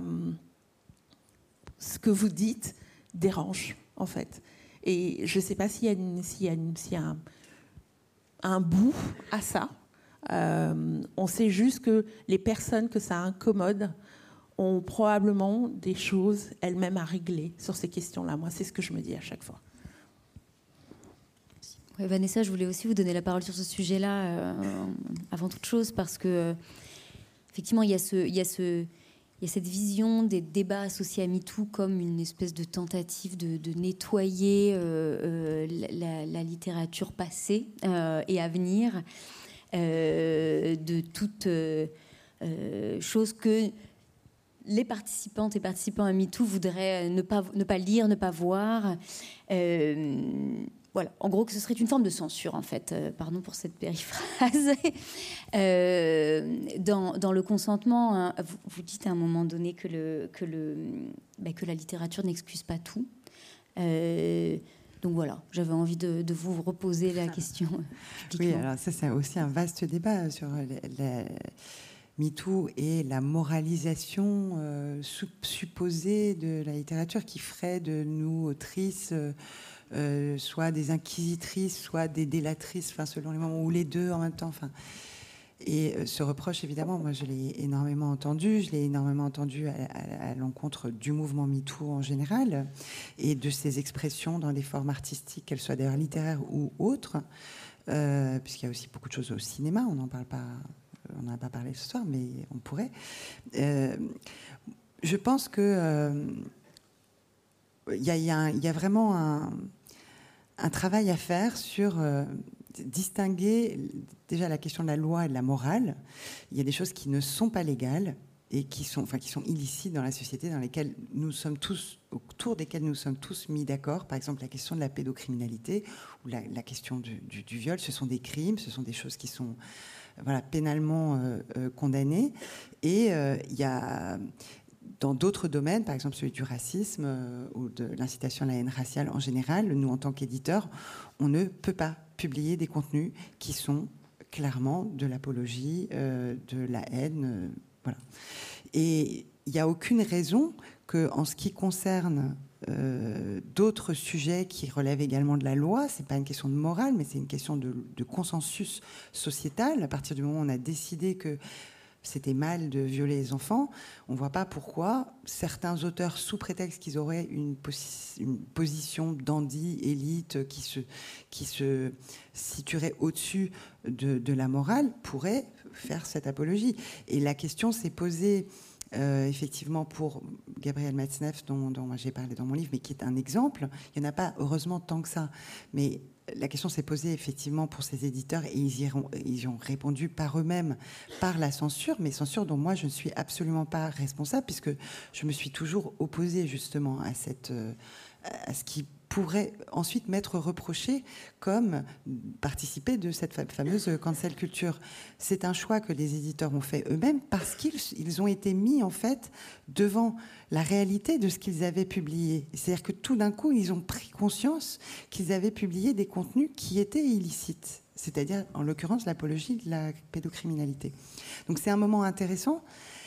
ce que vous dites dérange, en fait. Et je ne sais pas s'il y a, une, s'il y a, une, s'il y a un, un bout à ça. Euh, on sait juste que les personnes que ça incommode ont probablement des choses elles-mêmes à régler sur ces questions-là. Moi, c'est ce que je me dis à chaque fois. Ouais, Vanessa, je voulais aussi vous donner la parole sur ce sujet-là euh, avant toute chose, parce que euh, effectivement, il y a ce, il y a ce, il y a cette vision des débats associés à MeToo comme une espèce de tentative de, de nettoyer euh, euh, la, la littérature passée euh, et à venir. Euh, de toute euh, euh, chose que les participantes et participants à MeToo voudraient ne pas, ne pas lire, ne pas voir. Euh, voilà. En gros, que ce serait une forme de censure, en fait. Euh, pardon pour cette périphrase. euh, dans, dans le consentement, hein, vous, vous dites à un moment donné que, le, que, le, bah, que la littérature n'excuse pas tout. Euh, Donc voilà, j'avais envie de, de vous reposer la question. Oui, alors ça, c'est aussi un vaste débat sur la MeToo et la moralisation euh, supposée de la littérature qui ferait de nous, autrices, euh, soit des inquisitrices, soit des délatrices, enfin, selon les moments, ou les deux en même temps. Enfin, et ce reproche, évidemment, moi, je l'ai énormément entendu. Je l'ai énormément entendu à, à, à l'encontre du mouvement MeToo en général et de ses expressions dans des formes artistiques, qu'elles soient d'ailleurs littéraires ou autres, euh, puisqu'il y a aussi beaucoup de choses au cinéma. On n'en parle pas, on n'en a pas parlé ce soir, mais on pourrait. Euh, je pense que euh, il y a, il y a, il y a vraiment un, un travail à faire sur euh, distinguer déjà la question de la loi et de la morale. Il y a des choses qui ne sont pas légales et qui sont, enfin, qui sont illicites dans la société, dans lesquelles nous sommes tous, autour desquelles nous sommes tous mis d'accord. Par exemple, la question de la pédocriminalité ou la, la question du, du, du viol, ce sont des crimes, ce sont des choses qui sont voilà, pénalement euh, euh, condamnées. Et euh, il y a dans d'autres domaines, par exemple celui du racisme euh, ou de l'incitation à la haine raciale en général, nous, en tant qu'éditeurs, on ne peut pas publier des contenus qui sont clairement de l'apologie, euh, de la haine, euh, voilà. Et il n'y a aucune raison qu'en ce qui concerne euh, d'autres sujets qui relèvent également de la loi, ce n'est pas une question de morale, mais c'est une question de, de consensus sociétal. À partir du moment où on a décidé que c'était mal de violer les enfants, on ne voit pas pourquoi certains auteurs, sous prétexte qu'ils auraient une, posi- une position dandy, élite, qui se, qui se situerait au-dessus de, de la morale, pourraient faire cette apologie. Et la question s'est posée euh, effectivement pour Gabriel Matzneff, dont, dont j'ai parlé dans mon livre, mais qui est un exemple. Il n'y en a pas, heureusement, tant que ça. Mais la question s'est posée effectivement pour ces éditeurs et ils y, ont, ils y ont répondu par eux-mêmes, par la censure, mais censure dont moi je ne suis absolument pas responsable, puisque je me suis toujours opposée justement à, cette, à ce qui pourrait ensuite m'être reproché comme participer de cette fameuse cancel culture. C'est un choix que les éditeurs ont fait eux-mêmes parce qu'ils ils ont été mis en fait devant la réalité de ce qu'ils avaient publié. C'est-à-dire que tout d'un coup, ils ont pris conscience qu'ils avaient publié des contenus qui étaient illicites, c'est-à-dire en l'occurrence l'apologie de la pédocriminalité. Donc c'est un moment intéressant,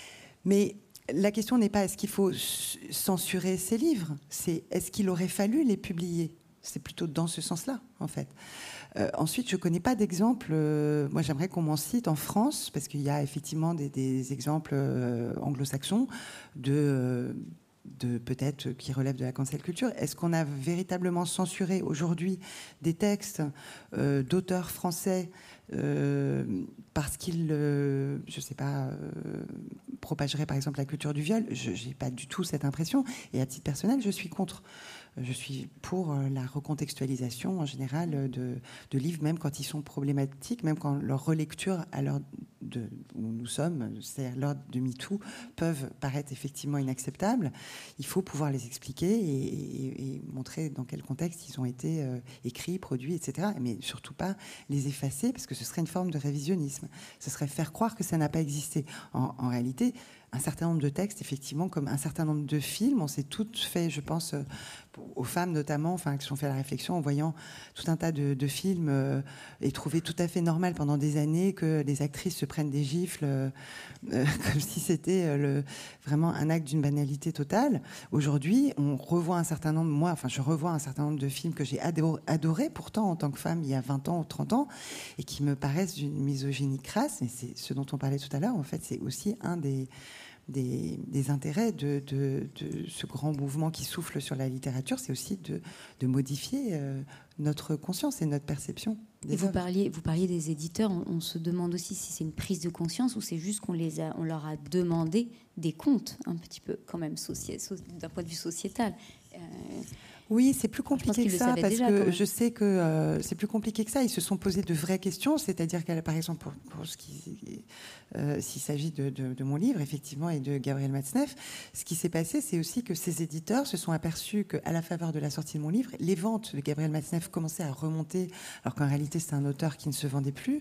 mais la question n'est pas est-ce qu'il faut censurer ces livres, c'est est-ce qu'il aurait fallu les publier. C'est plutôt dans ce sens-là, en fait. Euh, ensuite, je ne connais pas d'exemple. Euh, moi, j'aimerais qu'on m'en cite en France, parce qu'il y a effectivement des, des exemples euh, anglo-saxons de, euh, de peut-être qui relèvent de la cancel culture. Est-ce qu'on a véritablement censuré aujourd'hui des textes euh, d'auteurs français euh, parce qu'ils, euh, je ne sais pas, euh, propageraient par exemple la culture du viol? Je n'ai pas du tout cette impression. Et à titre personnel, je suis contre. Je suis pour la recontextualisation en général de, de livres, même quand ils sont problématiques, même quand leur relecture à l'heure de, où nous sommes, c'est-à-dire l'heure de MeToo, peuvent paraître effectivement inacceptables. Il faut pouvoir les expliquer et, et, et montrer dans quel contexte ils ont été euh, écrits, produits, et cetera. Mais surtout pas les effacer, parce que ce serait une forme de révisionnisme. Ce serait faire croire que ça n'a pas existé. En, en réalité, un certain nombre de textes, effectivement, comme un certain nombre de films, on s'est toutes fait, je pense, aux femmes notamment, enfin, qui se sont fait la réflexion en voyant tout un tas de, de films euh, et trouvé tout à fait normal pendant des années que les actrices se prennent des gifles euh, euh, comme si c'était euh, le, vraiment un acte d'une banalité totale. Aujourd'hui, on revoit un certain nombre, moi, enfin, je revois un certain nombre de films que j'ai adoré, adoré pourtant en tant que femme il y a vingt ans ou trente ans et qui me paraissent d'une misogynie crasse. Et c'est ce dont on parlait tout à l'heure, en fait, c'est aussi un des Des, des intérêts de, de, de ce grand mouvement qui souffle sur la littérature, c'est aussi de, de modifier euh, notre conscience et notre perception. Des et vous parliez, vous parliez des éditeurs, on, on se demande aussi si c'est une prise de conscience ou c'est juste qu'on les a, on leur a demandé des comptes, un petit peu quand même, soci, so, d'un point de vue sociétal. Euh, Oui, c'est plus compliqué que ça, parce déjà, que je sais que euh, c'est plus compliqué que ça. Ils se sont posés de vraies questions, c'est-à-dire qu'elle, par exemple, pour, pour ce qui, euh, s'il s'agit de, de, de mon livre, effectivement, et de Gabriel Matzneff, ce qui s'est passé, c'est aussi que ces éditeurs se sont aperçus qu'à la faveur de la sortie de mon livre, les ventes de Gabriel Matzneff commençaient à remonter, alors qu'en réalité, c'est un auteur qui ne se vendait plus.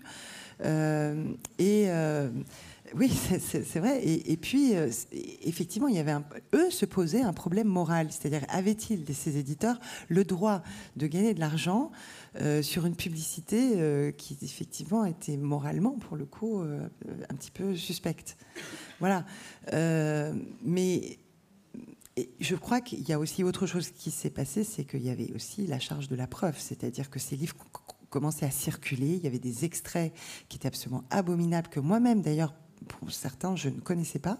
Euh, et euh, oui, c'est, c'est, c'est vrai. Et, et puis, euh, effectivement, il y avait un, eux se posaient un problème moral, c'est-à-dire avaient-ils, ces éditeurs, le droit de gagner de l'argent euh, sur une publicité euh, qui effectivement était moralement, pour le coup, euh, un petit peu suspecte. Voilà. Euh, mais et je crois qu'il y a aussi autre chose qui s'est passé, c'est qu'il y avait aussi la charge de la preuve, c'est-à-dire que ces livres commençaient à circuler, il y avait des extraits qui étaient absolument abominables, que moi-même d'ailleurs, pour certains, je ne connaissais pas,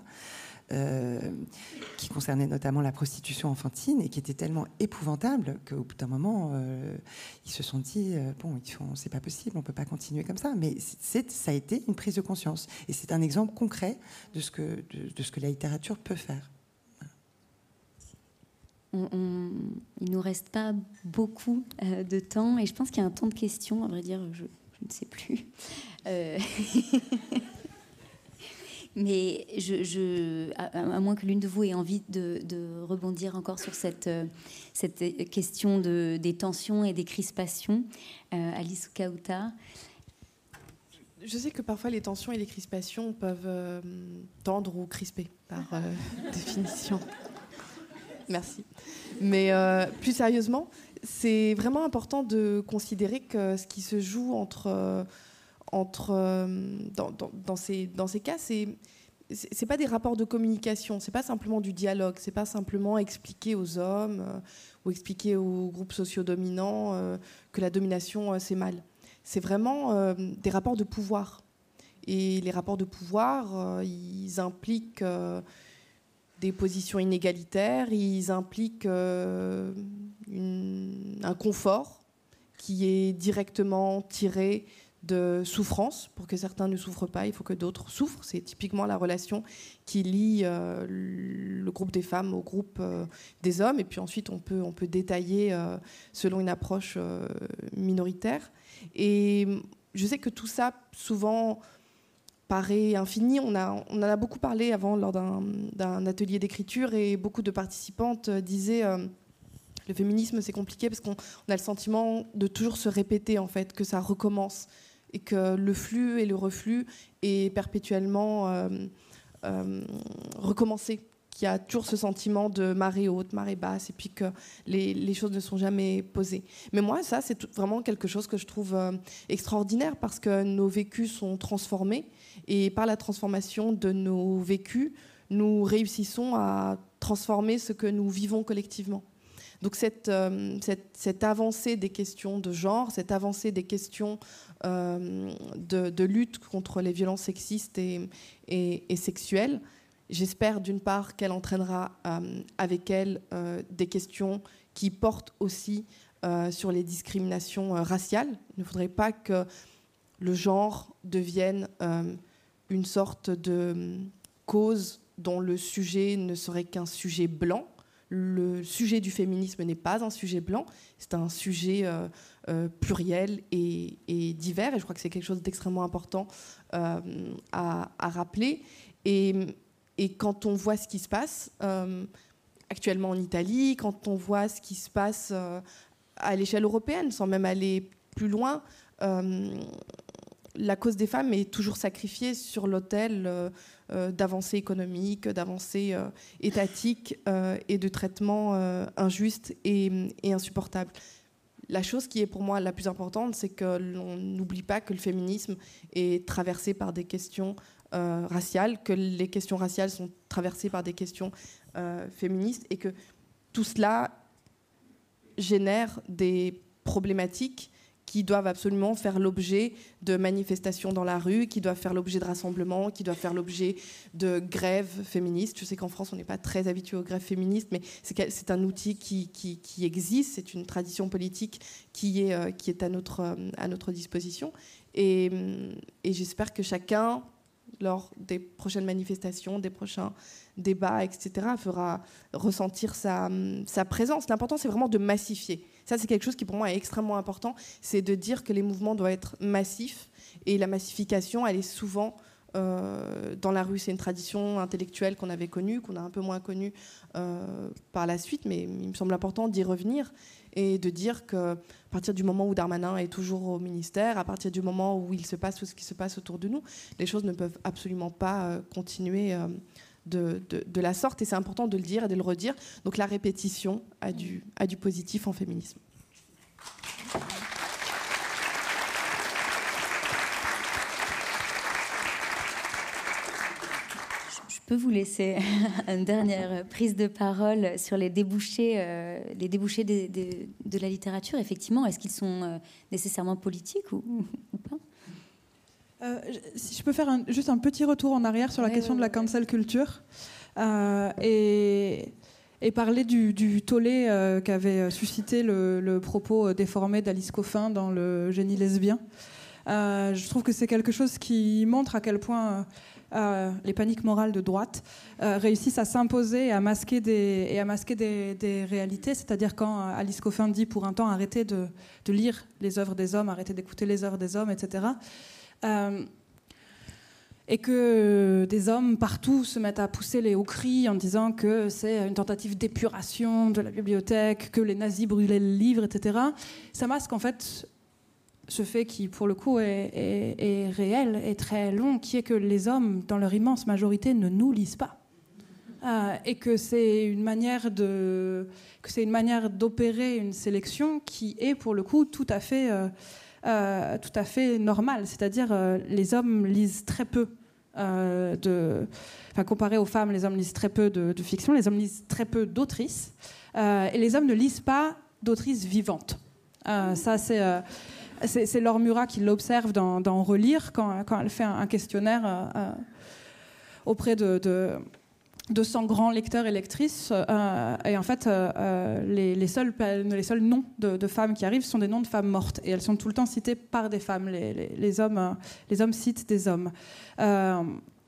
euh, qui concernaient notamment la prostitution enfantine et qui étaient tellement épouvantables qu'au bout d'un moment, euh, ils se sont dit euh, bon, ils font, c'est pas possible, on peut pas continuer comme ça. Mais c'est, ça a été une prise de conscience et c'est un exemple concret de ce que, de, de ce que la littérature peut faire. on, on, il ne nous reste pas beaucoup euh, de temps, et je pense qu'il y a un temps de questions, à vrai dire, je, je ne sais plus. Euh... Mais je, je, à, à moins que l'une de vous ait envie de, de rebondir encore sur cette, cette question de, des tensions et des crispations, euh, Alice Kauta. Je sais que parfois les tensions et les crispations peuvent euh, tendre ou crisper par euh, définition. Merci. Mais euh, plus sérieusement, c'est vraiment important de considérer que ce qui se joue entre... Euh, entre, euh, dans, dans, dans, ces, dans ces cas, c'est c'est pas des rapports de communication, c'est pas simplement du dialogue, c'est pas simplement expliquer aux hommes euh, ou expliquer aux groupes sociodominants euh, que la domination euh, c'est mal. C'est vraiment euh, des rapports de pouvoir. Et les rapports de pouvoir, euh, ils impliquent euh, des positions inégalitaires, ils impliquent euh, une, un confort qui est directement tiré de souffrance. Pour que certains ne souffrent pas, il faut que d'autres souffrent. C'est typiquement la relation qui lie euh, le groupe des femmes au groupe euh, des hommes. Et puis ensuite, on peut, on peut détailler euh, selon une approche euh, minoritaire. Et je sais que tout ça, souvent, paraît infini. On, a, on en a beaucoup parlé avant lors d'un, d'un atelier d'écriture, et beaucoup de participantes disaient... Euh, le féminisme, c'est compliqué parce qu'on a le sentiment de toujours se répéter, en fait, que ça recommence et que le flux et le reflux est perpétuellement euh, euh, recommencé, qu'il y a toujours ce sentiment de marée haute, marée basse, et puis que les, les choses ne sont jamais posées. Mais moi, ça, c'est tout, vraiment quelque chose que je trouve euh, extraordinaire, parce que nos vécus sont transformés, et par la transformation de nos vécus, nous réussissons à transformer ce que nous vivons collectivement. Donc cette, euh, cette, cette avancée des questions de genre, cette avancée des questions euh, de, de lutte contre les violences sexistes et, et, et sexuelles, j'espère d'une part qu'elle entraînera euh, avec elle euh, des questions qui portent aussi euh, sur les discriminations euh, raciales. Il ne faudrait pas que le genre devienne euh, une sorte de cause dont le sujet ne serait qu'un sujet blanc. Le sujet du féminisme n'est pas un sujet blanc, c'est un sujet euh, euh, pluriel et, et divers, et je crois que c'est quelque chose d'extrêmement important euh, à, à rappeler. Et, et quand on voit ce qui se passe euh, actuellement en Italie, quand on voit ce qui se passe euh, à l'échelle européenne, sans même aller plus loin, euh, la cause des femmes est toujours sacrifiée sur l'autel euh, euh, d'avancées économiques, d'avancées euh, étatiques euh, et de traitements euh, injustes et, et insupportables. La chose qui est pour moi la plus importante, c'est que l'on n'oublie pas que le féminisme est traversé par des questions euh, raciales, que les questions raciales sont traversées par des questions euh, féministes, et que tout cela génère des problématiques qui doivent absolument faire l'objet de manifestations dans la rue, qui doivent faire l'objet de rassemblements, qui doivent faire l'objet de grèves féministes. Je sais qu'en France, on n'est pas très habitué aux grèves féministes, mais c'est, c'est un outil qui, qui, qui existe, c'est une tradition politique qui est, euh, qui est à, notre, à notre disposition. Et, et j'espère que chacun, lors des prochaines manifestations, des prochains débats, et cetera, fera ressentir sa, sa présence. L'important, c'est vraiment de massifier. Ça, c'est quelque chose qui, pour moi, est extrêmement important. C'est de dire que les mouvements doivent être massifs. Et la massification, elle est souvent euh, dans la rue. C'est une tradition intellectuelle qu'on avait connue, qu'on a un peu moins connue euh, par la suite. Mais il me semble important d'y revenir et de dire qu'à partir du moment où Darmanin est toujours au ministère, à partir du moment où il se passe tout ce qui se passe autour de nous, les choses ne peuvent absolument pas euh, continuer euh, De, de, de la sorte, et c'est important de le dire et de le redire. Donc la répétition a du, a du positif en féminisme. Je peux vous laisser une dernière prise de parole sur les débouchés, euh, les débouchés de, de, de la littérature. Effectivement, est-ce qu'ils sont euh, nécessairement politiques ou, ou pas ? Euh, si je peux faire un, juste un petit retour en arrière sur la ouais, question ouais, de la cancel ouais. culture euh, et, et parler du, du tollé euh, qu'avait suscité le, le propos déformé d'Alice Coffin dans Le génie lesbien. Euh, je trouve que c'est quelque chose qui montre à quel point euh, les paniques morales de droite euh, réussissent à s'imposer et à masquer des, et à masquer des, des réalités. C'est-à-dire quand Alice Coffin dit pour un temps arrêtez de, de lire les œuvres des hommes, arrêtez d'écouter les œuvres des hommes, et cetera. Euh, et que des hommes partout se mettent à pousser les hauts cris en disant que c'est une tentative d'épuration de la bibliothèque, que les nazis brûlaient le livre, et cetera. Ça masque en fait ce fait qui, pour le coup, est, est, est réel et très long, qui est que les hommes, dans leur immense majorité, ne nous lisent pas. Euh, et que c'est une manière de, que c'est une manière d'opérer une sélection qui est, pour le coup, tout à fait, euh, euh, tout à fait normale. C'est-à-dire, euh, les hommes lisent très peu euh, de... Enfin, comparé aux femmes, les hommes lisent très peu de, de fiction, les hommes lisent très peu d'autrices, euh, et les hommes ne lisent pas d'autrices vivantes. Euh, ça, c'est... Euh, C'est, c'est Laure Murat qui l'observe dans, dans Relire, quand, quand elle fait un, un questionnaire euh, auprès de, de, de cent grands lecteurs et lectrices. Euh, et en fait, euh, les, les, seuls, les seuls noms de, de femmes qui arrivent sont des noms de femmes mortes. Et elles sont tout le temps citées par des femmes. Les, les, les, hommes, les hommes citent des hommes. Euh,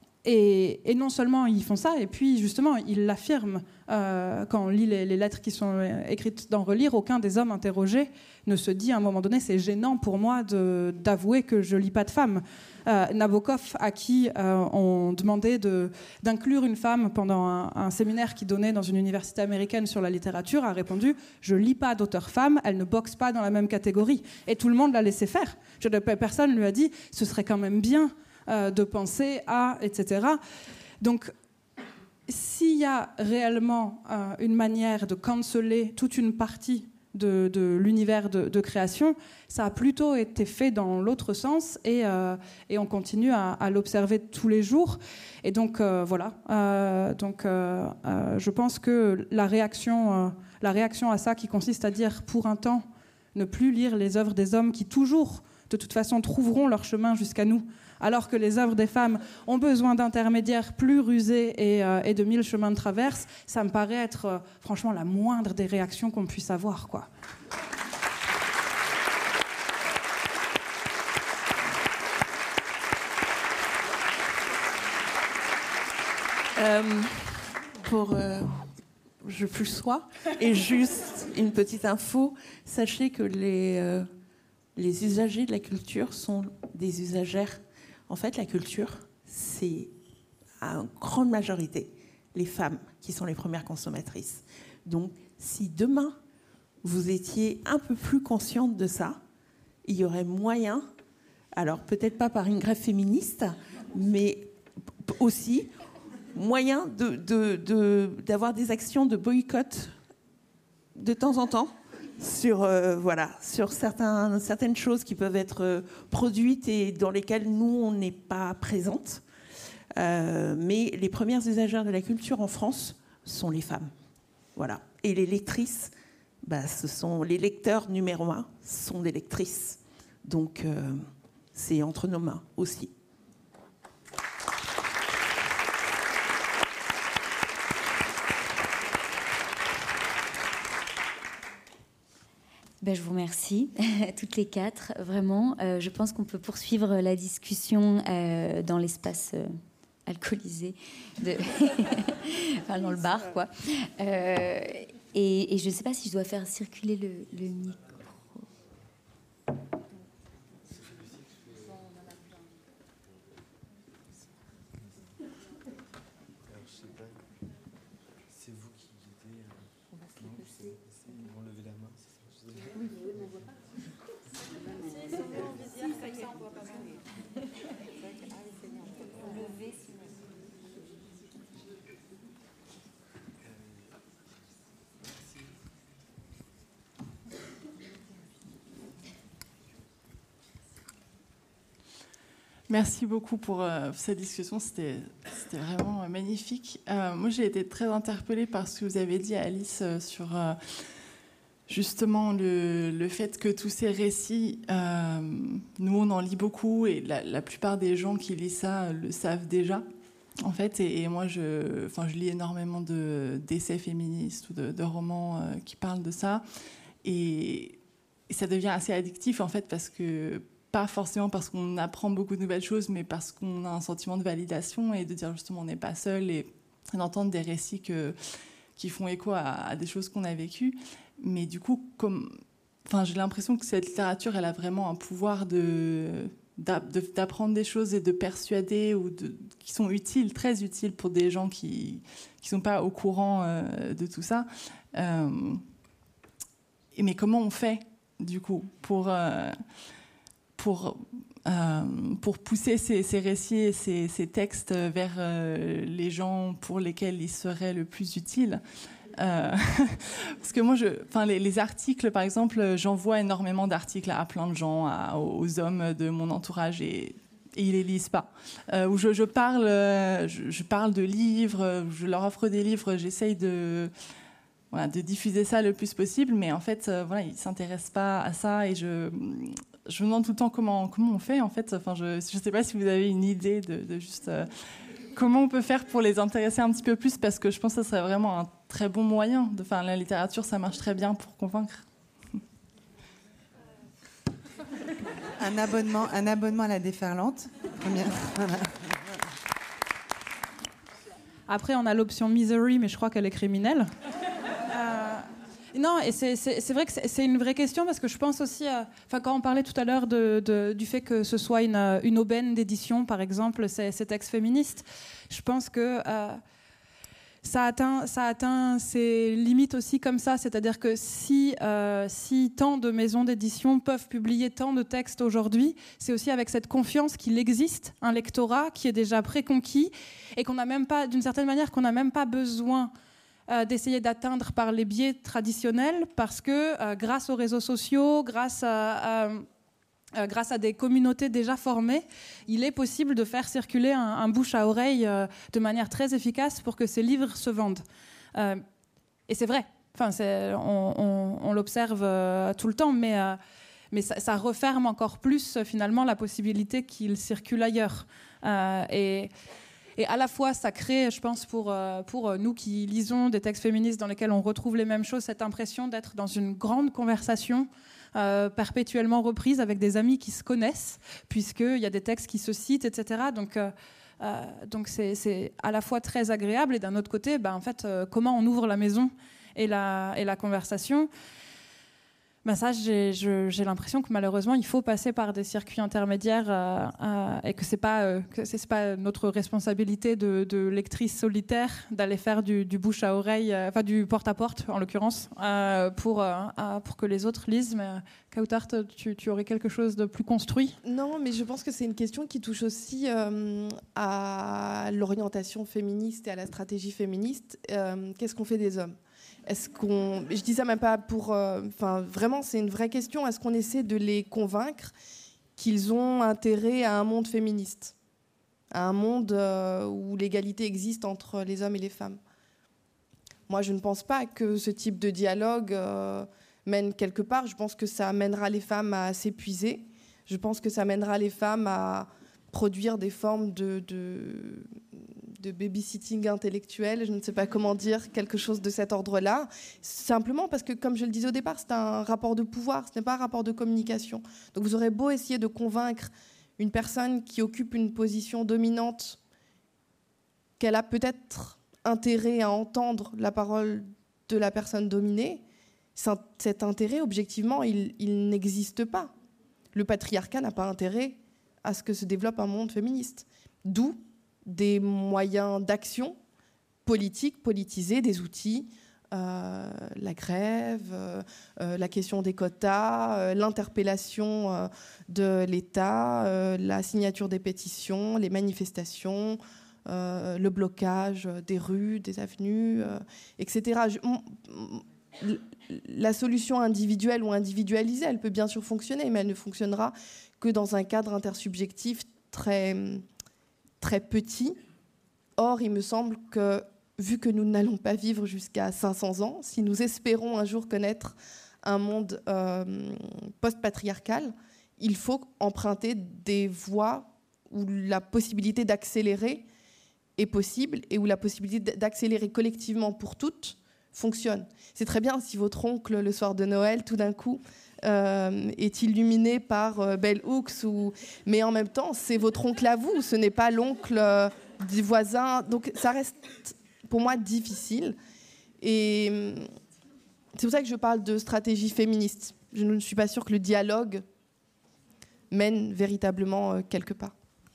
Et, et non seulement ils font ça, et puis justement ils l'affirment. Euh, quand on lit les, les lettres qui sont écrites dans Relire, aucun des hommes interrogés ne se dit à un moment donné c'est gênant pour moi de, d'avouer que je lis pas de femmes. Euh, Nabokov, à qui euh, on demandait de, d'inclure une femme pendant un, un séminaire qu'il donnait dans une université américaine sur la littérature, a répondu je lis pas d'auteurs femmes, elles ne boxent pas dans la même catégorie. Et tout le monde l'a laissé faire. Je, personne lui a dit ce serait quand même bien de penser à, et cetera. Donc, s'il y a réellement euh, une manière de canceller toute une partie de, de l'univers de, de création, ça a plutôt été fait dans l'autre sens, et, euh, et on continue à, à l'observer tous les jours. Et donc, euh, voilà. Euh, donc, euh, euh, je pense que la réaction, euh, la réaction à ça, qui consiste à dire, pour un temps, ne plus lire les œuvres des hommes qui, toujours, de toute façon, trouveront leur chemin jusqu'à nous, alors que les œuvres des femmes ont besoin d'intermédiaires plus rusés et, euh, et de mille chemins de traverse, ça me paraît être euh, franchement la moindre des réactions qu'on puisse avoir, quoi. Euh, pour euh, je plus sois, et juste une petite info, sachez que les, euh, les usagers de la culture sont des usagères. En fait, la culture, c'est à une grande majorité les femmes qui sont les premières consommatrices. Donc, si demain, vous étiez un peu plus consciente de ça, il y aurait moyen, alors peut-être pas par une grève féministe, mais aussi moyen de, de, de, d'avoir des actions de boycott de temps en temps sur, euh, voilà, sur certains, certaines choses qui peuvent être euh, produites et dans lesquelles nous, on n'est pas présente. Euh, mais les premières usagères de la culture en France sont les femmes. Voilà. Et les lectrices, bah, ce sont les lecteurs numéro un, sont des lectrices. Donc, euh, c'est entre nos mains aussi. Ben, je vous remercie, toutes les quatre, vraiment. Euh, je pense qu'on peut poursuivre la discussion euh, dans l'espace euh, alcoolisé, de... enfin, dans le bar, quoi. Euh, et, et je ne sais pas si je dois faire circuler le, le micro. Merci beaucoup pour euh, cette discussion, c'était, c'était vraiment euh, magnifique. Euh, moi, j'ai été très interpellée par ce que vous avez dit, Alice, euh, sur euh, justement le, le fait que tous ces récits, euh, nous, on en lit beaucoup, et la, la plupart des gens qui lisent ça le savent déjà, en fait. Et, et moi, je, enfin, je lis énormément de, d'essais féministes ou de, de romans euh, qui parlent de ça. Et, et ça devient assez addictif, en fait, parce que pas forcément parce qu'on apprend beaucoup de nouvelles choses, mais parce qu'on a un sentiment de validation et de dire justement on n'est pas seul et d'entendre des récits que, qui font écho à, à des choses qu'on a vécues. Mais du coup, comme, enfin, j'ai l'impression que cette littérature, elle a vraiment un pouvoir de, d'apprendre des choses et de persuader, ou de, qui sont utiles, très utiles pour des gens qui ne sont pas au courant euh, de tout ça. Euh, mais comment on fait, du coup, pour... Euh, pour, euh, pour pousser ces, ces récits et ces, ces textes vers euh, les gens pour lesquels ils seraient le plus utiles. Euh, parce que moi, je, enfin, les, les articles, par exemple, j'envoie énormément d'articles à plein de gens, à, aux hommes de mon entourage, et, et ils les lisent pas. Euh, où je, je, parle, je, je parle de livres, je leur offre des livres, j'essaye de... Voilà, de diffuser ça le plus possible, mais en fait, euh, voilà, ils ne s'intéressent pas à ça, et je, je me demande tout le temps comment, comment on fait, en fait. Enfin, je ne sais pas si vous avez une idée de, de juste euh, comment on peut faire pour les intéresser un petit peu plus, parce que je pense que ce serait vraiment un très bon moyen. De, enfin, la littérature, ça marche très bien pour convaincre. Un abonnement, un abonnement à la déferlante. Première. Voilà. Après, on a l'option Misery, mais je crois qu'elle est criminelle. Non, et c'est, c'est, c'est vrai que c'est, c'est une vraie question, parce que je pense aussi, à, enfin, quand on parlait tout à l'heure de, de, du fait que ce soit une, une aubaine d'édition, par exemple, ces, ces textes féministes, je pense que euh, ça, atteint, ça atteint ses limites aussi comme ça, c'est-à-dire que si, euh, si tant de maisons d'édition peuvent publier tant de textes aujourd'hui, c'est aussi avec cette confiance qu'il existe un lectorat qui est déjà préconquis, et qu'on n'a même pas, d'une certaine manière, qu'on n'a même pas besoin Euh, d'essayer d'atteindre par les biais traditionnels, parce que euh, grâce aux réseaux sociaux, grâce à, à, euh, grâce à des communautés déjà formées, il est possible de faire circuler un, un bouche à oreille euh, de manière très efficace pour que ces livres se vendent. Euh, et c'est vrai, enfin, c'est, on, on, on l'observe euh, tout le temps, mais, euh, mais ça, ça referme encore plus euh, finalement la possibilité qu'ils circulent ailleurs. Euh, et... Et à la fois, ça crée, je pense, pour, pour nous qui lisons des textes féministes dans lesquels on retrouve les mêmes choses, cette impression d'être dans une grande conversation euh, perpétuellement reprise avec des amis qui se connaissent, puisqu'il y a des textes qui se citent, et cetera. Donc, euh, euh, donc c'est, c'est à la fois très agréable, et d'un autre côté, ben, en fait, euh, comment on ouvre la maison et la, et la conversation. Ben ça, j'ai, je, j'ai l'impression que malheureusement, il faut passer par des circuits intermédiaires euh, euh, et que c'est pas euh, que c'est pas notre responsabilité de, de lectrice solitaire d'aller faire du, du bouche à oreille, euh, enfin du porte à porte en l'occurrence, euh, pour euh, euh, pour que les autres lisent. Mais Kautar, tu, tu aurais quelque chose de plus construit? Non, mais je pense que c'est une question qui touche aussi euh, à l'orientation féministe et à la stratégie féministe. Euh, qu'est-ce qu'on fait des hommes? Est-ce qu'on, je dis ça même pas pour, enfin euh, vraiment c'est une vraie question. Est-ce qu'on essaie de les convaincre qu'ils ont intérêt à un monde féministe, à un monde euh, où l'égalité existe entre les hommes et les femmes? Moi, je ne pense pas que ce type de dialogue euh, mène quelque part. Je pense que ça mènera les femmes à s'épuiser. Je pense que ça mènera les femmes à produire des formes de, de de babysitting intellectuel, je ne sais pas comment dire, quelque chose de cet ordre-là, simplement parce que, comme je le disais au départ, c'est un rapport de pouvoir, ce n'est pas un rapport de communication. Donc vous aurez beau essayer de convaincre une personne qui occupe une position dominante qu'elle a peut-être intérêt à entendre la parole de la personne dominée, cet intérêt, objectivement, il, il n'existe pas. Le patriarcat n'a pas intérêt à ce que se développe un monde féministe. D'où des moyens d'action politique, politisés, des outils, euh, la grève, euh, euh, la question des quotas, euh, l'interpellation euh, de l'État, euh, la signature des pétitions, les manifestations, euh, le blocage des rues, des avenues, euh, et cetera. Je, la solution individuelle ou individualisée, elle peut bien sûr fonctionner, mais elle ne fonctionnera que dans un cadre intersubjectif très... très petit. Or, il me semble que, vu que nous n'allons pas vivre jusqu'à cinq cents ans, si nous espérons un jour connaître un monde euh, post-patriarcal, il faut emprunter des voies où la possibilité d'accélérer est possible et où la possibilité d'accélérer collectivement pour toutes fonctionne. C'est très bien si votre oncle, le soir de Noël, tout d'un coup, euh, est illuminé par euh, Bell Hooks, ou... mais en même temps, c'est votre oncle à vous, ce n'est pas l'oncle euh, du voisin. Donc ça reste, pour moi, difficile. Et c'est pour ça que je parle de stratégie féministe. Je ne suis pas sûre que le dialogue mène véritablement euh, quelque part.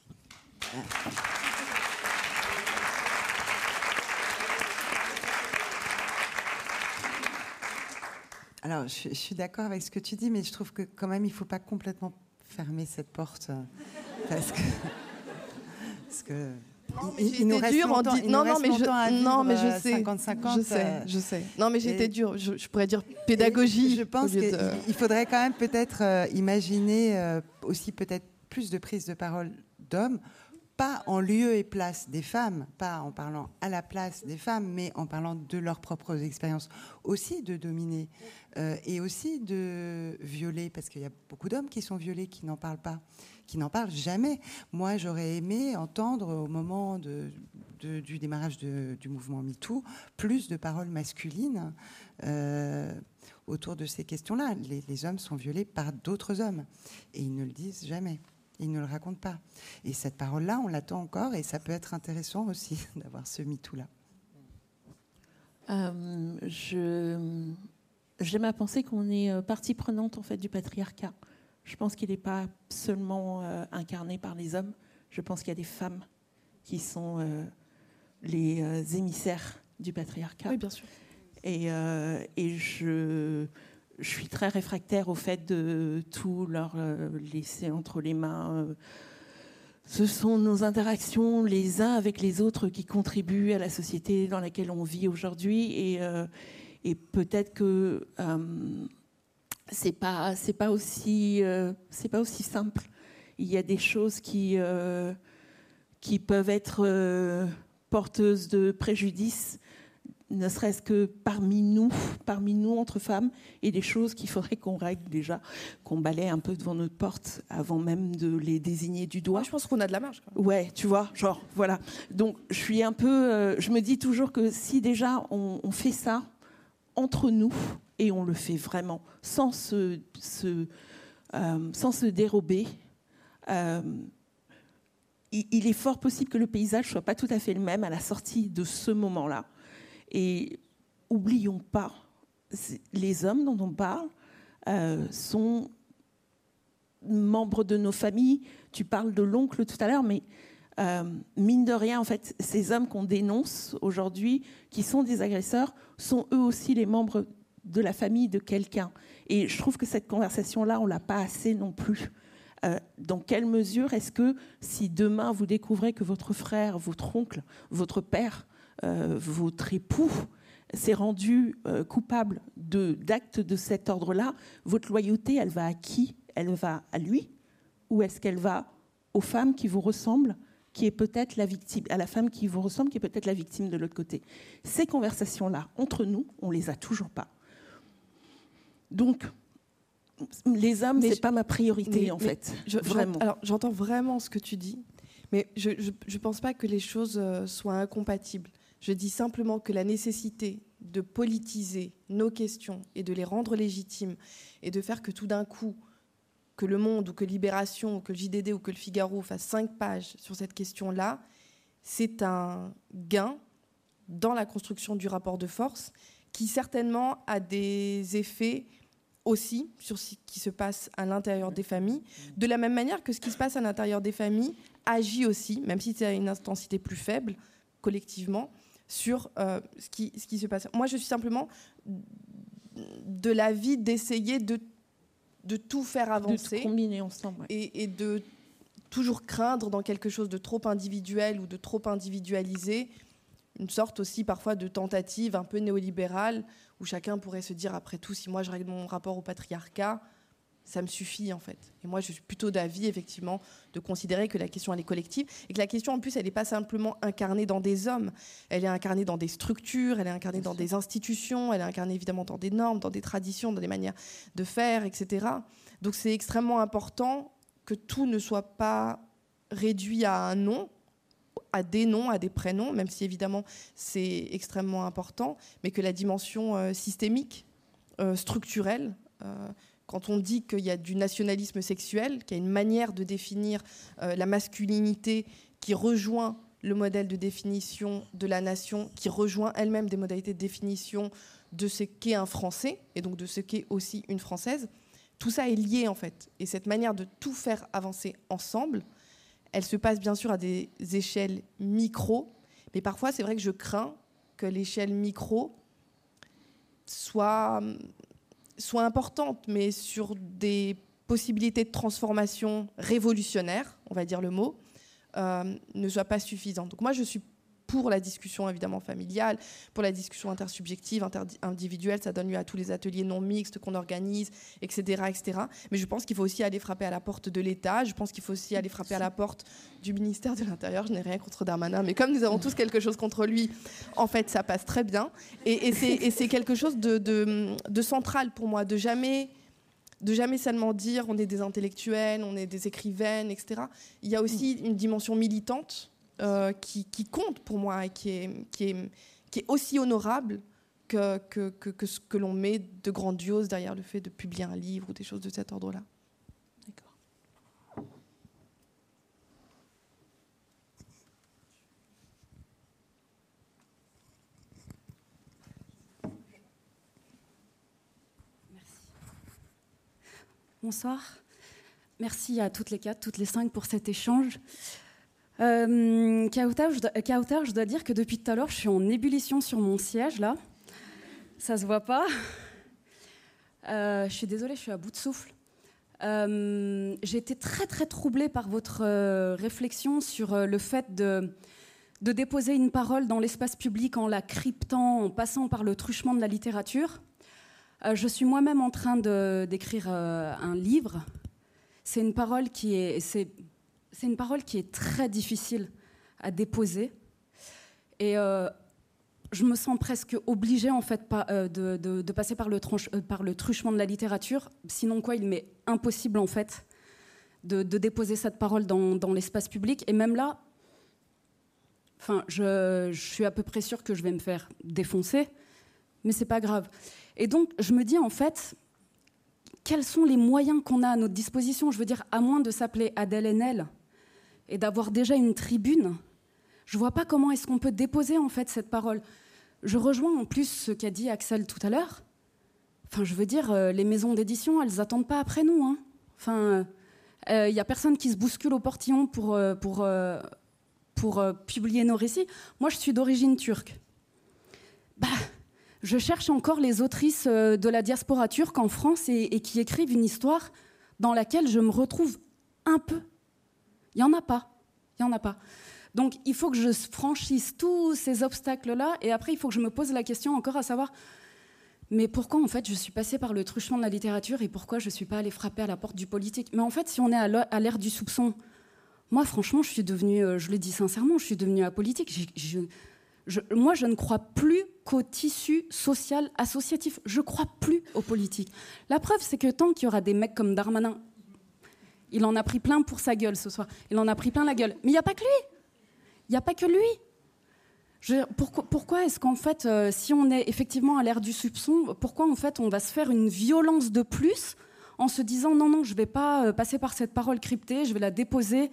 Alors, je, je suis d'accord avec ce que tu dis, mais je trouve que quand même, il ne faut pas complètement fermer cette porte, euh, parce que... Parce que non, mais il, il nous reste longtemps, di- non, non, mais je, non, mais je sais, cinquante cinquante. Je sais, je sais. Non, mais j'ai été dure. Je, je pourrais dire pédagogie. Je pense qu'il de... faudrait quand même peut-être euh, imaginer euh, aussi peut-être plus de prise de parole d'hommes, pas en lieu et place des femmes, pas en parlant à la place des femmes, mais en parlant de leurs propres expériences, aussi de dominer euh, et aussi de violer, parce qu'il y a beaucoup d'hommes qui sont violés, qui n'en parlent pas, qui n'en parlent jamais. Moi, j'aurais aimé entendre au moment de, de, du démarrage de, du mouvement MeToo plus de paroles masculines euh, autour de ces questions-là. Les, les hommes sont violés par d'autres hommes et ils ne le disent jamais. Ils ne le racontent pas. Et cette parole-là, on l'attend encore, et ça peut être intéressant aussi d'avoir ce MeToo-là. Euh, je, j'aime à penser qu'on est partie prenante en fait du patriarcat. Je pense qu'il n'est pas seulement euh, incarné par les hommes. Je pense qu'il y a des femmes qui sont euh, les euh, émissaires du patriarcat. Oui, bien sûr. Et, euh, et je... Je suis très réfractaire au fait de tout leur euh, laisser entre les mains. Ce sont nos interactions les uns avec les autres qui contribuent à la société dans laquelle on vit aujourd'hui. Et, euh, et peut-être que euh, c'est pas, c'est pas aussi, euh, c'est pas aussi simple. Il y a des choses qui, euh, qui peuvent être euh, porteuses de préjudice, ne serait-ce que parmi nous, parmi nous entre femmes, et des choses qu'il faudrait qu'on règle déjà, qu'on balaye un peu devant notre porte avant même de les désigner du doigt. Ouais, je pense qu'on a de la marge. Quand même. Ouais, tu vois, genre, voilà. Donc, je suis un peu... Euh, je me dis toujours que si déjà on, on fait ça entre nous, et on le fait vraiment, sans se, se, euh, sans se dérober, euh, il, il est fort possible que le paysage ne soit pas tout à fait le même à la sortie de ce moment-là. Et oublions pas, les hommes dont on parle euh, sont membres de nos familles. Tu parles de l'oncle tout à l'heure, mais euh, mine de rien, en fait, ces hommes qu'on dénonce aujourd'hui, qui sont des agresseurs, sont eux aussi les membres de la famille de quelqu'un. Et je trouve que cette conversation-là, on l'a pas assez non plus. Euh, dans quelle mesure est-ce que si demain vous découvrez que votre frère, votre oncle, votre père, Euh, votre époux s'est rendu euh, coupable de, d'actes de cet ordre-là, votre loyauté, elle va à qui ? Elle va à lui ? Ou est-ce qu'elle va aux femmes qui vous ressemblent, qui est peut-être la victime, à la femme qui vous ressemble, qui est peut-être la victime de l'autre côté ? Ces conversations-là, entre nous, on les a toujours pas. Donc, les hommes, mais c'est je, pas ma priorité, mais, en mais fait. Je, vraiment. Alors, j'entends vraiment ce que tu dis, mais je ne pense pas que les choses euh, soient incompatibles. Je dis simplement que la nécessité de politiser nos questions et de les rendre légitimes et de faire que tout d'un coup, que Le Monde ou que Libération ou que le J D D ou que le Figaro fassent cinq pages sur cette question-là, c'est un gain dans la construction du rapport de force qui certainement a des effets aussi sur ce qui se passe à l'intérieur des familles, de la même manière que ce qui se passe à l'intérieur des familles agit aussi, même si c'est à une intensité plus faible, collectivement, sur euh, ce, qui, ce qui se passe. Moi, je suis simplement de l'avis d'essayer de, de tout faire avancer. De tout combiner ensemble. Ouais. Et, et de toujours craindre dans quelque chose de trop individuel ou de trop individualisé, une sorte aussi parfois de tentative un peu néolibérale, où chacun pourrait se dire, après tout, si moi je règle mon rapport au patriarcat, ça me suffit en fait. Et moi je suis plutôt d'avis effectivement de considérer que la question elle est collective et que la question en plus elle n'est pas simplement incarnée dans des hommes, elle est incarnée dans des structures, elle est incarnée dans des institutions, elle est incarnée évidemment dans des normes, dans des traditions, dans des manières de faire, et cetera. Donc c'est extrêmement important que tout ne soit pas réduit à un nom, à des noms, à des prénoms, même si évidemment c'est extrêmement important, mais que la dimension euh, systémique, euh, structurelle, euh, quand on dit qu'il y a du nationalisme sexuel, qu'il y a une manière de définir euh, la masculinité qui rejoint le modèle de définition de la nation, qui rejoint elle-même des modalités de définition de ce qu'est un Français, et donc de ce qu'est aussi une Française. Tout ça est lié, en fait. Et cette manière de tout faire avancer ensemble, elle se passe bien sûr à des échelles micro, mais parfois, c'est vrai que je crains que l'échelle micro soit, soit importante, mais sur des possibilités de transformation révolutionnaire, on va dire le mot, euh, ne soit pas suffisante. Donc moi, je suis pour la discussion évidemment familiale, pour la discussion intersubjective, interindividuelle, ça donne lieu à tous les ateliers non mixtes qu'on organise, et cetera, et cetera. Mais je pense qu'il faut aussi aller frapper à la porte de l'État, je pense qu'il faut aussi aller frapper à la porte du ministère de l'Intérieur. Je n'ai rien contre Darmanin, mais comme nous avons tous quelque chose contre lui, en fait, ça passe très bien. Et, et, c'est, et c'est quelque chose de, de, de central pour moi, de jamais... de jamais seulement dire on est des intellectuels, on est des écrivaines, et cetera. Il y a aussi une dimension militante euh, qui, qui compte pour moi et qui est, qui est, qui est aussi honorable que, que, que, que ce que l'on met de grandiose derrière le fait de publier un livre ou des choses de cet ordre-là. D'accord. Bonsoir. Merci à toutes les quatre, toutes les cinq pour cet échange. Euh, Kautar, je dois, Kautar, je dois dire que depuis tout à l'heure, je suis en ébullition sur mon siège, là. Ça se voit pas. Euh, je suis désolée, je suis à bout de souffle. Euh, j'ai été très, très troublée par votre euh, réflexion sur euh, le fait de, de déposer une parole dans l'espace public en la cryptant, en passant par le truchement de la littérature. Euh, je suis moi-même en train de, d'écrire euh, un livre. C'est une parole qui est, c'est, c'est une parole qui est très difficile à déposer. Et euh, je me sens presque obligée en fait, pa, euh, de, de, de passer par le, tranche, euh, par le truchement de la littérature. Sinon, quoi, il m'est impossible en fait de, de déposer cette parole dans, dans l'espace public. Et même là, enfin, je, je suis à peu près sûre que je vais me faire défoncer, mais c'est pas grave. Et donc, je me dis, en fait, quels sont les moyens qu'on a à notre disposition ? Je veux dire, à moins de s'appeler Adèle Haenel et d'avoir déjà une tribune, je ne vois pas comment est-ce qu'on peut déposer, en fait, cette parole. Je rejoins en plus ce qu'a dit Axel tout à l'heure. Enfin, je veux dire, euh, les maisons d'édition, elles n'attendent pas après nous. Hein. Enfin, il euh, n'y a personne qui se bouscule au portillon pour, euh, pour, euh, pour euh, publier nos récits. Moi, je suis d'origine turque. Bah... Je cherche encore les autrices de la diaspora turque en France et, et qui écrivent une histoire dans laquelle je me retrouve un peu. Il n'y en a pas. Il n'y en a pas. Donc, il faut que je franchisse tous ces obstacles-là et après, il faut que je me pose la question encore à savoir mais pourquoi, en fait, je suis passée par le truchement de la littérature et pourquoi je ne suis pas allée frapper à la porte du politique ? Mais en fait, si on est à l'ère du soupçon, moi, franchement, je suis devenue, je le dis sincèrement, je suis devenue apolitique. J'ai, je, Je, moi, je ne crois plus qu'au tissu social associatif. Je ne crois plus aux politiques. La preuve, c'est que tant qu'il y aura des mecs comme Darmanin, il en a pris plein pour sa gueule ce soir. Il en a pris plein la gueule. Mais il n'y a pas que lui. Il n'y a pas que lui. Je, pourquoi, pourquoi est-ce qu'en fait, euh, si on est effectivement à l'ère du soupçon, pourquoi en fait on va se faire une violence de plus en se disant non, non, je ne vais pas euh, passer par cette parole cryptée, je vais la déposer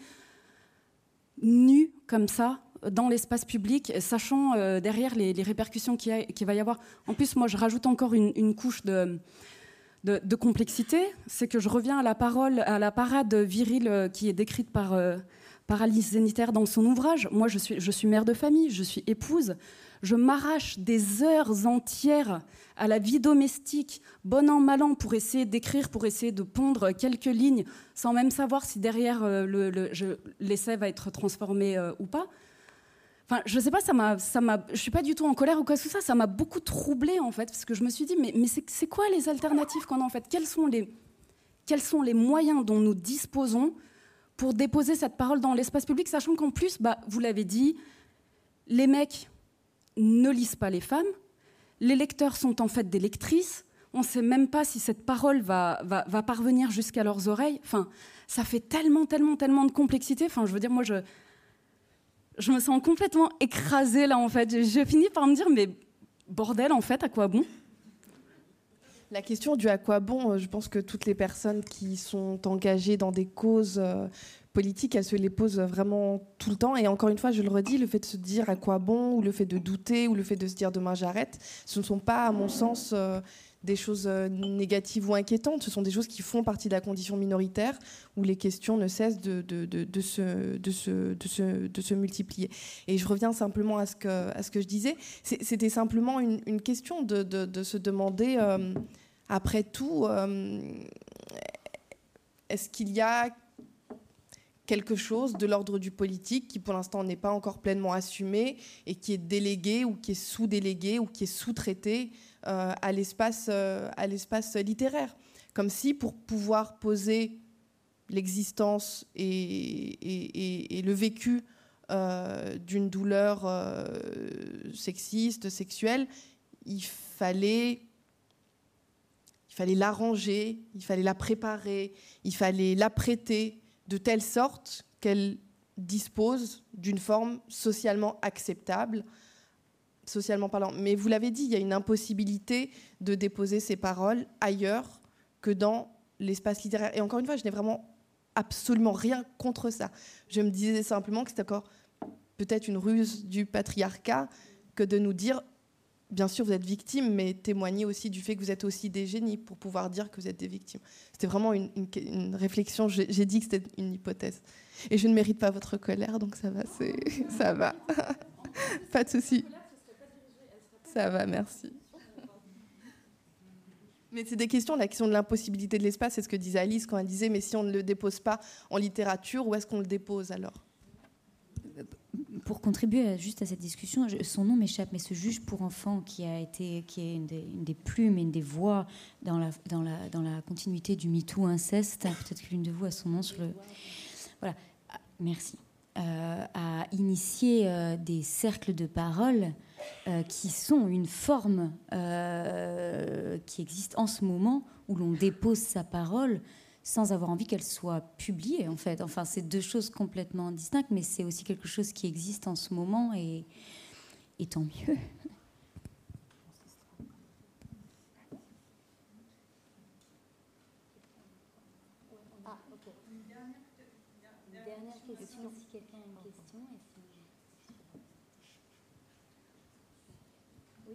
nue comme ça dans l'espace public, sachant euh, derrière les, les répercussions qu'il, y a, qu'il va y avoir. En plus, moi, je rajoute encore une, une couche de, de, de complexité, c'est que je reviens à la, parole, à la parade virile qui est décrite par, euh, par Alice Zeniter dans son ouvrage. Moi, je suis, je suis mère de famille, je suis épouse, je m'arrache des heures entières à la vie domestique, bon an, mal an, pour essayer d'écrire, pour essayer de pondre quelques lignes, sans même savoir si derrière euh, le, le, je, l'essai va être transformé euh, ou pas. Enfin, je sais pas, ça m'a, ça m'a, je suis pas du tout en colère ou quoi que ce soit, ça m'a beaucoup troublée en fait, parce que je me suis dit, mais, mais c'est, c'est quoi les alternatives qu'on a en fait ? Quels sont les, quels sont les moyens dont nous disposons pour déposer cette parole dans l'espace public, sachant qu'en plus, bah, vous l'avez dit, les mecs ne lisent pas les femmes, les lecteurs sont en fait des lectrices, on ne sait même pas si cette parole va, va, va parvenir jusqu'à leurs oreilles. Enfin, ça fait tellement, tellement, tellement de complexité. Enfin, je veux dire, moi, je... Je me sens complètement écrasée, là, en fait. Je finis par me dire, mais bordel, en fait, à quoi bon ? La question du à quoi bon, je pense que toutes les personnes qui sont engagées dans des causes euh, politiques, elles se les posent vraiment tout le temps. Et encore une fois, je le redis, le fait de se dire à quoi bon, ou le fait de douter, ou le fait de se dire demain j'arrête, ce ne sont pas, à mon sens, euh, des choses négatives ou inquiétantes. Ce sont des choses qui font partie de la condition minoritaire, où les questions ne cessent de, de, de, de, se, de, se, de, se, de se multiplier. Et je reviens simplement à ce que, à ce que je disais. C'était simplement une, une question de, de, de se demander... Euh, Après tout, euh, est-ce qu'il y a quelque chose de l'ordre du politique qui, pour l'instant, n'est pas encore pleinement assumé et qui est délégué ou qui est sous-délégué ou qui est sous-traité euh, à l'espace euh, à l'espace littéraire? Comme si, pour pouvoir poser l'existence et, et, et, et le vécu euh, d'une douleur euh, sexiste, sexuelle, il fallait... Il fallait l'arranger, il fallait la préparer, il fallait l'apprêter de telle sorte qu'elle dispose d'une forme socialement acceptable, socialement parlant. Mais vous l'avez dit, il y a une impossibilité de déposer ces paroles ailleurs que dans l'espace littéraire. Et encore une fois, je n'ai vraiment absolument rien contre ça. Je me disais simplement que c'était encore peut-être une ruse du patriarcat que de nous dire... Bien sûr, vous êtes victime, mais témoignez aussi du fait que vous êtes aussi des génies pour pouvoir dire que vous êtes des victimes. C'était vraiment une, une, une réflexion. J'ai, j'ai dit que c'était une hypothèse. Et je ne mérite pas votre colère, donc ça va. C'est, ça va. Pas de souci. Ça va, merci. Mais c'est des questions, la question de l'impossibilité de l'espace, c'est ce que disait Alice quand elle disait, mais si on ne le dépose pas en littérature, où est-ce qu'on le dépose alors ? Pour contribuer juste à cette discussion, je, son nom m'échappe, mais ce juge pour enfants qui a été, qui est une des, une des plumes et une des voix dans la, dans la, dans la continuité du MeToo inceste, peut-être que l'une de vous a son nom sur le... Voilà, merci. Euh, a initié euh, des cercles de parole euh, qui sont une forme euh, qui existe en ce moment où l'on dépose sa parole sans avoir envie qu'elle soit publiée, en fait. Enfin, c'est deux choses complètement distinctes, mais c'est aussi quelque chose qui existe en ce moment, et, et tant mieux. Ah, ok. Une dernière question, si quelqu'un a une question. Oui.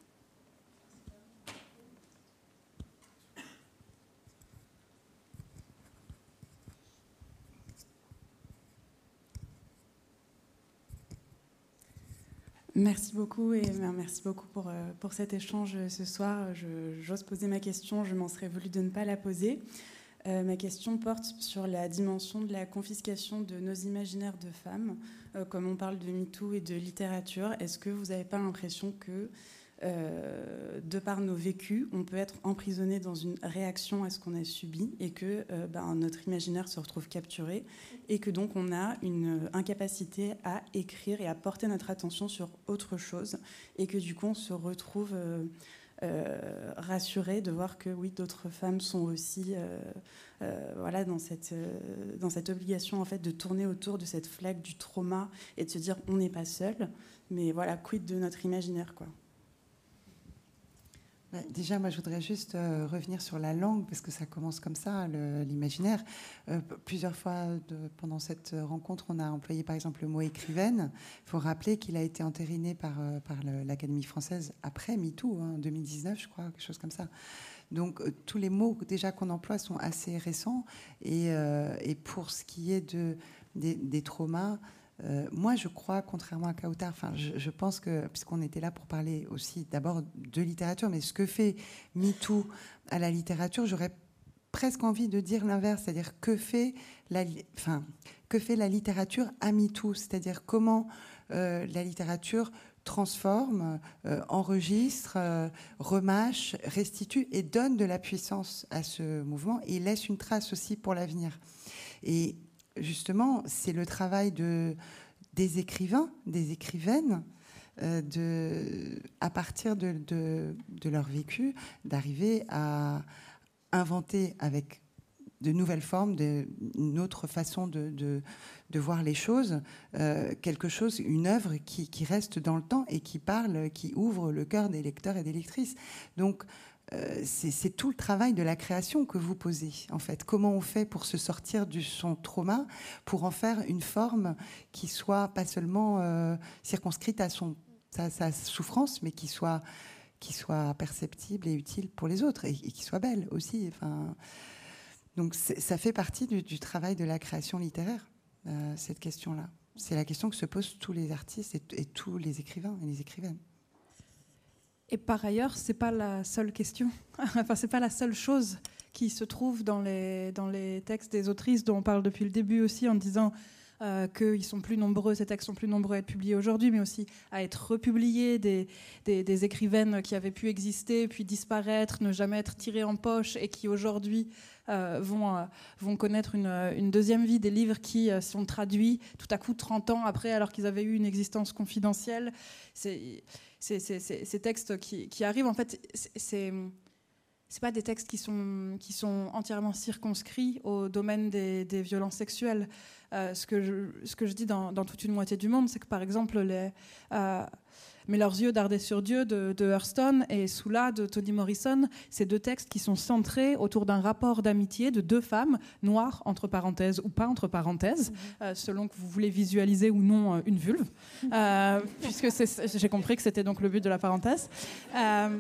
Merci beaucoup et merci beaucoup pour, pour cet échange ce soir. Je, j'ose poser ma question, je m'en serais voulu de ne pas la poser. Euh, ma question porte sur la dimension de la confiscation de nos imaginaires de femmes. Euh, comme on parle de MeToo et de littérature, est-ce que vous n'avez pas l'impression que, euh, de par nos vécus, on peut être emprisonné dans une réaction à ce qu'on a subi et que euh, ben, notre imaginaire se retrouve capturé et que donc on a une incapacité à écrire et à porter notre attention sur autre chose et que du coup on se retrouve euh, euh, rassuré de voir que oui, d'autres femmes sont aussi euh, euh, voilà, dans, cette, euh, dans cette obligation en fait, de tourner autour de cette flaque du trauma et de se dire on n'est pas seul, mais voilà, quid de notre imaginaire, quoi. Déjà, moi, je voudrais juste euh, revenir sur la langue, parce que ça commence comme ça, le, l'imaginaire. Euh, plusieurs fois de, pendant cette rencontre, on a employé par exemple le mot écrivaine. Il faut rappeler qu'il a été entériné par, euh, par le, l'Académie française après MeToo, hein, en deux mille dix-neuf, je crois, quelque chose comme ça. Donc, euh, tous les mots déjà qu'on emploie sont assez récents. Et, euh, et pour ce qui est de, des, des traumas, Euh, moi, je crois, contrairement à Kautar, enfin, je, je pense que, puisqu'on était là pour parler aussi d'abord de littérature, mais ce que fait MeToo à la littérature, j'aurais presque envie de dire l'inverse, c'est-à-dire que fait la, enfin, que fait la littérature à MeToo, c'est-à-dire comment euh, la littérature transforme, euh, enregistre, euh, remâche, restitue et donne de la puissance à ce mouvement et laisse une trace aussi pour l'avenir. Et justement, c'est le travail de, des écrivains, des écrivaines, euh, de, à partir de, de, de leur vécu, d'arriver à inventer avec de nouvelles formes, de, une autre façon de, de, de voir les choses, euh, quelque chose, une œuvre qui, qui reste dans le temps et qui parle, qui ouvre le cœur des lecteurs et des lectrices. Donc, euh, c'est, c'est tout le travail de la création que vous posez, en fait. Comment on fait pour se sortir de son trauma, pour en faire une forme qui soit pas seulement euh, circonscrite à son, sa, sa souffrance, mais qui soit, qui soit perceptible et utile pour les autres, et, et qui soit belle aussi. Enfin, donc ça fait partie du, du travail de la création littéraire, euh, cette question-là. C'est la question que se posent tous les artistes et, et tous les écrivains et les écrivaines. Et par ailleurs, c'est pas la seule question. Enfin, c'est pas la seule chose qui se trouve dans les, dans les textes des autrices dont on parle depuis le début aussi, en disant euh, qu'ils sont plus nombreux, ces textes sont plus nombreux à être publiés aujourd'hui, mais aussi à être republiés, des, des, des écrivaines qui avaient pu exister, puis disparaître, ne jamais être tirées en poche, et qui aujourd'hui euh, vont, euh, vont connaître une, une deuxième vie, des livres qui euh, sont traduits tout à coup trente ans après, alors qu'ils avaient eu une existence confidentielle. C'est... Ces, ces, ces textes qui, qui arrivent, en fait, c'est c'est pas des textes qui sont, qui sont entièrement circonscrits au domaine des, des violences sexuelles. Euh, ce, que je, ce que je dis dans, dans toute une moitié du monde, c'est que, par exemple, les, euh, Mais leurs yeux dardaient sur Dieu de, de Hurston et Soula de Toni Morrison, ces deux textes qui sont centrés autour d'un rapport d'amitié de deux femmes, noires, entre parenthèses, ou pas entre parenthèses, mmh. euh, selon que vous voulez visualiser ou non euh, une vulve, euh, puisque c'est, j'ai compris que c'était donc le but de la parenthèse. Euh,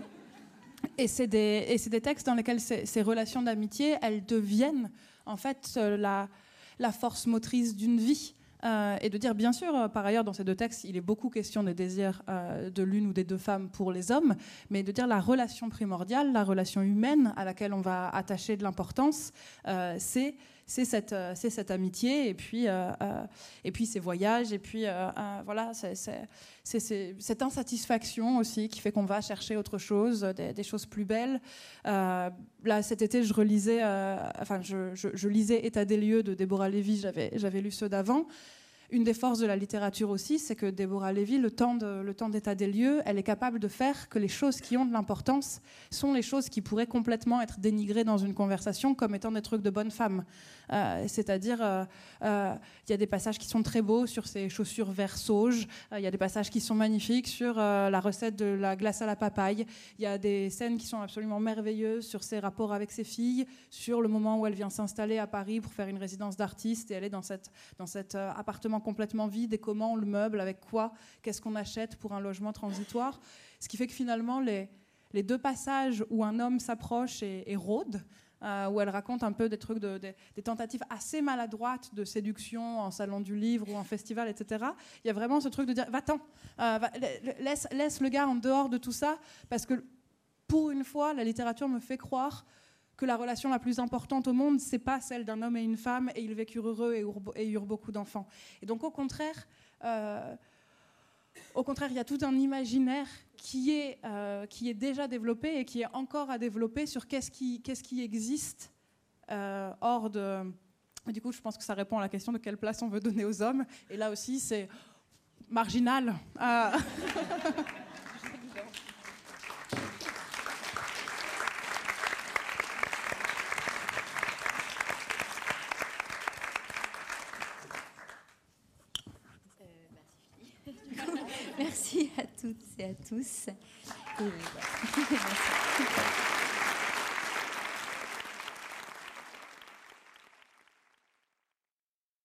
et, c'est des, et c'est des textes dans lesquels ces, ces relations d'amitié, elles deviennent en fait la, la force motrice d'une vie. Euh, et de dire, bien sûr, euh, par ailleurs, dans ces deux textes, il est beaucoup question des désirs euh, de l'une ou des deux femmes pour les hommes, mais de dire la relation primordiale, la relation humaine à laquelle on va attacher de l'importance, euh, c'est, c'est, cette, euh, c'est cette amitié, et puis, euh, euh, et puis ces voyages, et puis euh, euh, voilà, c'est, c'est, c'est, c'est cette insatisfaction aussi qui fait qu'on va chercher autre chose, des, des choses plus belles. Euh, là, cet été, je relisais, euh, enfin, je, je, je lisais État des lieux de Deborah Levy, j'avais, j'avais lu ceux d'avant. Une des forces de la littérature aussi, c'est que Deborah Levy, le temps, de, le temps d'état des lieux, elle est capable de faire que les choses qui ont de l'importance sont les choses qui pourraient complètement être dénigrées dans une conversation comme étant des trucs de bonne femme. Euh, c'est-à-dire, il euh, euh, y a des passages qui sont très beaux sur ces chaussures vert sauge, il euh, y a des passages qui sont magnifiques sur euh, la recette de la glace à la papaye, il y a des scènes qui sont absolument merveilleuses sur ses rapports avec ses filles, sur le moment où elle vient s'installer à Paris pour faire une résidence d'artiste et elle est dans cet dans cet euh, appartement complètement vide et comment on le meuble, avec quoi, qu'est-ce qu'on achète pour un logement transitoire. Ce qui fait que finalement, les, les deux passages où un homme s'approche et, et rôde, euh, où elle raconte un peu des trucs, de, des, des tentatives assez maladroites de séduction en salon du livre ou en festival, et cetera. Il y a vraiment ce truc de dire, va-t'en, euh, va, laisse, laisse le gars en dehors de tout ça, parce que pour une fois, la littérature me fait croire que la relation la plus importante au monde, c'est pas celle d'un homme et une femme, et ils vécurent heureux et eurent, et eurent beaucoup d'enfants. Et donc, au contraire, euh, au contraire, il y a tout un imaginaire qui est, euh, qui est déjà développé et qui est encore à développer sur qu'est-ce qui, qu'est-ce qui existe euh, hors de... Du coup, je pense que ça répond à la question de quelle place on veut donner aux hommes. Et là aussi, c'est marginal. Euh... Merci à toutes et à tous. Et... Merci.